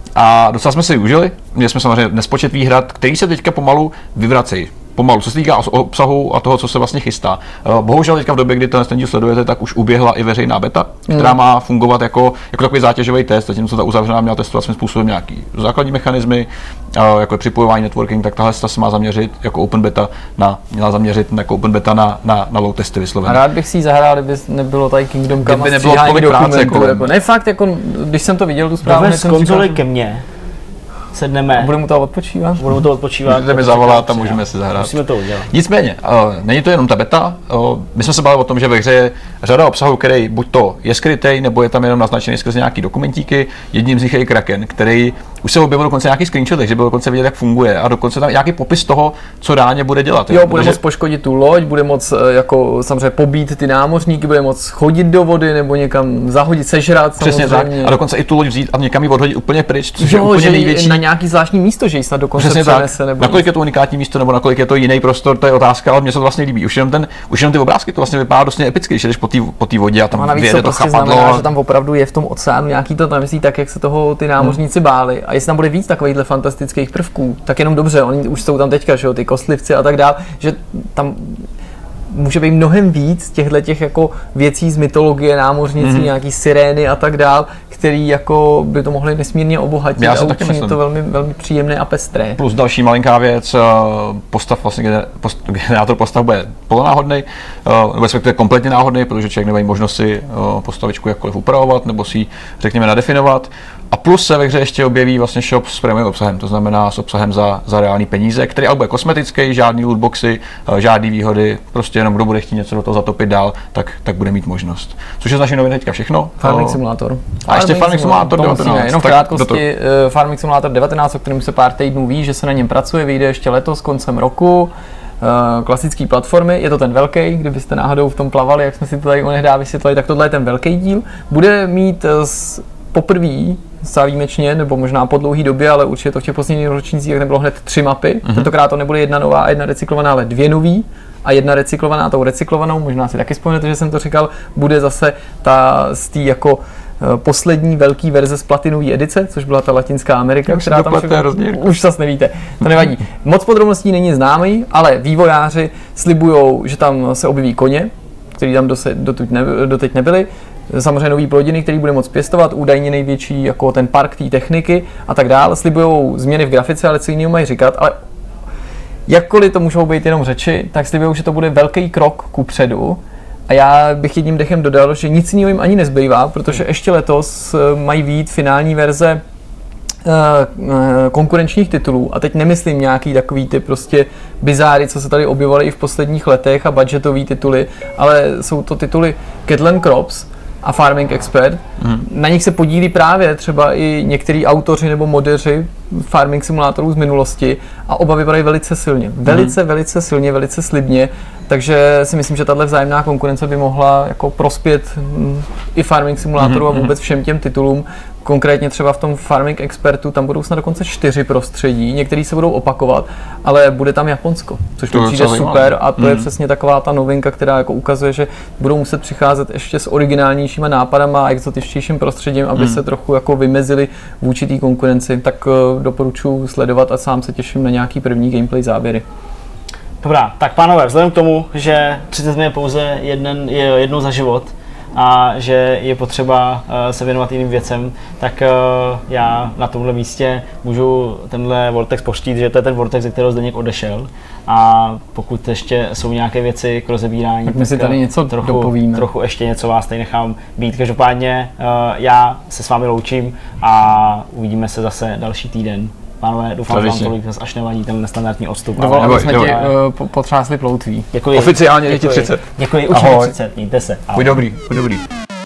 S2: A docela jsme si ji užili. Měli jsme samozřejmě nespočet výhrad, který se teďka pomalu vyvracejí. Pomalu, co se týká obsahu a toho, co se vlastně chystá. Bohužel teďka v době, kdy ten díl sledujete, tak už uběhla i veřejná beta, která mm. má fungovat jako, jako takový zátěžový test, zatímco ta uzavřená měla testovat svým způsobem nějaký základní mechanismy, jako připojování, networking, tak tahle se má zaměřit jako open beta na, měla zaměřit jako open beta na, na, na low testy vysloveně.
S1: A rád bych si ji zahrál, kdyby nebylo tady Kingdom Come,
S2: kdyby nebylo tolik práce
S1: jako, jako, ne fakt, jako, když jsem to viděl tu zprávu,
S3: z konzoli ke mně. Sedneme.
S1: Budeme mu to odpočívat?
S3: Budeme to odpočívat.
S2: Můžete mi zavolat a můžeme si zahrát.
S3: Musíme to udělat.
S2: Nicméně, uh, není to jenom ta beta. Uh, my jsme se bavili o tom, že ve hře je řada obsahu, který buď to je skrytej, nebo je tam jenom naznačený skrze nějaký dokumentíky. Jedním z nich je i Kraken, který už se objevil dokonce nějaký screenshot, takže byl dokonce vidět, jak funguje, a dokonce tam nějaký popis toho, co reálně bude dělat.
S1: Jo, bude protože... moc poškodit tu loď, bude moc jako samozřejmě pobít ty námořníky, bude moc chodit do vody nebo někam zahodit, sežrat.
S2: Přesně tak. A dokonce i tu loď vzít a někam ji odhodit úplně pryč, což jo, je úplně největší.
S1: Na nějaký zvláštní místo, že ji snad dokonce
S2: přesně
S1: přenese.
S2: Tak.
S1: Nebo
S2: nakolik je to unikátní místo, nebo nakolik je to jiný prostor, to je otázka, ale mně se to vlastně líbí. Už jenom, ten, už jenom ty obrázky to vlastně vypadá dost epicky, když jdeš po té po té vodě a tam
S1: a
S2: vyjede to
S1: prostě
S2: chapadlo.
S1: Znamená, že tam opravdu je v tom oceánu nějaký to tam myslí tak, jak se toho ty námořníci hmm. báli. A jestli tam bude víc takovýchhle fantastických prvků, tak jenom dobře, oni už jsou tam teďka, že jo, ty kostlivci a tak dál, že tam může být mnohem víc těchto těch jako věcí z mytologie, námořnicí, mm-hmm. nějaký sirény a tak dál, který jako by to mohli nesmírně obohatit. Já a učinit to velmi, velmi příjemné a pestré.
S2: Plus další malinká věc, postav vlastně post, generátor postav bude polonáhodnej, nebo respektive kompletně náhodný, protože člověk nemá možnost si postavičku jakkoliv upravovat nebo si ji, řekněme, nadefinovat. A plus se ve hře ještě objeví vlastně shop s premium obsahem, to znamená s obsahem za, za reální peníze, který ale bude kosmetický, žádný lootboxy, žádný výhody, prostě jenom kdo bude chtít něco do toho zatopit dál, tak, tak bude mít možnost. Což je z naší noviny teďka všechno.
S1: Farming Simulator.
S2: A Farming ještě Farming Simulator devatenáct.
S1: Jenom v krátkosti Farming Simulator devatenáct, o kterém se pár týdnů ví, že se na něm pracuje, vyjde ještě letos koncem roku. Klasické platformy, je to ten velký, kdybyste náhodou v tom plavali, jak jsme si to tady onehdá vysvětlili, tak tohle je ten velký díl. Bude mít poprvé zcela výjimečně, nebo možná po dlouhé době, ale určitě to v těch posledních ročnících, jak nebylo hned tři mapy. Mm-hmm. Tentokrát to nebude jedna nová a jedna recyklovaná, ale dvě nový a jedna recyklovaná, tou recyklovanou, možná si taky vzpomenete, že jsem to říkal, bude zase ta z té jako poslední velký verze z platinové edice, což byla ta Latinská Amerika,
S2: už
S1: která tam všechno, už zase nevíte, to nevadí. Moc podrobností není známý, ale vývojáři slibujou, že tam se objeví koně, který tam dose, dotud ne, doteď nebyly. Samozřejmě nový plodiny, který bude moct pěstovat, údajně největší jako ten park té techniky a tak dále. Slibujou změny v grafice, ale co jiného mají říkat, ale jakkoliv to můžou být jenom řeči, tak slibujou, že to bude velký krok kupředu. A já bych jedním dechem dodal, že nic jiného jim ani nezbývá, protože ještě letos mají vyjít finální verze konkurenčních titulů, a teď nemyslím nějaký takový ty prostě bizáry, co se tady objevovaly i v posledních letech a budgetový tituly, ale jsou to tituly Cattle and Crops a Farming Expert. Hmm. Na nich se podílí právě třeba i některý autoři nebo modeři farming simulátorů z minulosti a oba vypadají velice silně. Velice, hmm. velice silně, velice slibně, takže si myslím, že tahle vzájemná konkurence by mohla jako prospět i farming simulátoru hmm. a vůbec všem těm titulům. Konkrétně třeba v tom Farming Expertu tam budou snad dokonce čtyři prostředí, některý se budou opakovat, ale bude tam Japonsko, což mi přijde super a to mm. je přesně taková ta novinka, která jako ukazuje, že budou muset přicházet ještě s originálnějšíma nápadama a exotičtějším prostředím, aby mm. se trochu jako vymezili vůči té konkurenci, tak uh, doporučuji sledovat a sám se těším na nějaký první gameplay záběry.
S3: Dobrá, tak pánové, vzhledem k tomu, že třicet dnů je pouze jeden, je jednou za život, a že je potřeba uh, se věnovat jiným věcem, tak uh, já na tomhle místě můžu tenhle Vortex poštít, že to je ten Vortex, ze kterého Zdeněk odešel. A pokud ještě jsou nějaké věci k rozebírání,
S1: tak my si tady něco
S3: trochu,
S1: dopovíme.
S3: trochu ještě něco vás tady nechám být. Každopádně uh, já se s vámi loučím a uvidíme se zase další týden. Pánové, doufám, že vám tolik až nevadí ten nestandardní odstup.
S1: Dovolím, jsme ti uh, potřásli ploutví.
S3: Děkuji.
S2: Oficiálně je ti třicet.
S3: Děkuji, už je třicet, mějte se.
S2: Buď dobrý, buď dobrý.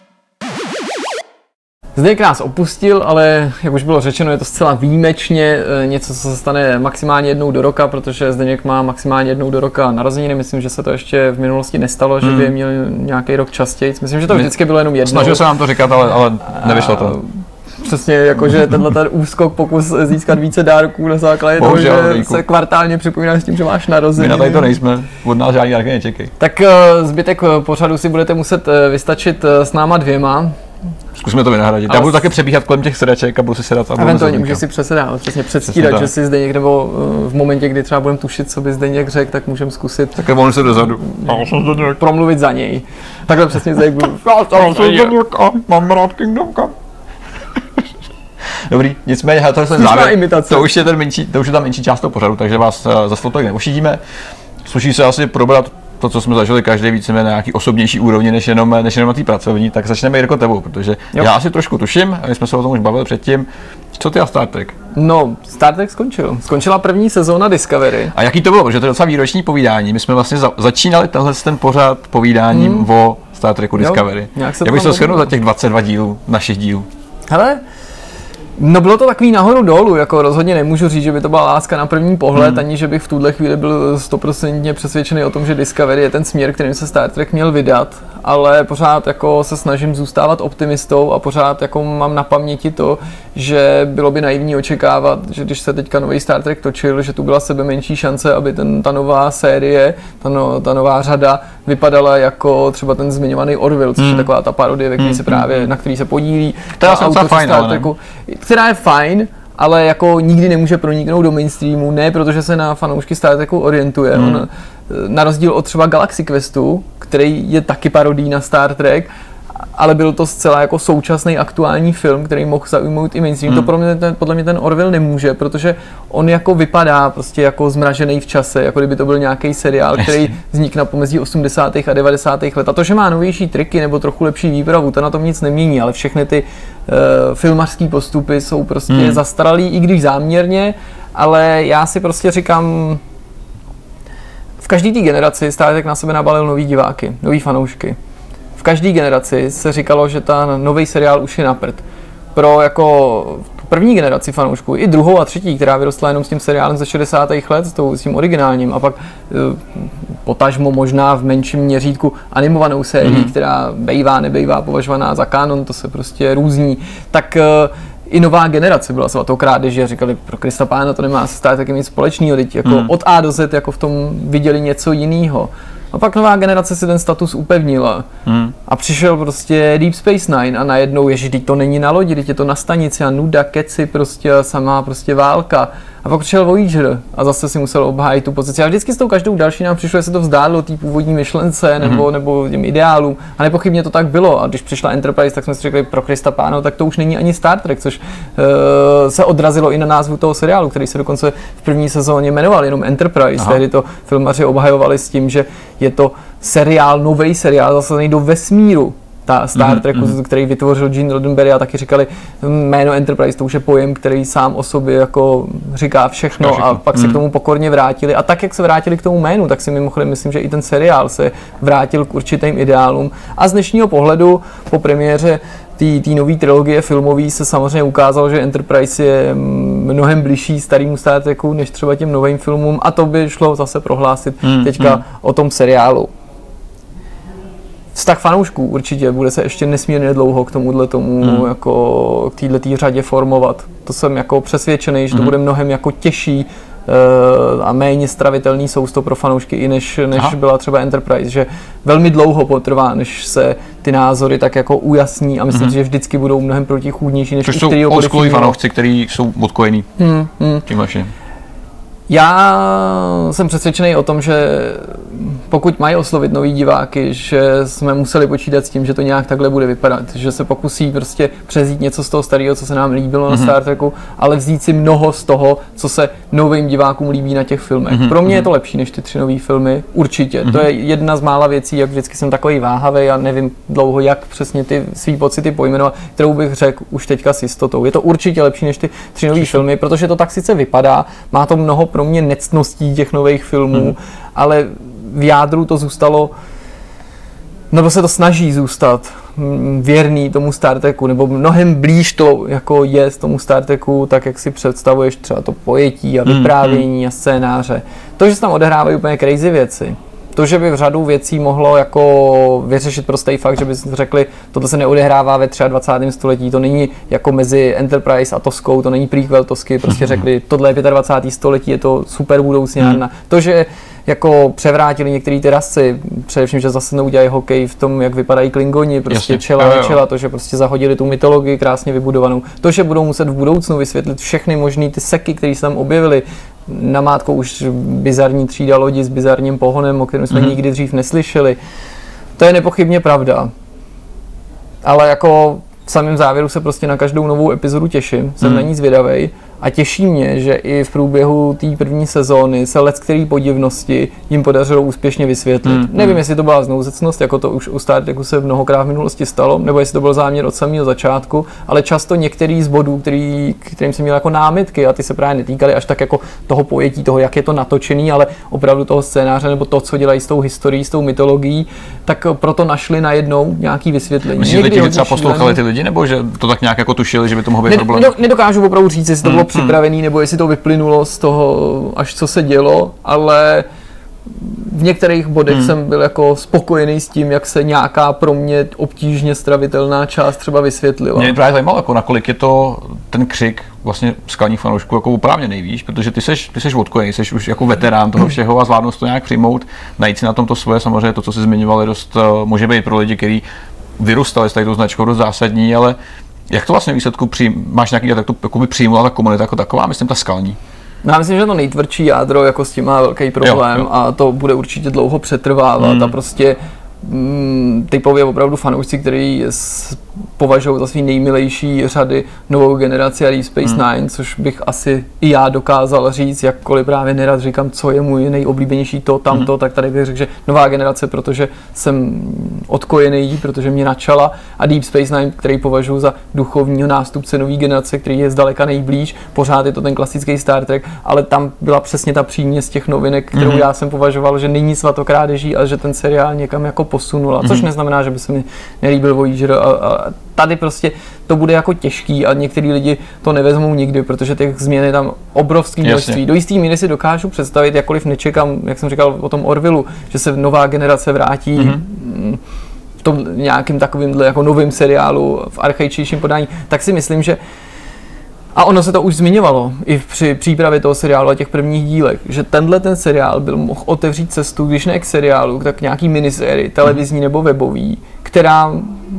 S1: Zdeněk nás opustil, ale jak už bylo řečeno, je to zcela výjimečně něco, co se stane maximálně jednou do roka, protože Zdeněk má maximálně jednou do roka narozeniny. Myslím, že se to ještě v minulosti nestalo, že by hmm. měl nějaký rok častěji. Myslím, že to vždycky bylo jenom jednou.
S2: Snažil se nám to říkat, ale, ale nevyšlo to.
S1: Přesně, jakože tenhle ten úskok, pokus získat více dárků na základě toho, že díku. se kvartálně připomíná s tím, že máš narozeniny.
S2: My na tady to nejsme, od nás žádný dárky nečekej.
S1: Tak zbytek pořadu si budete muset vystačit s náma dvěma.
S2: Zkusme to vynahradit. Já budu také přebíhat kolem těch sedaček a budu si sedat.
S1: Eventuálně můžeš si přesedat, přesně předstírat, že si Zdeněk, nebo v momentě, kdy třeba budeme tušit, co by Zdeněk řekl, tak můžeme zkusit.
S2: Tak volně se dozadu.
S1: Promluvit za něj. Takhle přesně Zdeněk budu.
S2: Mám rád Kingdom Come. Dobrý, nicméně, to, to už je ten menší, to už je ta menší část toho pořadu, takže vás za to neošidíme. Sluší se asi probrat to, co jsme zažili každý víceméně na nějaký osobnější úrovni, než jenom, než jenom na té pracovní, tak začneme Jirko tebou, protože jo. já asi trošku tuším, a my jsme se o tom už bavili předtím. Co ty a Star Trek?
S1: No, Star Trek skončil. Skončila první sezóna Discovery.
S2: A jaký to bylo? Protože to je docela výroční povídání. My jsme vlastně za, začínali tenhle ten pořad povídáním hmm. o Star Treku Discovery. Jo, jak bych to shrnul za těch dvacet dva dílů, našich dílů? Hele,
S1: no bylo to takový nahoru dolů, jako rozhodně nemůžu říct, že by to byla láska na první pohled, hmm. ani že bych v tuhle chvíli byl stoprocentně přesvědčený o tom, že Discovery je ten směr, kterým se Star Trek měl vydat, ale pořád jako se snažím zůstávat optimistou a pořád jako mám na paměti to, že bylo by naivní očekávat, že když se teďka nový Star Trek točil, že tu byla sebe menší šance, aby ten, ta nová série, ta, no, ta nová řada vypadala jako třeba ten zmiňovaný Orville, což hmm. je taková ta parodie, ve který se právě, na který se podílí.
S2: To je fajn, Star Treku,
S1: která je fajn, ale jako nikdy nemůže proniknout do mainstreamu, ne protože se na fanoušky Star Treku orientuje. Hmm. On, na rozdíl od třeba Galaxy Questu, který je taky parodí na Star Trek, ale byl to zcela jako současný aktuální film, který mohl zaujmout i mainstream. Hmm. To pro mě, ten, podle mě ten Orville nemůže, protože on jako vypadá prostě jako zmražený v čase, jako kdyby to byl nějaký seriál, který vznikl na pomezí osmdesátých a devadesátých let. A to, že má novější triky nebo trochu lepší výpravu, to na tom nic nemění, ale všechny ty uh, filmařský postupy jsou prostě hmm. zastaralý, i když záměrně, ale já si prostě říkám, v každé té generaci Star Trek na sebe nabalil nový diváky, nový fanoušky. V každé generaci se říkalo, že ta nový seriál už je na prd. Pro jako první generaci fanoušků, i druhou a třetí, která vyrostla jenom s tím seriálem ze šedesátých let, s tím originálním, a pak potažmo možná v menším měřítku animovanou sérii, mm-hmm. která bejvá, nebejvá považovaná za kanon, to se prostě různí, tak i nová generace byla svatokrát, že říkali, pro Krista pána to nemá Star Trek nic společného, teď jako mm. od A do Z jako v tom viděli něco jiného. A pak nová generace si ten status upevnila. Hmm. A přišel prostě Deep Space Nine a najednou, ježi, teď to není na lodi, teď je to na stanici a nuda, keci, prostě samá prostě válka. A pak přišel Voyager a zase si musel obhájit tu pozici. A vždycky s tou každou další nám přišlo, že se to vzdálilo té původní myšlence nebo, hmm. nebo těm ideálům. A nepochybně to tak bylo. A když přišla Enterprise, tak jsme si řekli, pro Krista pána, tak to už není ani Star Trek, což uh, se odrazilo i na názvu toho seriálu, který se dokonce v první sezóně jmenoval jenom Enterprise. Aha. Tehdy to filmaři obhajovali s tím, že je to seriál, nový seriál zasazený do vesmíru. ta Star
S2: mm-hmm.
S1: Treku, který vytvořil Gene Roddenberry, a taky říkali, jméno Enterprise, to už je pojem, který sám o sobě jako říká všechno, všechno. A pak mm. se k tomu pokorně vrátili. A tak, jak se vrátili k tomu jménu, tak si mimochodem myslím, že i ten seriál se vrátil k určitým ideálům. A z dnešního pohledu po premiéře té nové trilogie filmové se samozřejmě ukázalo, že Enterprise je mnohem bližší starému Star Treku než třeba těm novým filmům, a to by šlo zase prohlásit mm, teďka mm. o tom seriálu. Vztah fanoušků určitě bude se ještě nesmírně dlouho k tomuhle tomu, mm. jako k této řadě formovat. To jsem jako přesvědčený, že to mm. bude mnohem jako těžší a méně stravitelný sousto pro fanoušky i než, než byla třeba Enterprise, že velmi dlouho potrvá, než se ty názory tak jako ujasní, a myslím, mm-hmm. že vždycky budou mnohem protichůdnější než
S2: což jsou oldschoolový fanoušci, kteří jsou odkojení hmm, hmm. tím vaším.
S1: Já jsem přesvědčený o tom, že pokud mají oslovit nový diváky, že jsme museli počítat s tím, že to nějak takhle bude vypadat, že se pokusí prostě přezít něco z toho starého, co se nám líbilo mm-hmm. na Star Treku, ale vzít si mnoho z toho, co se novým divákům líbí na těch filmech. Mm-hmm. Pro mě je to lepší než ty tři nový filmy, určitě. Mm-hmm. To je jedna z mála věcí, jak vždycky jsem takový váhavý a nevím dlouho, jak přesně ty svý pocity pojmenovat, kterou bych řekl už teďka s jistotou. Je to určitě lepší než ty tři nový filmy, protože to tak sice vypadá, má to mnoho pro mě nectností těch nových filmů, mm. ale v jádru to zůstalo, nebo se to snaží zůstat věrný tomu Star Treku, nebo mnohem blíž to jako je tomu Star Treku, tak jak si představuješ třeba to pojetí a vyprávění mm. a scénáře. To, že se tam odehrávají úplně crazy věci, to, že by v řadu věcí mohlo jako vyřešit prostý fakt, že by řekli, tohle se neodehrává ve dvacátém třetím století, to není jako mezi Enterprise a Toskou, to není prequel Tosky, prostě řekli, tohle je dvacátém pátém století, je to super budoucňárna. Hmm. To, že jako převrátili některé ty rasy, především, že zase neudělají hokej v tom, jak vypadají Klingoni, prostě Jasně. čela, nečela, to, že prostě zahodili tu mytologii krásně vybudovanou, to, že budou muset v budoucnu vysvětlit všechny možný ty seky, které se tam objevily, namátkou už bizarní třída lodi s bizarním pohonem, o kterém jsme mm-hmm. nikdy dřív neslyšeli. To je nepochybně pravda. Ale jako v samém závěru se prostě na každou novou epizodu těším, jsem mm. na ní zvědavej a těší mě, že i v průběhu té první sezóny se leckterý podivnosti jim podařilo úspěšně vysvětlit. Mm. Nevím, jestli to byla znouzecnost, jako to už u Star Treku se mnohokrát v minulosti stalo, nebo jestli to byl záměr od samého začátku, ale často některý z bodů, který, kterým jsem měl jako námitky, a ty se právě netýkaly až tak jako toho pojetí, toho, jak je to natočený, ale opravdu toho scénáře nebo to, co dělají s tou historií, s tou mytologií, tak proto našli najednou nějaký vysvětlení.
S2: Myslíte, že třeba poslouchali ty lidi, nebo že to tak nějak jako tušili, že by to mohlo být
S1: Ned,
S2: problém?
S1: Nedokážu opravdu říct, jestli to bylo připravený, nebo jestli to vyplynulo z toho, až co se dělo, ale v některých bodech hmm. jsem byl jako spokojený s tím, jak se nějaká pro mě obtížně stravitelná část třeba vysvětlila.
S2: Mě právě zajímalo, jako nakolik je to ten křik vlastně skalních fanoušků jako oprávněný, víš, protože ty seš, ty seš odkojený, seš už jako veterán toho všeho a zvládnout to nějak přijmout, najít si na tom to svoje, samozřejmě to, co jsi zmiňoval, je dost, může být pro lidi, kteří vyrůstali s tou značkou, dost zásadní, ale jak to vlastně výsledku přijím, máš nějaký, tak to přijmula ta komunita jako taková, myslím ta skalní?
S1: No, já myslím, že to nejtvrdší jádro jako s tím má velký problém jo, jo. a to bude určitě dlouho přetrvávat hmm. a prostě mm, typově opravdu fanoušci, kteří považují za svý nejmilejší řady novou generaci a Deep Space hmm. Nine, což bych asi i já dokázal říct, jakkoliv právě nerad říkám, co je můj nejoblíbenější to, tamto, hmm. tak tady bych řekl, že nová generace, protože jsem odkojený, protože mě načala, a Deep Space Nine, který považuji za duchovního nástupce nový generace, který je zdaleka nejblíž, pořád je to ten klasický Star Trek, ale tam byla přesně ta přímě z těch novinek, kterou hmm. já jsem považoval, že není svatokrádeží a že ten seriál někam jako posunula, což hmm. neznamená, že by se mi nelíbil Voyager a, a tady prostě to bude jako těžký a některý lidi to nevezmou nikdy, protože těch změn je tam obrovský množství. Do jistý míry si dokážu představit, jakkoliv nečekám, jak jsem říkal o tom Orville, že se nová generace vrátí mm-hmm. v tom nějakým takovým jako novým seriálu v archaičtějším podání, tak si myslím, že a ono se to už zmiňovalo i při přípravě toho seriálu a těch prvních dílech, že tenhle ten seriál byl mohl otevřít cestu, když ne k seriálu, tak k nějaký minisérii, televizní nebo webový, která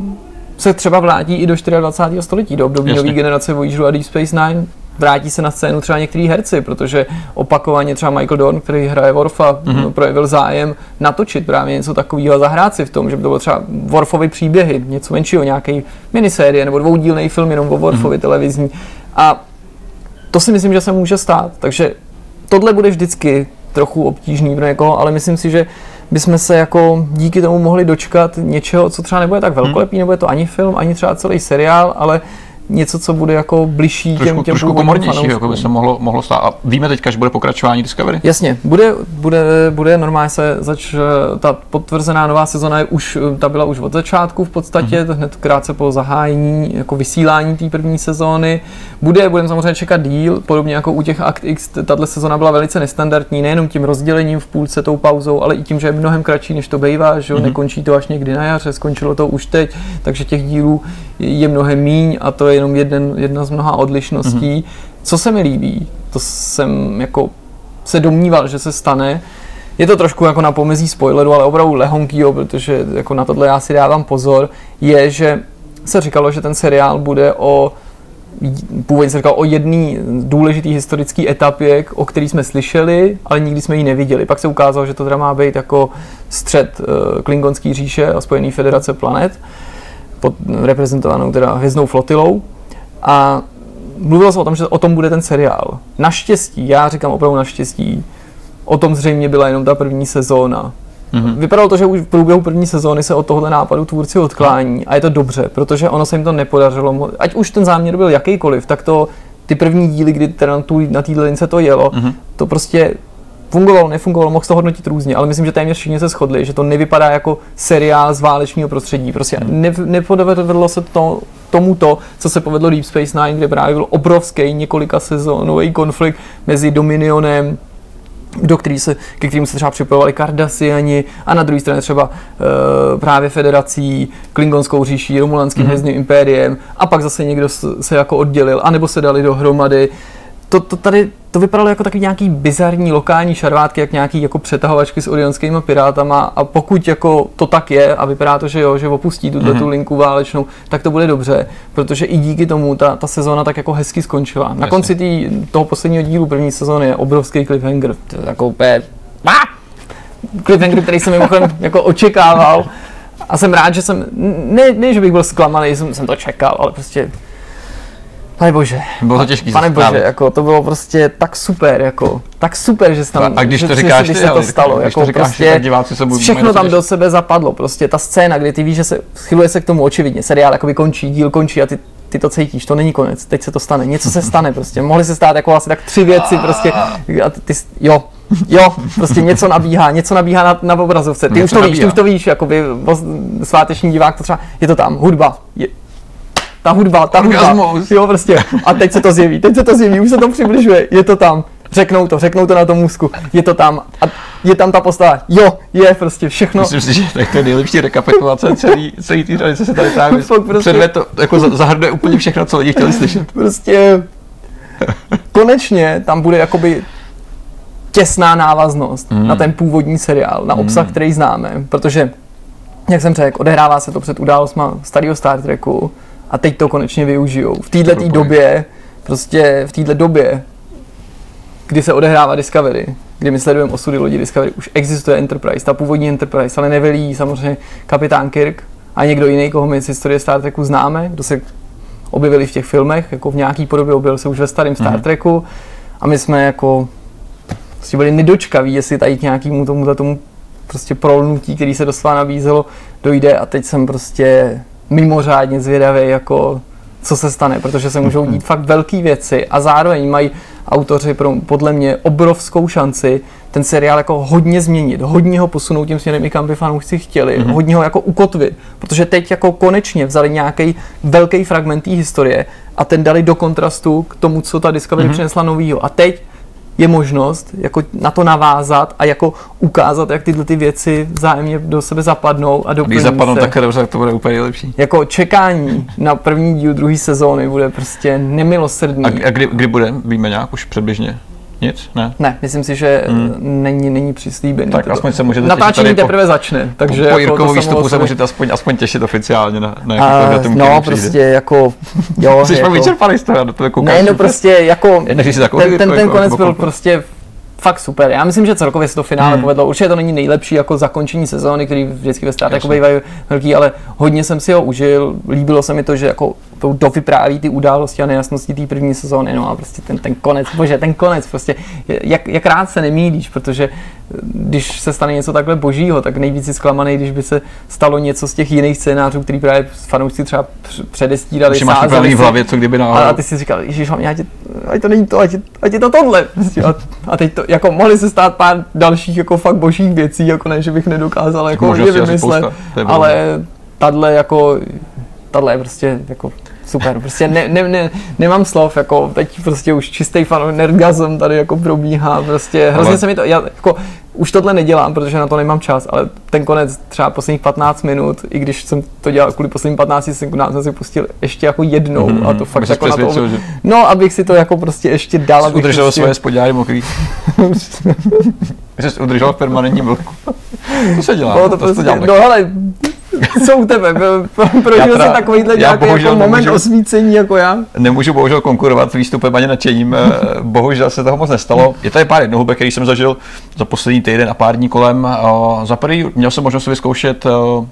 S1: se třeba vrátí i do dvacátého čtvrtého století, do období nové generace Voyageru a Deep Space Nine. Vrátí se na scénu třeba některý herci, protože opakovaně třeba Michael Dorn, který hraje Worfa, mm-hmm. projevil zájem natočit právě něco takového a zahrát si v tom, že by to bylo třeba Worfovy příběhy, něco menšího, nějaký minisérie nebo dvoudílný film jenom o Worfovi mm-hmm. televizní. A to si myslím, že se může stát, takže tohle bude vždycky trochu obtížný pro někoho, ale myslím si, že bychom se jako díky tomu mohli dočkat něčeho, co třeba nebude tak velkolepý, nebude to ani film, ani třeba celý seriál, ale něco, co bude jako bližší
S2: trošku,
S1: těm, těm
S2: trošku komornější, jako by se mohlo, mohlo stát. A víme teďka, že bude pokračování Discovery?
S1: Jasně, bude, bude, bude normálně se zač, ta potvrzená nová sezona je už, ta byla už od začátku v podstatě, mm-hmm. hned krátce po zahájení, jako vysílání té první sezóny. Bude, budeme samozřejmě čekat díl, podobně jako u těch Act X, tato sezona byla velice nestandardní, nejenom tím rozdělením v půlce, tou pauzou, ale i tím, že je mnohem kratší, než to bývá, že mm-hmm. nekončí to až někdy na jaře, skončilo to už teď, takže těch dílů je mnohem míň a to je jenom jeden, jedna z mnoha odlišností. Mm-hmm. Co se mi líbí, to jsem jako se domníval, že se stane. Je to trošku jako na pomezí spoileru, ale opravdu lehonkýho, protože jako na tohle já si dávám pozor, je, že se říkalo, že ten seriál bude o původně se říkal o jedné důležité historické etapě, o který jsme slyšeli, ale nikdy jsme ji neviděli. Pak se ukázalo, že to teda má být jako střed uh, Klingonský říše a Spojené federace planet, pod, reprezentovanou teda hvězdnou flotilou. A mluvilo se o tom, že o tom bude ten seriál. Naštěstí, já říkám opravdu naštěstí, o tom zřejmě byla jenom ta první sezóna. Mm-hmm. Vypadalo to, že už v průběhu první sezóny se od tohohle nápadu tvůrci odklání a je to dobře, protože ono se jim to nepodařilo. Ať už ten záměr byl jakýkoliv, tak to ty první díly, kdy teda na, tu, na této lince to jelo, mm-hmm. to prostě fungovalo, nefungovalo, mohl se to hodnotit různě, ale myslím, že téměř všichni se shodli, že to nevypadá jako seriál z válečního prostředí. Prostě mm. ne, nepovedlo se to tomuto, co se povedlo Deep Space Nine, kde právě byl obrovský několika sezónový konflikt mezi Dominionem, do který se, ke kterému se třeba připojovali Cardassiani a na druhé straně třeba e, právě Federací, Klingonskou říší, Romulanským hvězdným mm-hmm. impériem a pak zase někdo se jako oddělil, anebo se dali dohromady. To, to tady to vypadalo jako takový nějaký bizarní lokální šarvátky, jak nějaký jako přetahovačky s orionskými pirátama a pokud jako to tak je a vypadá to, že jo, že opustí tuto mm-hmm. tu linku válečnou, tak to bude dobře, protože i díky tomu ta, ta sezóna tak jako hezky skončila. Na Jasně. konci tý, toho posledního dílu první sezóny je obrovský cliffhanger, to je jako úplně cliffhanger, který jsem mimochodem jako očekával a jsem rád, že jsem, ne, ne že bych byl zklamaný, jsem, jsem to čekal, ale prostě Pane bože,
S2: bylo to těžký
S1: pane bože, jako to bylo prostě tak super, jako tak super, že se tam,
S2: a když
S1: že,
S2: to říkáš
S1: když
S2: ty,
S1: se to stalo,
S2: když
S1: jako
S2: to říkáš,
S1: prostě
S2: tak diváci se budou
S1: všechno tam do sebe zapadlo, prostě ta scéna, kdy ty víš, že se schyluje se k tomu očividně, seriál jakoby končí, díl končí a ty ty to cítíš, to není konec, teď se to stane, něco se stane prostě, mohly se stát jako asi tak tři věci prostě, a ty, ty jo, jo, prostě něco nabíhá, něco nabíhá na, na obrazovce, ty už to víš, ty už to víš, jakoby sváteční divák to třeba, je to tam, hudba, je, ta hudba, ta hudba, jo prostě, a teď se to zjeví, teď se to zjeví, už se to přibližuje, je to tam, řeknou to, řeknou to na tom úzku, je to tam a je tam ta postava, jo, je prostě všechno.
S2: Myslím si, že tak to je nejlepší rekapitulace celý, celý té řady, co se tady právě prostě předve to, jako zahrnuje úplně všechno, co lidi chtěli slyšet.
S1: Prostě konečně tam bude jakoby těsná návaznost mm. na ten původní seriál, na obsah, mm. který známe, protože, jak jsem řekl, odehrává se to před událostma starého Star Treku, a teď to konečně využijou. V této době, prostě v této době, kdy se odehrává Discovery, kdy my sledujeme osudy lodi Discovery, už existuje Enterprise, ta původní Enterprise, ale nevelí samozřejmě kapitán Kirk a někdo jiný, koho my z historie Star Treku známe, kdo se objevili v těch filmech, jako v nějaký podobě objevil se už ve starém Star Treku a my jsme jako prostě byli nedočkaví, jestli tady k nějakému tomu, tomu prostě prolnutí, který se doslova nabízelo, dojde a teď jsem prostě mimořádně zvědavý, jako co se stane, protože se můžou dít fakt velké věci a zároveň mají autoři pro, podle mě obrovskou šanci ten seriál jako hodně změnit, hodně ho posunout tím směrem, i kam by fanoušci chtěli, mm-hmm. hodně ho jako ukotvit, protože teď jako konečně vzali nějaký velký fragment té historie a ten dali do kontrastu k tomu, co ta Discovery mm-hmm. přinesla novýho. A teď je možnost jako na to navázat a jako ukázat, jak tyhle ty věci vzájemně do sebe zapadnou a doplní se. Když
S2: zapadnou tak dobře, tak to bude úplně lepší.
S1: Jako čekání na první díl druhé sezóny bude prostě nemilosrdný.
S2: A, a kdy, kdy bude? Víme nějak už přibližně? Nic? Ne?
S1: Ne, myslím si, že hmm. není, není přislíbený.
S2: Tak aspoň se můžete
S1: natáčení teprve po, začne, takže
S2: po, po
S1: jako
S2: Jirkovu výstupu se můžete aspoň, aspoň těšit oficiálně na, na
S1: a, jaký no, no prostě jako, jo.
S2: Jsi
S1: jako,
S2: vyčerpaný z toho, na to koukáš.
S1: Ne, no prostě jako,
S2: ten,
S1: ten, ten, ten konec byl prostě fakt super. Já myslím, že celkově se to finále hmm. povedlo. Určitě to není nejlepší jako zakončení sezóny, který vždycky ve Star Treku bývají velký, ale hodně jsem si ho užil. Líbilo se mi to, že jako to dovypráví ty události a nejasnosti té první sezóny, no a prostě ten, ten konec, bože, ten konec, prostě jak, jak rád se nemýlíš, protože když se stane něco takhle božího, tak nejvíc si zklamaný, když by se stalo něco z těch jiných scénářů, který právě fanoušci třeba předestírali,
S2: sázeli v hlavě, co kdyby náhodou.
S1: A ty si říkal, ježiš, ať, ať to není to, ať, ať je to tohle. Prostě a, a teď to, jako mohli se stát pár dalších jako fakt božích věcí, jako ne, že bych nedokázal jako hodně vymyslet, ale tahle jako, tahle je prostě jako super, prostě ne, ne, ne, nemám slov, jako teď prostě už čistý fan nerdgasm tady jako probíhá, prostě hrozně ale... se mi to, já jako už tohle nedělám, protože na to nemám čas, ale ten konec třeba posledních patnáct minut, i když jsem to dělal kvůli posledním patnácti sekundám, jsem si pustil ještě jako jednou mm-hmm. a to fakt jako na to, že... no abych si to jako prostě ještě dal, abych
S2: udržel
S1: prostě...
S2: svoje spodňáry mokrý. Že jsi udržel v permanentní vlhku. To se dělá,
S1: no, to,
S2: to,
S1: prostě,
S2: to dělám
S1: no hele, co u tebe, prožil jsi takovýhle nějaký jako moment nemůžu, osvícení jako já?
S2: Nemůžu bohužel konkurovat s výstupem ani nadšením, bohužel se toho moc nestalo. Je tady pár jednohubek, který jsem zažil za poslední týden a pár dní kolem. Za prvý měl jsem možnost vyzkoušet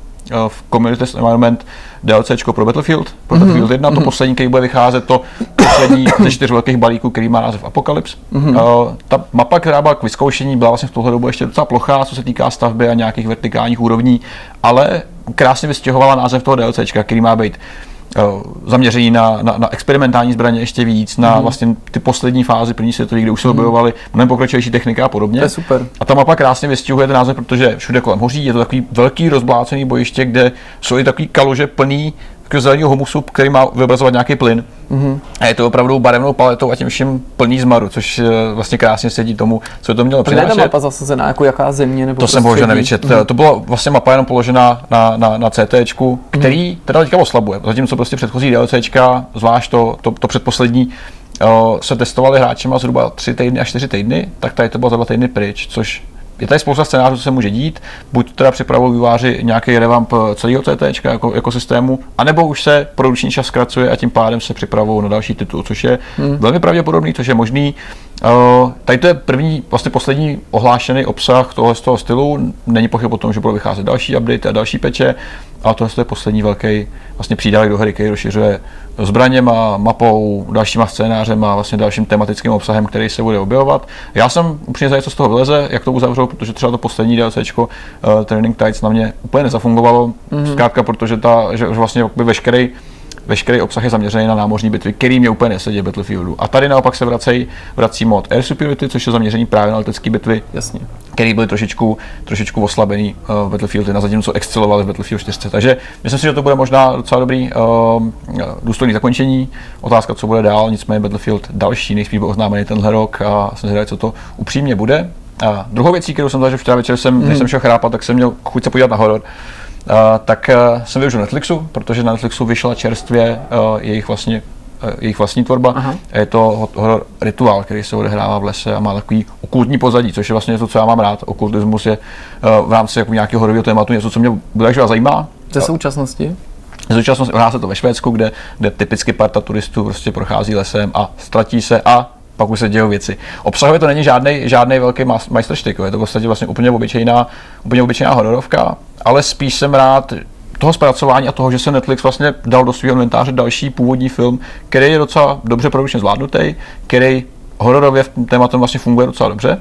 S2: v Community Test Environment DLCčko pro Battlefield, pro mm-hmm. Battlefield jedna, to poslední, který bude vycházet, to poslední ze čtyř velkých balíků, který má název Apocalypse. Mm-hmm. Uh, ta mapa, která byla k vyzkoušení, byla vlastně v tohle dobu ještě docela plochá, co se týká stavby a nějakých vertikálních úrovní, ale krásně vystěhovala název toho DLCčka, který má být uh, zaměřený na, na, na experimentální zbraně ještě víc, na mm-hmm. vlastně ty poslední fázi první světové, kde už se objevovali mnohem pokročilejší technika a podobně.
S1: To je super.
S2: A ta mapa krásně vystihuje ten název, protože všude kolem hoří, je to takový velký rozblácený bojiště, kde jsou i takový kaluže plný zeleného humusu, který má vyobrazovat nějaký plyn. Mm-hmm. A je to opravdu barevnou paletou a tím vším plný zmaru, což vlastně krásně sedí tomu, co to mělo přinášet.
S1: Kde je ta mapa zasazená, jako jaká země nebo
S2: to jsem bohužel nevyčet. Mm-hmm. To byla vlastně mapa jenom položená na, na, na CTčku, který mm-hmm. teda teďka oslabuje. Zatímco prostě předchozí DLCčka, zvlášť to, to, to předposlední, o, se testovali hráčema zhruba tři týdny a čtyři týdny, tak tady to bylo za dva týdny pryč, což je tady spousta scénářů, co se může dít, buď teda připravují vývojáři nějaký revamp celého CTčka jako, jako systému, anebo už se produkční čas zkracuje a tím pádem se připravují na další titul, což je hmm. velmi pravděpodobný, což je možný. Uh, tady to je první, vlastně poslední ohlášený obsah tohle z toho stylu, není pochyb o tom, že budou vycházet další update a další peče, ale tohle je poslední velký vlastně přídavek do hry, který rozšiřuje zbraněma, mapou, dalšíma scénářem a vlastně dalším tematickým obsahem, který se bude objevovat. Já jsem upřímně zvědavý, co z toho vyleze, jak to uzavřou, protože třeba to poslední DLCčko uh, Turning Tides na mě úplně nezafungovalo, mm-hmm. zkrátka, protože ta, že vlastně veškerý Veškerý obsah je zaměřený na námořní bitvy, který mě úplně nesedí v Battlefieldu. A tady naopak se vrací, vrací mod Air Superiority, což je zaměřený právě na letecké bitvy,
S1: jasně,
S2: který byly trošičku, trošičku oslabený uh, v Battlefield jedna, zatímco excelovali v Battlefield čtyři. Takže myslím si, že to bude možná docela dobrý uh, důstojný zakončení. Otázka, co bude dál, nicméně Battlefield další, nejspíš byl oznámený tenhle rok a jsem zvědavý, co to upřímně bude. A druhou věcí, kterou jsem zažil včera večer, jsem, mm. než jsem šel chrápat, tak jsem měl chuť se podívat na horor. Uh, tak uh, jsem využil Netflixu, protože na Netflixu vyšla čerstvě uh, jejich, vlastně, uh, jejich vlastní tvorba. Aha. Je to horor Rituál, který se odehrává v lese a má takový okultní pozadí, což je vlastně něco, co já mám rád. Okultismus je uh, v rámci jako nějakého hororového tématu něco, co mě bude zajímá.
S1: Ze současnosti?
S2: Ze současnosti odehrává se to ve Švédsku, kde, kde typicky parta turistů prostě prochází lesem a ztratí se a pak už se dějou věci. Obsahově to není žádný žádný velký majstrštyk, je to vlastně vlastně úplně obyčejná, úplně obyčejná hororovka, ale spíš jsem rád toho zpracování a toho, že se Netflix vlastně dal do svého inventáře další původní film, který je docela dobře produkčně zvládnutý, který hororově v tématu vlastně funguje docela dobře.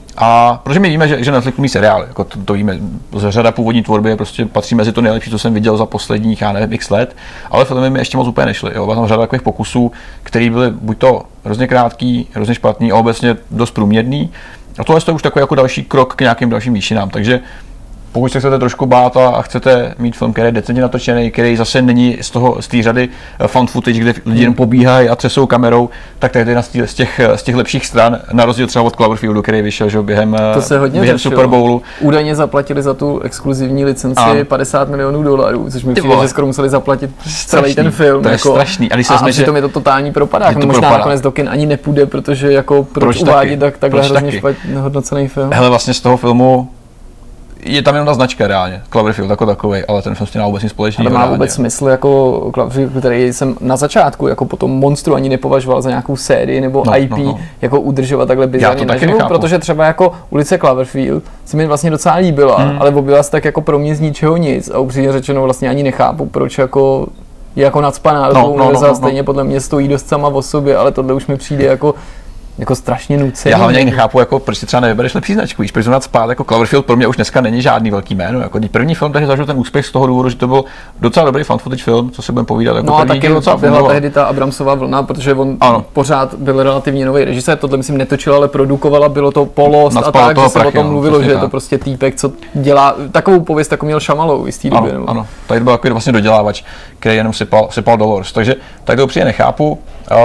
S2: A protože my víme, že, že Netflix umí seriály, jako to, to víme, řada původní tvorby je prostě patří mezi to nejlepší, co jsem viděl za posledních, já nevím, x let, ale filmy mi ještě moc úplně nešly. Jo. Byla tam řada takových pokusů, které byly buď to hrozně krátký, hrozně špatný a obecně dost průměrný. A tohle je už takový jako další krok k nějakým dalším výšinám. Takže pokud se chcete trošku bát a chcete mít film, který je decentně natočený, který zase není z toho z té řady found footage, kde lidi jen pobíhají a třesou kamerou, tak tady je jedna z těch, z těch lepších stran, na rozdíl třeba od Cloverfieldu, který vyšel že, během,
S1: to se hodně
S2: během Super Bowlu.
S1: Údajně zaplatili za tu exkluzivní licenci a padesát milionů dolarů, což mi přijde, že skoro museli zaplatit celý ten film.
S2: To je
S1: jako,
S2: strašný. A,
S1: a, a přitom je to totální propadák. To možná propadá. Nakonec do kin ani nepůjde, protože jako proč, proč uvádí tak, takhle proč hrozně špatně hodnocený film.
S2: Hele, vlastně z toho filmu je tam jenom ta značka reálně, Cloverfield jako takovej, ale ten film s tím má vůbec nic společného.
S1: Ale má vůbec smysl jako Cloverfield, který jsem na začátku jako po tom monstru ani nepovažoval za nějakou sérii nebo
S2: no,
S1: I P, no, no. jako udržovat takhle bizarně naživu, protože třeba jako Ulice Cloverfield se mi vlastně docela líbila, hmm. ale objevila se tak jako pro mě z ničeho nic a upřímně řečeno vlastně ani nechápu, proč jako je jako nacpaná, no, no, no, no, stejně no. podle mě stojí dost sama o sobě, ale tohle už mi přijde jako jako strašně nucený.
S2: Já hlavně nechápu, jako proč si třeba nevybereš lepší značku, víš, proč spát, jako Cloverfield pro mě už dneska není žádný velký jméno, jako první film tehdy zažil ten úspěch z toho důvodu, že to byl docela dobrý fan footage film, co si budeme povídat, jako
S1: no a
S2: taky
S1: docela byla tehdy ta Abramsova vlna, protože on ano. pořád byl relativně nový režisér, tohle myslím netočil, ale produkovala, bylo to Polost a tak, že se o tom mluvilo, že je to prostě týpek, co dělá takovou pověst, jako měl Šamalou v jistý době.
S2: Ano, ano, tady byl takový vlastně dodělávač, který jenom sypal, sypal dollars, takže tak to upřímně nechápu.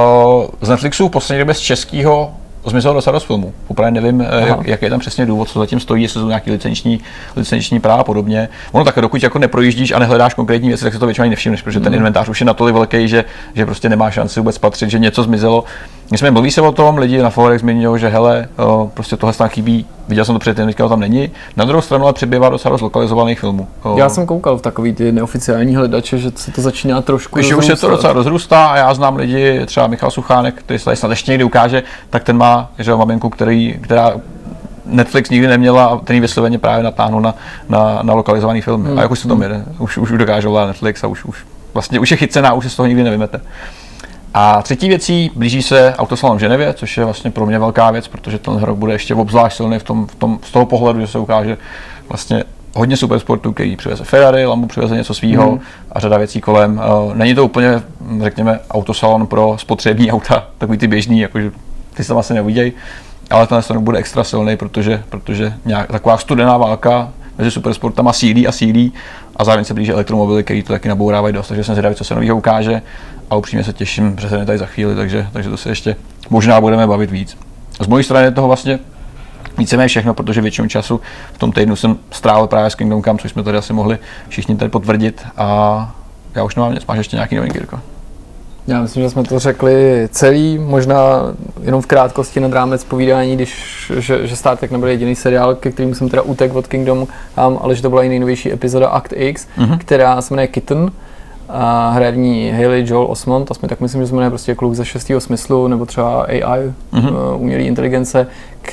S2: Z Netflixu v poslední době z českého zmizelo docela dost filmů. Úplně nevím, jak, jaký je tam přesně důvod, co zatím stojí, jestli jsou nějaký licenční, licenční práva a podobně. Ono tak, dokud jako neprojíždíš a nehledáš konkrétní věci, tak se to většinou ani nevšimneš, protože ten inventář už je natolik velký, že, že prostě nemá šanci vůbec patřit, že něco zmizelo. Nicméně mluví se o tom, lidi na forech zmiňují, že hele, prostě tohle tam chybí, viděl jsem to předtím, teďka tam není. Na druhou stranu ale přibývá docela zlokalizovaných filmů.
S1: Já jsem koukal v takový ty neoficiální hledače, že se to začíná trošku
S2: Když už se to docela rozrůstá a já znám lidi, třeba Michal Suchánek, který se tady snad ještě někdy ukáže, tak ten má, že maminku, který, která Netflix nikdy neměla a ten ji vysloveně právě natáhnul na, na, na lokalizovaný film. Hmm. A jak už se to jde, už, už dokáže volat Netflix a už, už, vlastně už je chycená, už se z toho nikdy nevymete. A třetí věcí, blíží se autosalon v Ženevě, což je vlastně pro mě velká věc, protože ten rok bude ještě obzvlášť silný v tom, v tom, z toho pohledu, že se ukáže vlastně hodně supersportů, který přiveze Ferrari, Lambo přiveze něco svýho mm. a řada věcí kolem. Není to úplně, řekněme, autosalon pro spotřební auta, takový ty běžný, jakože ty se tam asi neuvidějí, ale ten rok bude extra silný, protože, protože nějak, taková studená válka mezi supersportama sílí a sílí a zároveň se blíží elektromobily, který to taky nabourávají dost, takže jsem zvědavý, co se nového ukáže a upřímně se těším, že se tady za chvíli, takže, takže to se ještě možná budeme bavit víc. Z mojí strany je toho vlastně víceméně všechno, protože většinu času v tom týdnu jsem strávil právě s Kingdom Come, což jsme tady asi mohli všichni tady potvrdit a já už nemám nic, máš ještě nějaký novinky, Jirko?
S1: Já myslím, že jsme to řekli celý, možná jenom v krátkosti nad rámec povídání, když, že, že Star Trek nebyl jediný seriál, ke kterým jsem teda utekl od Kingdom, ale že to byla i nejnovější epizoda Act X, mm-hmm. která se jmenuje Kitten a hraje v ní Haley Joel Osment, aspoň tak myslím, že se jmenuje prostě kluk ze šestého smyslu, nebo třeba A I, mm-hmm. uh, umělé inteligence.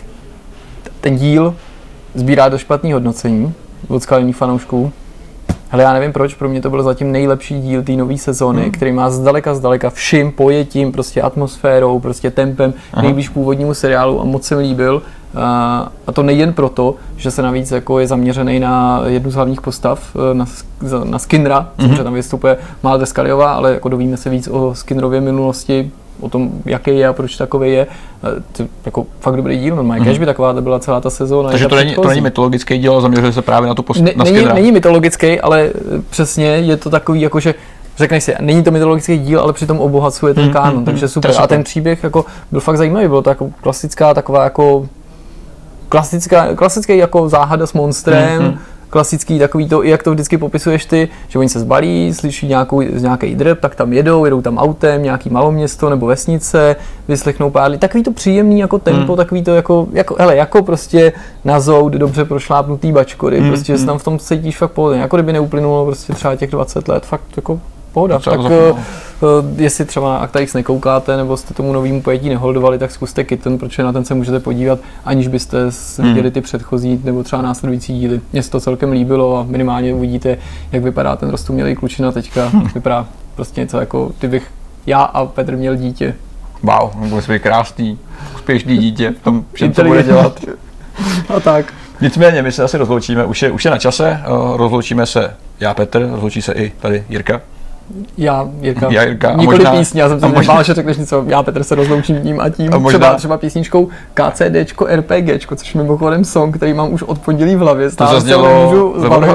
S1: Ten díl sbírá do špatný hodnocení od skalných fanoušků. Hele, já nevím proč, pro mě to byl zatím nejlepší díl té nové sezóny, hmm. který má zdaleka, zdaleka vším pojetím, prostě atmosférou, prostě tempem, nejblíž původnímu seriálu a moc se mi líbil. A, a to nejen proto, že se navíc jako je zaměřený na jednu z hlavních postav, na, na Skinnera, hmm. protože tam vystupuje Malde Scullyová, ale jako dovíme se víc o Skinnerově minulosti, o tom, jaký je a proč takový je. To jako fakt dobrý díl, normálně. Mm-hmm. Kež by taková to byla celá ta sezóna.
S2: Takže to není, to není mytologický díl, ale zaměřuje se právě na tu post-
S1: ne,
S2: na
S1: není, není mytologický, ale přesně je to takový, jakože řekneš si, není to mytologický díl, ale přitom obohacuje ten kánon, mm-hmm. takže super. super. A ten příběh jako byl fakt zajímavý, bylo to jako klasická taková jako klasická, klasický jako záhada s monstrem, mm-hmm. klasický takový to, jak to vždycky popisuješ ty, že oni se zbalí, slyší nějakou, nějaký drb, tak tam jedou, jedou tam autem, nějaký maloměsto nebo vesnice, vyslechnou pár lidí, takový to příjemný jako tempo, hmm. takový to jako, jako, hele, jako prostě na zout dobře prošlápnutý bačkory, hmm. prostě, že se tam v tom cítíš fakt pohodlně, jako kdyby neuplynulo prostě třeba těch dvacet let, fakt jako pohoda. Tak uh, jestli třeba na Acta X nekoukáte, nebo jste tomu novému pojetí neholdovali, tak zkuste Kitten, protože na ten se můžete podívat, aniž byste viděli ty předchozí nebo třeba následující díly. Mně se to celkem líbilo a minimálně uvidíte, jak vypadá ten roztumělý klučina teďka. Vypadá prostě něco jako, kdybych já a Petr měl dítě.
S2: Wow, bude se být krásný, úspěšný dítě, tam všem co bude dělat.
S1: A tak.
S2: Nicméně, my se asi rozloučíme, už je, už je na čase, uh, rozloučíme se já, Petr, rozloučí se i tady Jirka.
S1: Já, Jirka.
S2: Já, Jirka.
S1: Nikoli možná, písně, já jsem se nebál, že řekneš něco, já, Petr, se rozloučím tím a tím. A možná, třeba, třeba písničkou KCDčko, RPGčko, což je mimochodem song, který mám už od pondělí v hlavě.
S2: To zaznělo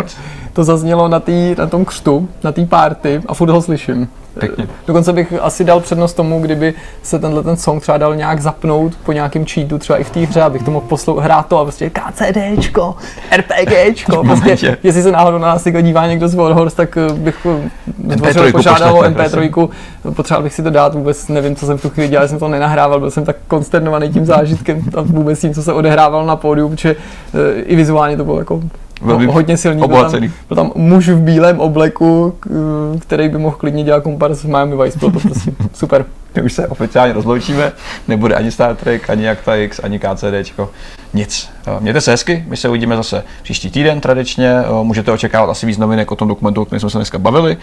S1: To zaznělo na, tý, na tom křtu, na té party a furt ho slyším.
S2: Pěkně.
S1: Dokonce bych asi dal přednost tomu, kdyby se tenhle ten song třeba dal nějak zapnout po nějakém cheatu, třeba i v té hře, abych to mohl poslou, hrát to a prostě KCDčko, RPGčko, prostě, jestli se náhodou na nás dívá někdo z Warhorse, tak bych vytvořil, požádal o M P tři, potřeboval bych si to dát, vůbec nevím, co jsem v tu chvíli dělal, jsem to nenahrával, byl jsem tak konsternovaný tím zážitkem a vůbec tím, co se odehrávalo na pódiu, protože i vizuálně to bylo jako
S2: velmi
S1: no, hodně silný. Byl tam, byl tam muž v bílém obleku, který by mohl klidně dělat kompars v Miami Vice. Bylo to prostě super.
S2: My už se oficiálně rozloučíme, nebude ani Star Trek, ani Akta X, ani KCDčko, nic. Mějte se hezky, my se uvidíme zase příští týden tradičně, můžete očekávat asi víc novinek o tom dokumentu, o kterém jsme se dneska bavili.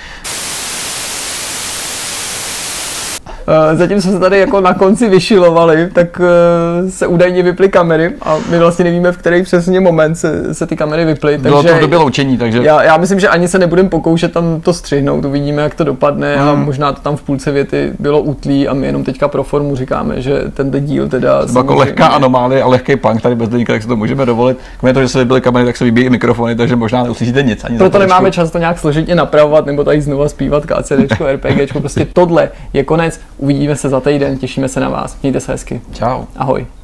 S1: Zatím jsme se tady jako na konci vyšilovali, tak se údajně vyply kamery a my vlastně nevíme, v který přesně moment se, se ty kamery vyply.
S2: Bylo to v době loučení, takže...
S1: Já, já myslím, že ani se nebudeme pokoušet tam to střihnout, uvidíme, jak to dopadne hmm. a možná to tam v půlce věty bylo útlý a my jenom teďka pro formu říkáme, že ten díl teda...
S2: To jako lehká anomálie a lehký punk tady bez deníka, tak si to můžeme dovolit. Kromě toho, že se vyply kamery, tak se vybíjí mikrofony, takže možná neuslyšíte nic. Ani
S1: proto nemáme čas to nějak složitě napravovat nebo tady znova zpívat KCDčko, RPGčko, prostě tohle je konec. Uvidíme se za týden, těšíme se na vás. Mějte se hezky.
S2: Čau.
S1: Ahoj.